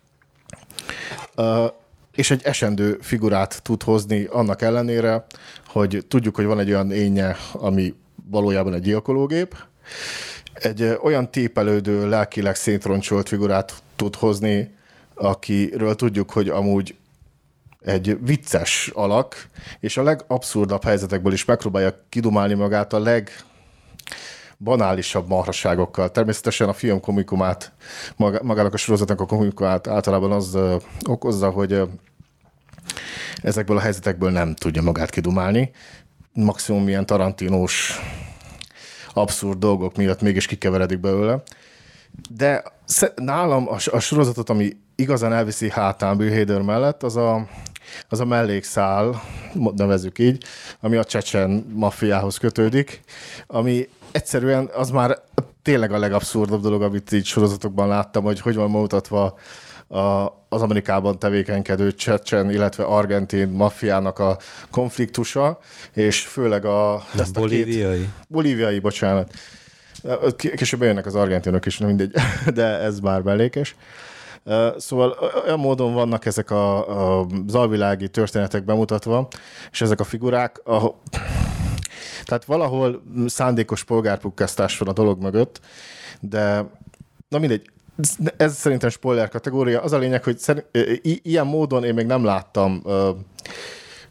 Uh, és egy esendő figurát tud hozni annak ellenére, hogy tudjuk, hogy van egy olyan énje, ami valójában egy gyilkológép. Egy olyan tépelődő, lelkileg szétroncsolt figurát tud hozni, akiről tudjuk, hogy amúgy egy vicces alak, és a legabszurdabb helyzetekből is megpróbálja kidumálni magát a legbanálisabb marhaságokkal. Természetesen a film komikumát, magának a sorozatnak a komikumát általában az okozza, hogy ezekből a helyzetekből nem tudja magát kidumálni. Maximum ilyen tarantinós abszurd dolgok miatt mégis kikeveredik belőle. De nálam a, a sorozatot, ami igazán elviszi hátán Bill Hader mellett, az a, az a mellékszál, nevezzük így, ami a csecsen maffiához kötődik, ami egyszerűen az már tényleg a legabszurdabb dolog, amit így sorozatokban láttam, hogy hogy van mutatva a, az Amerikában tevékenykedő csecsen, illetve argentin maffiának a konfliktusa, és főleg a... De bolíviai? Két, bolíviai, bocsánat. Később jönnek az argentinok is, mindegy, de ez már mellékes. Szóval olyan módon vannak ezek a, a zalvilági történetek bemutatva, és ezek a figurák, ahol, tehát valahol szándékos polgárpukkasztás van a dolog mögött, de na mindegy, ez szerintem spoiler kategória. Az a lényeg, hogy szerint, i- ilyen módon én még nem láttam uh,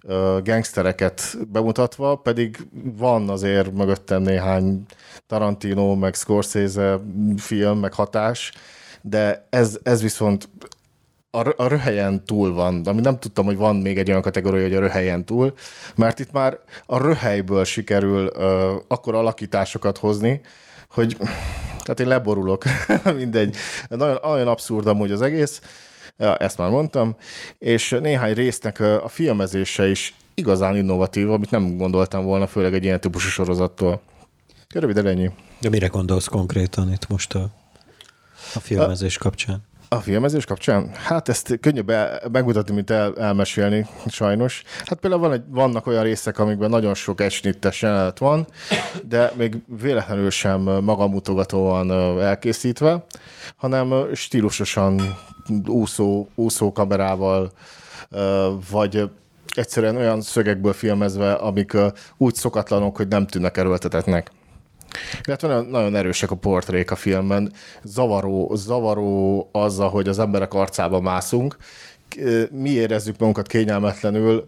gangstereket bemutatva, pedig van azért mögöttem néhány Tarantino, meg Scorsese film, meg hatás, de ez, ez viszont a, a röhelyen túl van, ami nem tudtam, hogy van még egy olyan kategória, hogy a röhelyen túl, mert itt már a röhelyből sikerül uh, akkor alakításokat hozni, hogy tehát én leborulok, mindegy. Nagyon, olyan abszurd amúgy az egész, ja, ezt már mondtam, és néhány résznek a filmezése is igazán innovatív, amit nem gondoltam volna, főleg egy ilyen típusú sorozattól. Röviden ennyi. De mire gondolsz konkrétan itt most a, a filmezés kapcsán? A filmezés kapcsán? Hát ezt könnyebb el, megmutatni, mint el, elmesélni, sajnos. Hát például van egy, vannak olyan részek, amikben nagyon sok egysnittes jelenet van, de még véletlenül sem magamutogatóan elkészítve, hanem stílusosan úszó, úszó kamerával, vagy egyszerűen olyan szögekből filmezve, amik úgy szokatlanok, hogy nem tűnnek erőltetetnek. Illetve nagyon erősek a portrék a filmben. Zavaró, zavaró az, hogy az emberek arcába mászunk. Mi érezzük magunkat kényelmetlenül,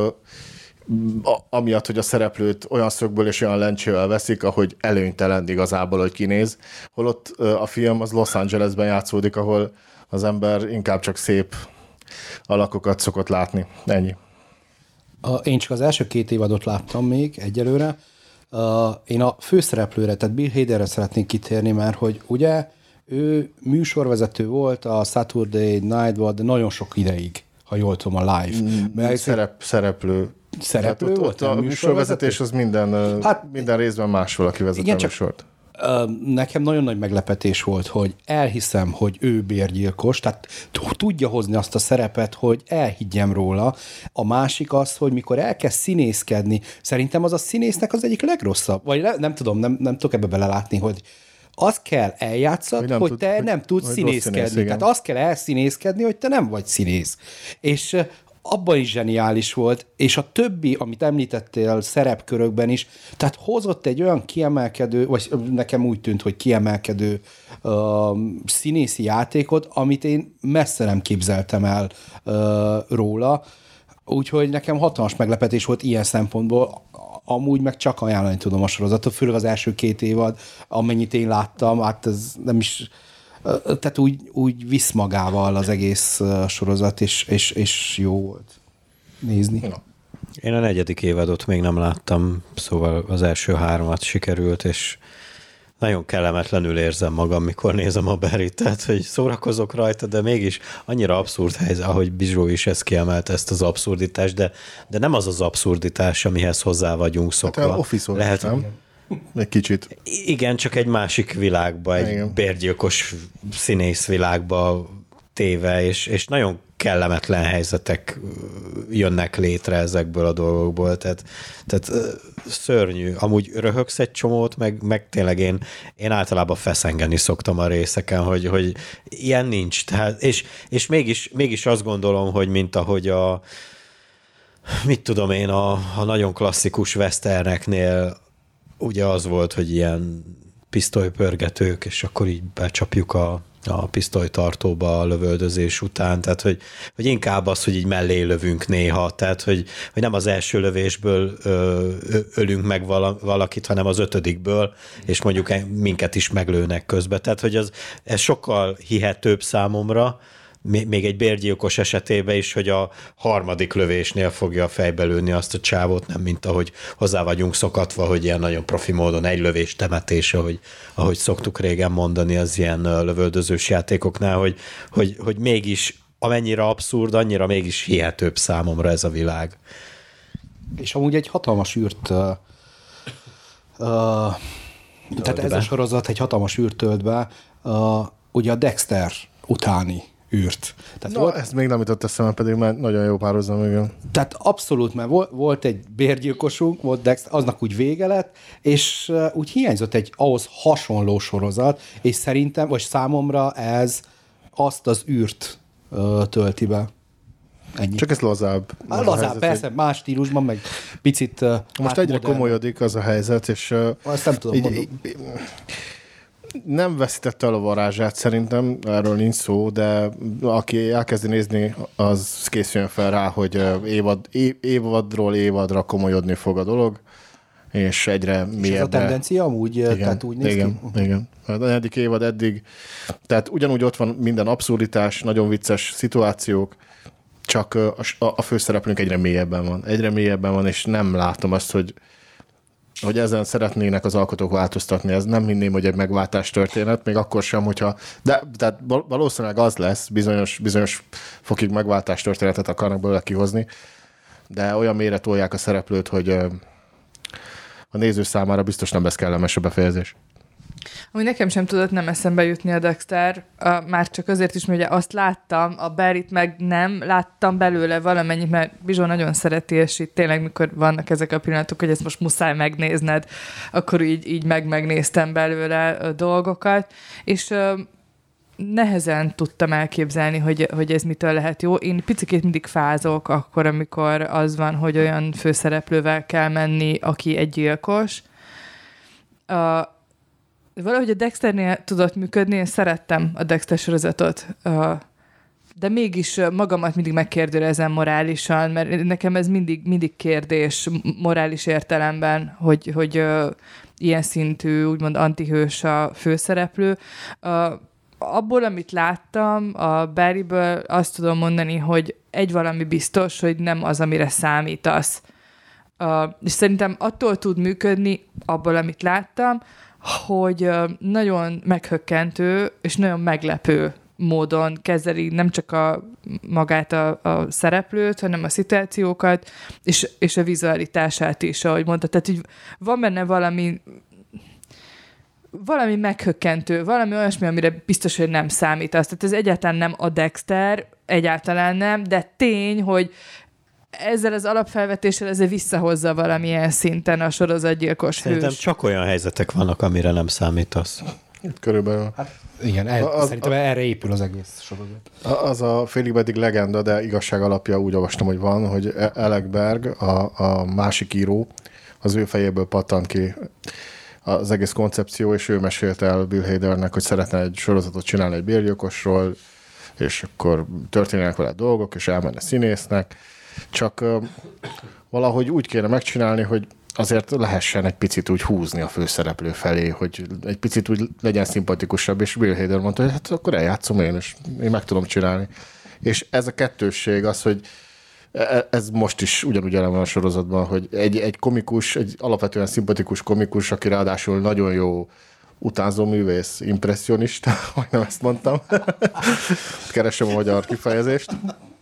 amiatt, hogy a szereplőt olyan szögből és olyan lencsével veszik, ahogy előnytelen igazából, hogy kinéz. Holott a film az Los Angelesben játszódik, ahol az ember inkább csak szép alakokat szokott látni. Ennyi. Én csak az első két évadot láttam még egyelőre. Uh, én a főszereplőre, tehát Bill Haderre szeretnék kitérni, mert hogy ugye ő műsorvezető volt a Saturday Night Live, de nagyon sok ideig, ha jól tudom, a live. Mm, szerep, szereplő. Szereplő ott, volt? Ott a műsorvezetés az minden, hát, minden részben más valaki vezet a műsort. Nekem nagyon nagy meglepetés volt, hogy elhiszem, hogy ő bérgyilkos, tehát tudja hozni azt a szerepet, hogy elhiggyem róla. A másik az, hogy mikor elkezd színészkedni, szerintem az a színésznek az egyik legrosszabb, vagy le, nem tudom, nem, nem tudok ebbe belelátni, hogy azt kell eljátszani, hogy, hogy tud, te hogy, nem tudsz színészkedni. Színész, tehát azt kell elszínészkedni, hogy te nem vagy színész. És abban is zseniális volt, és a többi, amit említettél szerepkörökben is, tehát hozott egy olyan kiemelkedő, vagy nekem úgy tűnt, hogy kiemelkedő uh, színészi játékot, amit én messze nem képzeltem el uh, róla, úgyhogy nekem hatalmas meglepetés volt ilyen szempontból, amúgy meg csak ajánlani tudom a sorozatot, főleg az első két évad, amennyit én láttam, hát ez nem is... Tehát úgy, úgy visz magával az egész sorozat, és, és, és jó volt nézni. Én a negyedik évadot még nem láttam, szóval az első háromat sikerült, és nagyon kellemetlenül érzem magam, mikor nézem a Barryt, tehát hogy szórakozok rajta, de mégis annyira abszurd helyzet, ahogy Bizsó is ezt kiemelte, ezt az abszurditást, de, de nem az az abszurditás, amihez hozzá vagyunk szokva. Hát Office lehet, nem? Egy kicsit. Igen, csak egy másik világba, egy igen. bérgyilkos színész világba téve, és, és nagyon kellemetlen helyzetek jönnek létre ezekből a dolgokból, tehát, tehát szörnyű. Amúgy röhögsz egy csomót, meg, meg tényleg én, én általában feszengeni szoktam a részeken, hogy, hogy ilyen nincs. Tehát, és és mégis, mégis azt gondolom, hogy mint ahogy a mit tudom én, a, a nagyon klasszikus westerneknél ugye az volt, hogy ilyen pisztolypörgetők, és akkor így becsapjuk a, a pisztolytartóba a lövöldözés után, tehát hogy, hogy inkább az, hogy így mellé lövünk néha, tehát hogy, hogy nem az első lövésből ö, ölünk meg valakit, hanem az ötödikből, és mondjuk minket is meglőnek közben. Tehát, hogy az, ez sokkal hihetőbb számomra, még egy bérgyilkos esetében is, hogy a harmadik lövésnél fogja a fejbe lőni azt a csávót, nem mint ahogy hozzá vagyunk szokatva, hogy ilyen nagyon profi módon egy lövés temetés, ahogy, ahogy szoktuk régen mondani az ilyen lövöldözős játékoknál, hogy, hogy, hogy mégis amennyire abszurd, annyira mégis hihetőbb számomra ez a világ. És amúgy egy hatalmas űrt uh, uh, tehát ez a sorozat egy hatalmas űrt tölt be, uh, ugye a Dexter utáni űrt. Tehát no, volt, ezt még nem jutott eszembe, pedig már nagyon jó párhuzam, igen. Tehát abszolút, mert volt egy bérgyilkosunk, volt Dexter, aznak úgy vége lett, és úgy hiányzott egy ahhoz hasonló sorozat, és szerintem, vagy számomra ez azt az űrt uh, tölti be. Ennyi. Csak ez lazább. Á, lazább, helyzet, persze, hogy... más stílusban, meg picit uh, most egyre komolyodik az a helyzet, és uh, azt nem tudom így, így, nem veszítette el a varázsát szerintem, erről nincs szó, de aki elkezdi nézni, az készüljön fel rá, hogy évad, évadról évadra komolyodni fog a dolog, és egyre mélyebbre. És ez a tendencia amúgy, igen, tehát úgy néz igen, ki? Igen, igen. A negyedik évad eddig, tehát ugyanúgy ott van minden abszurditás, nagyon vicces szituációk, csak a, a főszereplőnk egyre mélyebben van. Egyre mélyebben van, és nem látom azt, hogy hogy ezen szeretnének az alkotók változtatni. Ez nem hinném, hogy egy megváltás történet, még akkor sem, hogyha... De tehát valószínűleg az lesz, bizonyos, bizonyos fokig megváltás történetet akarnak belőle kihozni, de olyan mélyre tolják a szereplőt, hogy a néző számára biztos nem lesz kellemes a befejezés. Úgy nekem sem tudott nem eszembe jutni a Dexter, a, már csak azért is, mert ugye azt láttam, a Barryt meg nem, láttam belőle valamennyit, mert Bizsó nagyon szereti, és itt tényleg, mikor vannak ezek a pillanatok, hogy ezt most muszáj megnézned, akkor így, így meg megnéztem belőle a dolgokat, és uh, nehezen tudtam elképzelni, hogy, hogy ez mitől lehet jó. Én picikét mindig fázok akkor, amikor az van, hogy olyan főszereplővel kell menni, aki egy gyilkos. Uh, Valahogy a Dexternél tudott működni, én szerettem a Dexter sorozatot, de mégis magamat mindig megkérdőrezem morálisan, mert nekem ez mindig, mindig kérdés morális értelemben, hogy, hogy ilyen szintű, úgymond antihős a főszereplő. Abból, amit láttam a Barryből, azt tudom mondani, hogy egy valami biztos, hogy nem az, amire számítasz. És szerintem attól tud működni, abból, amit láttam, hogy nagyon meghökkentő és nagyon meglepő módon kezeli nem csak a, magát a, a szereplőt, hanem a szituációkat, és, és a vizualitását is, ahogy mondta. Tehát így van benne valami valami meghökkentő, valami olyasmi, amire biztos, hogy nem számítasz. Tehát ez egyáltalán nem a Dexter, egyáltalán nem, de tény, hogy ezzel az alapfelvetéssel ezzel visszahozza valamilyen szinten a sorozatgyilkos hős. Szerintem csak olyan helyzetek vannak, amire nem számítasz. Körülbelül. Hát igen, el, az, szerintem a, erre épül az egész sorozat. Az a félig meddig legenda, de igazság alapja úgy olvastam, hogy van, hogy Alec Berg, a, a másik író, az ő fejéből pattant ki az egész koncepció, és ő mesélte el Bill Hadernek, hogy szeretne egy sorozatot csinálni egy bérgyilkosról, és akkor történjenek vele dolgok, és elmenne színésznek. Csak uh, valahogy úgy kéne megcsinálni, hogy azért lehessen egy picit úgy húzni a főszereplő felé, hogy egy picit úgy legyen szimpatikusabb, és Bill Hader mondta, hogy hát akkor eljátszom én, és én meg tudom csinálni. És ez a kettősség az, hogy ez most is ugyanúgy jelen van a sorozatban, hogy egy, egy komikus, egy alapvetően szimpatikus komikus, aki ráadásul nagyon jó utánzó művész, impresszionista, majdnem ezt mondtam. Keresem a magyar kifejezést.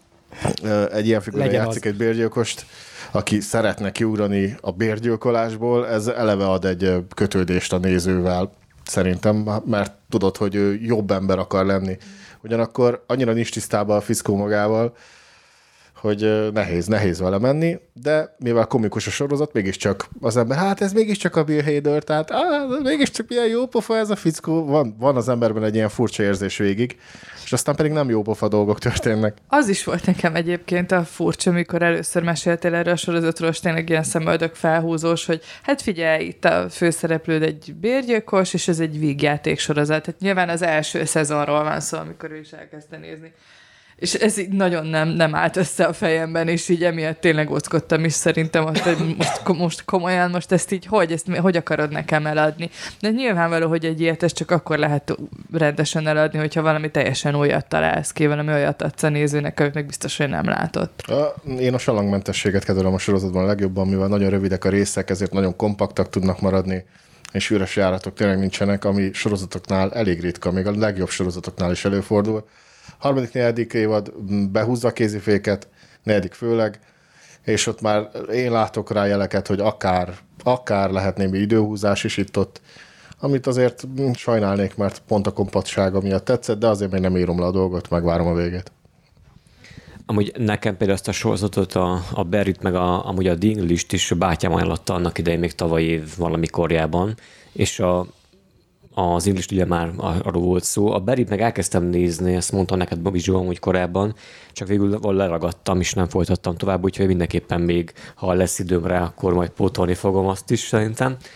Egy ilyen figura játszik az. Egy bérgyilkost, aki szeretne kiugrani a bérgyilkolásból, ez eleve ad egy kötődést a nézővel, szerintem, mert tudod, hogy ő jobb ember akar lenni. Ugyanakkor annyira nincs tisztában a fickó magával, hogy nehéz, nehéz vele menni, de mivel komikus a sorozat, mégiscsak az ember, hát ez mégiscsak a Bill Hader, tehát á, mégiscsak milyen jó pofa ez a fickó, van, van az emberben egy ilyen furcsa érzés végig, és aztán pedig nem jó pofa dolgok történnek. Az is volt nekem egyébként a furcsa, amikor először meséltél erről a sorozatról, és tényleg ilyen szemöldök felhúzós, hogy hát figyelj, itt a főszereplőd egy bérgyilkos, és ez egy vígjáték sorozat. Tehát nyilván az első szezonról van szó, amikor ő is elkezdte nézni. És ez így nagyon nem, nem állt össze a fejemben, és így emiatt tényleg óckodtam is szerintem, hogy most, most komolyan, most ezt így hogy, ezt hogy akarod nekem eladni? De nyilvánvaló, hogy egy ilyet ezt csak akkor lehet rendesen eladni, hogyha valami teljesen újat találsz ki, valami olyat adsz a nézőnek, amit meg biztos, hogy nem látott. Én a salangmentességet kedvelem a sorozatban a legjobban, mivel nagyon rövidek a részek, ezért nagyon kompaktak tudnak maradni, és üres járatok tényleg nincsenek, ami sorozatoknál elég ritka, még a legjobb sorozatoknál is előfordul. Harmadik, negyedik évad behúzza a kéziféket, negyedik főleg, és ott már én látok rá jeleket, hogy akár, akár lehet némi időhúzás is itt-ott, amit azért sajnálnék, mert pont a kompaktsága miatt tetszett, de azért még nem írom le a dolgot, megvárom a végét. Amúgy nekem például ezt a sorozatot, a, a Barryt, meg a, amúgy a Dinglist is bátyám ajánlotta annak idején még tavaly év valamikorjában, és a az English ugye már arról volt szó. A Barryt meg elkezdtem nézni, ezt mondtam neked Bobby Joe amúgy korábban, csak végül leragadtam, és nem folytattam tovább, úgyhogy mindenképpen még, ha lesz időm rá, akkor majd pótolni fogom azt is szerintem.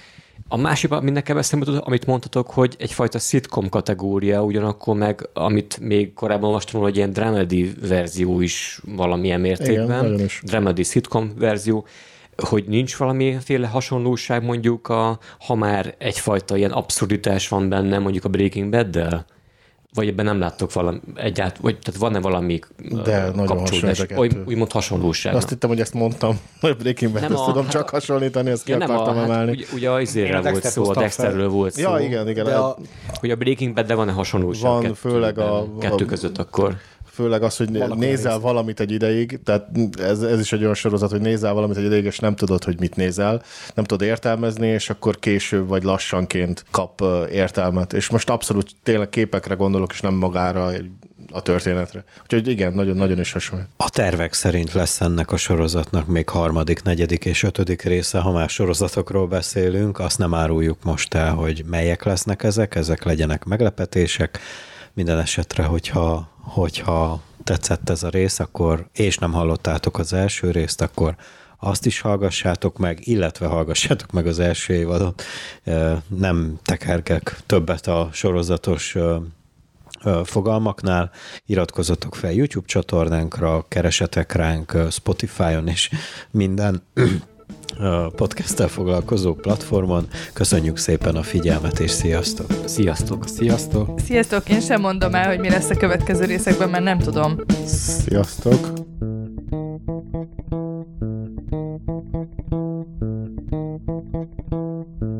A másik, ami nekem eszembe jutott, amit mondtatok, hogy egyfajta szitkom kategória, ugyanakkor meg, amit még korábban olvastam, hogy ilyen dramedy verzió is valamilyen mértékben. Igen, dramedy szitkom verzió, hogy nincs valamiféle hasonlóság mondjuk, a, ha már egyfajta ilyen abszurditás van benne mondjuk a Breaking Bad-del? Vagy ebben nem láttok valami egyáltalán, vagy tehát van-e valami de kapcsolódás, úgy, úgymond hasonlóság? Azt hittem, hogy ezt mondtam, hogy Breaking Bad, ezt tudom hát csak hasonlítani, ezt ki ja, akartam a, emelni. Hát, ugye, ugye az izére volt szó, a Dexterről volt szó. Ja, igen, igen. A, hogy a Breaking Bad-de van-e hasonlóság van, kettő, főleg a, kettő között akkor? Főleg az, hogy Vannak nézel valamit egy ideig, tehát ez, ez is egy olyan sorozat, hogy nézel valamit egy ideig, és nem tudod, hogy mit nézel, nem tudod értelmezni, és akkor később vagy lassanként kap értelmet. És most abszolút tényleg képekre gondolok, és nem magára a történetre. Úgyhogy igen, nagyon-nagyon is hasonló. A tervek szerint lesz ennek a sorozatnak még harmadik, negyedik és ötödik része, ha már sorozatokról beszélünk, azt nem áruljuk most el, hogy melyek lesznek ezek, ezek legyenek meglepetések. Minden esetre, hogyha, hogyha tetszett ez a rész, akkor, és nem hallottátok az első részt, akkor azt is hallgassátok meg, illetve hallgassátok meg az első évadot. Nem tekergek többet a sorozatos fogalmaknál. Iratkozzatok fel YouTube csatornánkra, keresetek ránk Spotify-on és minden podcasttel foglalkozó platformon. Köszönjük szépen a figyelmet, és sziasztok! Sziasztok! Sziasztok! Sziasztok! Én sem mondom el, hogy mi lesz a következő részekben, mert nem tudom. Sziasztok! Thank you.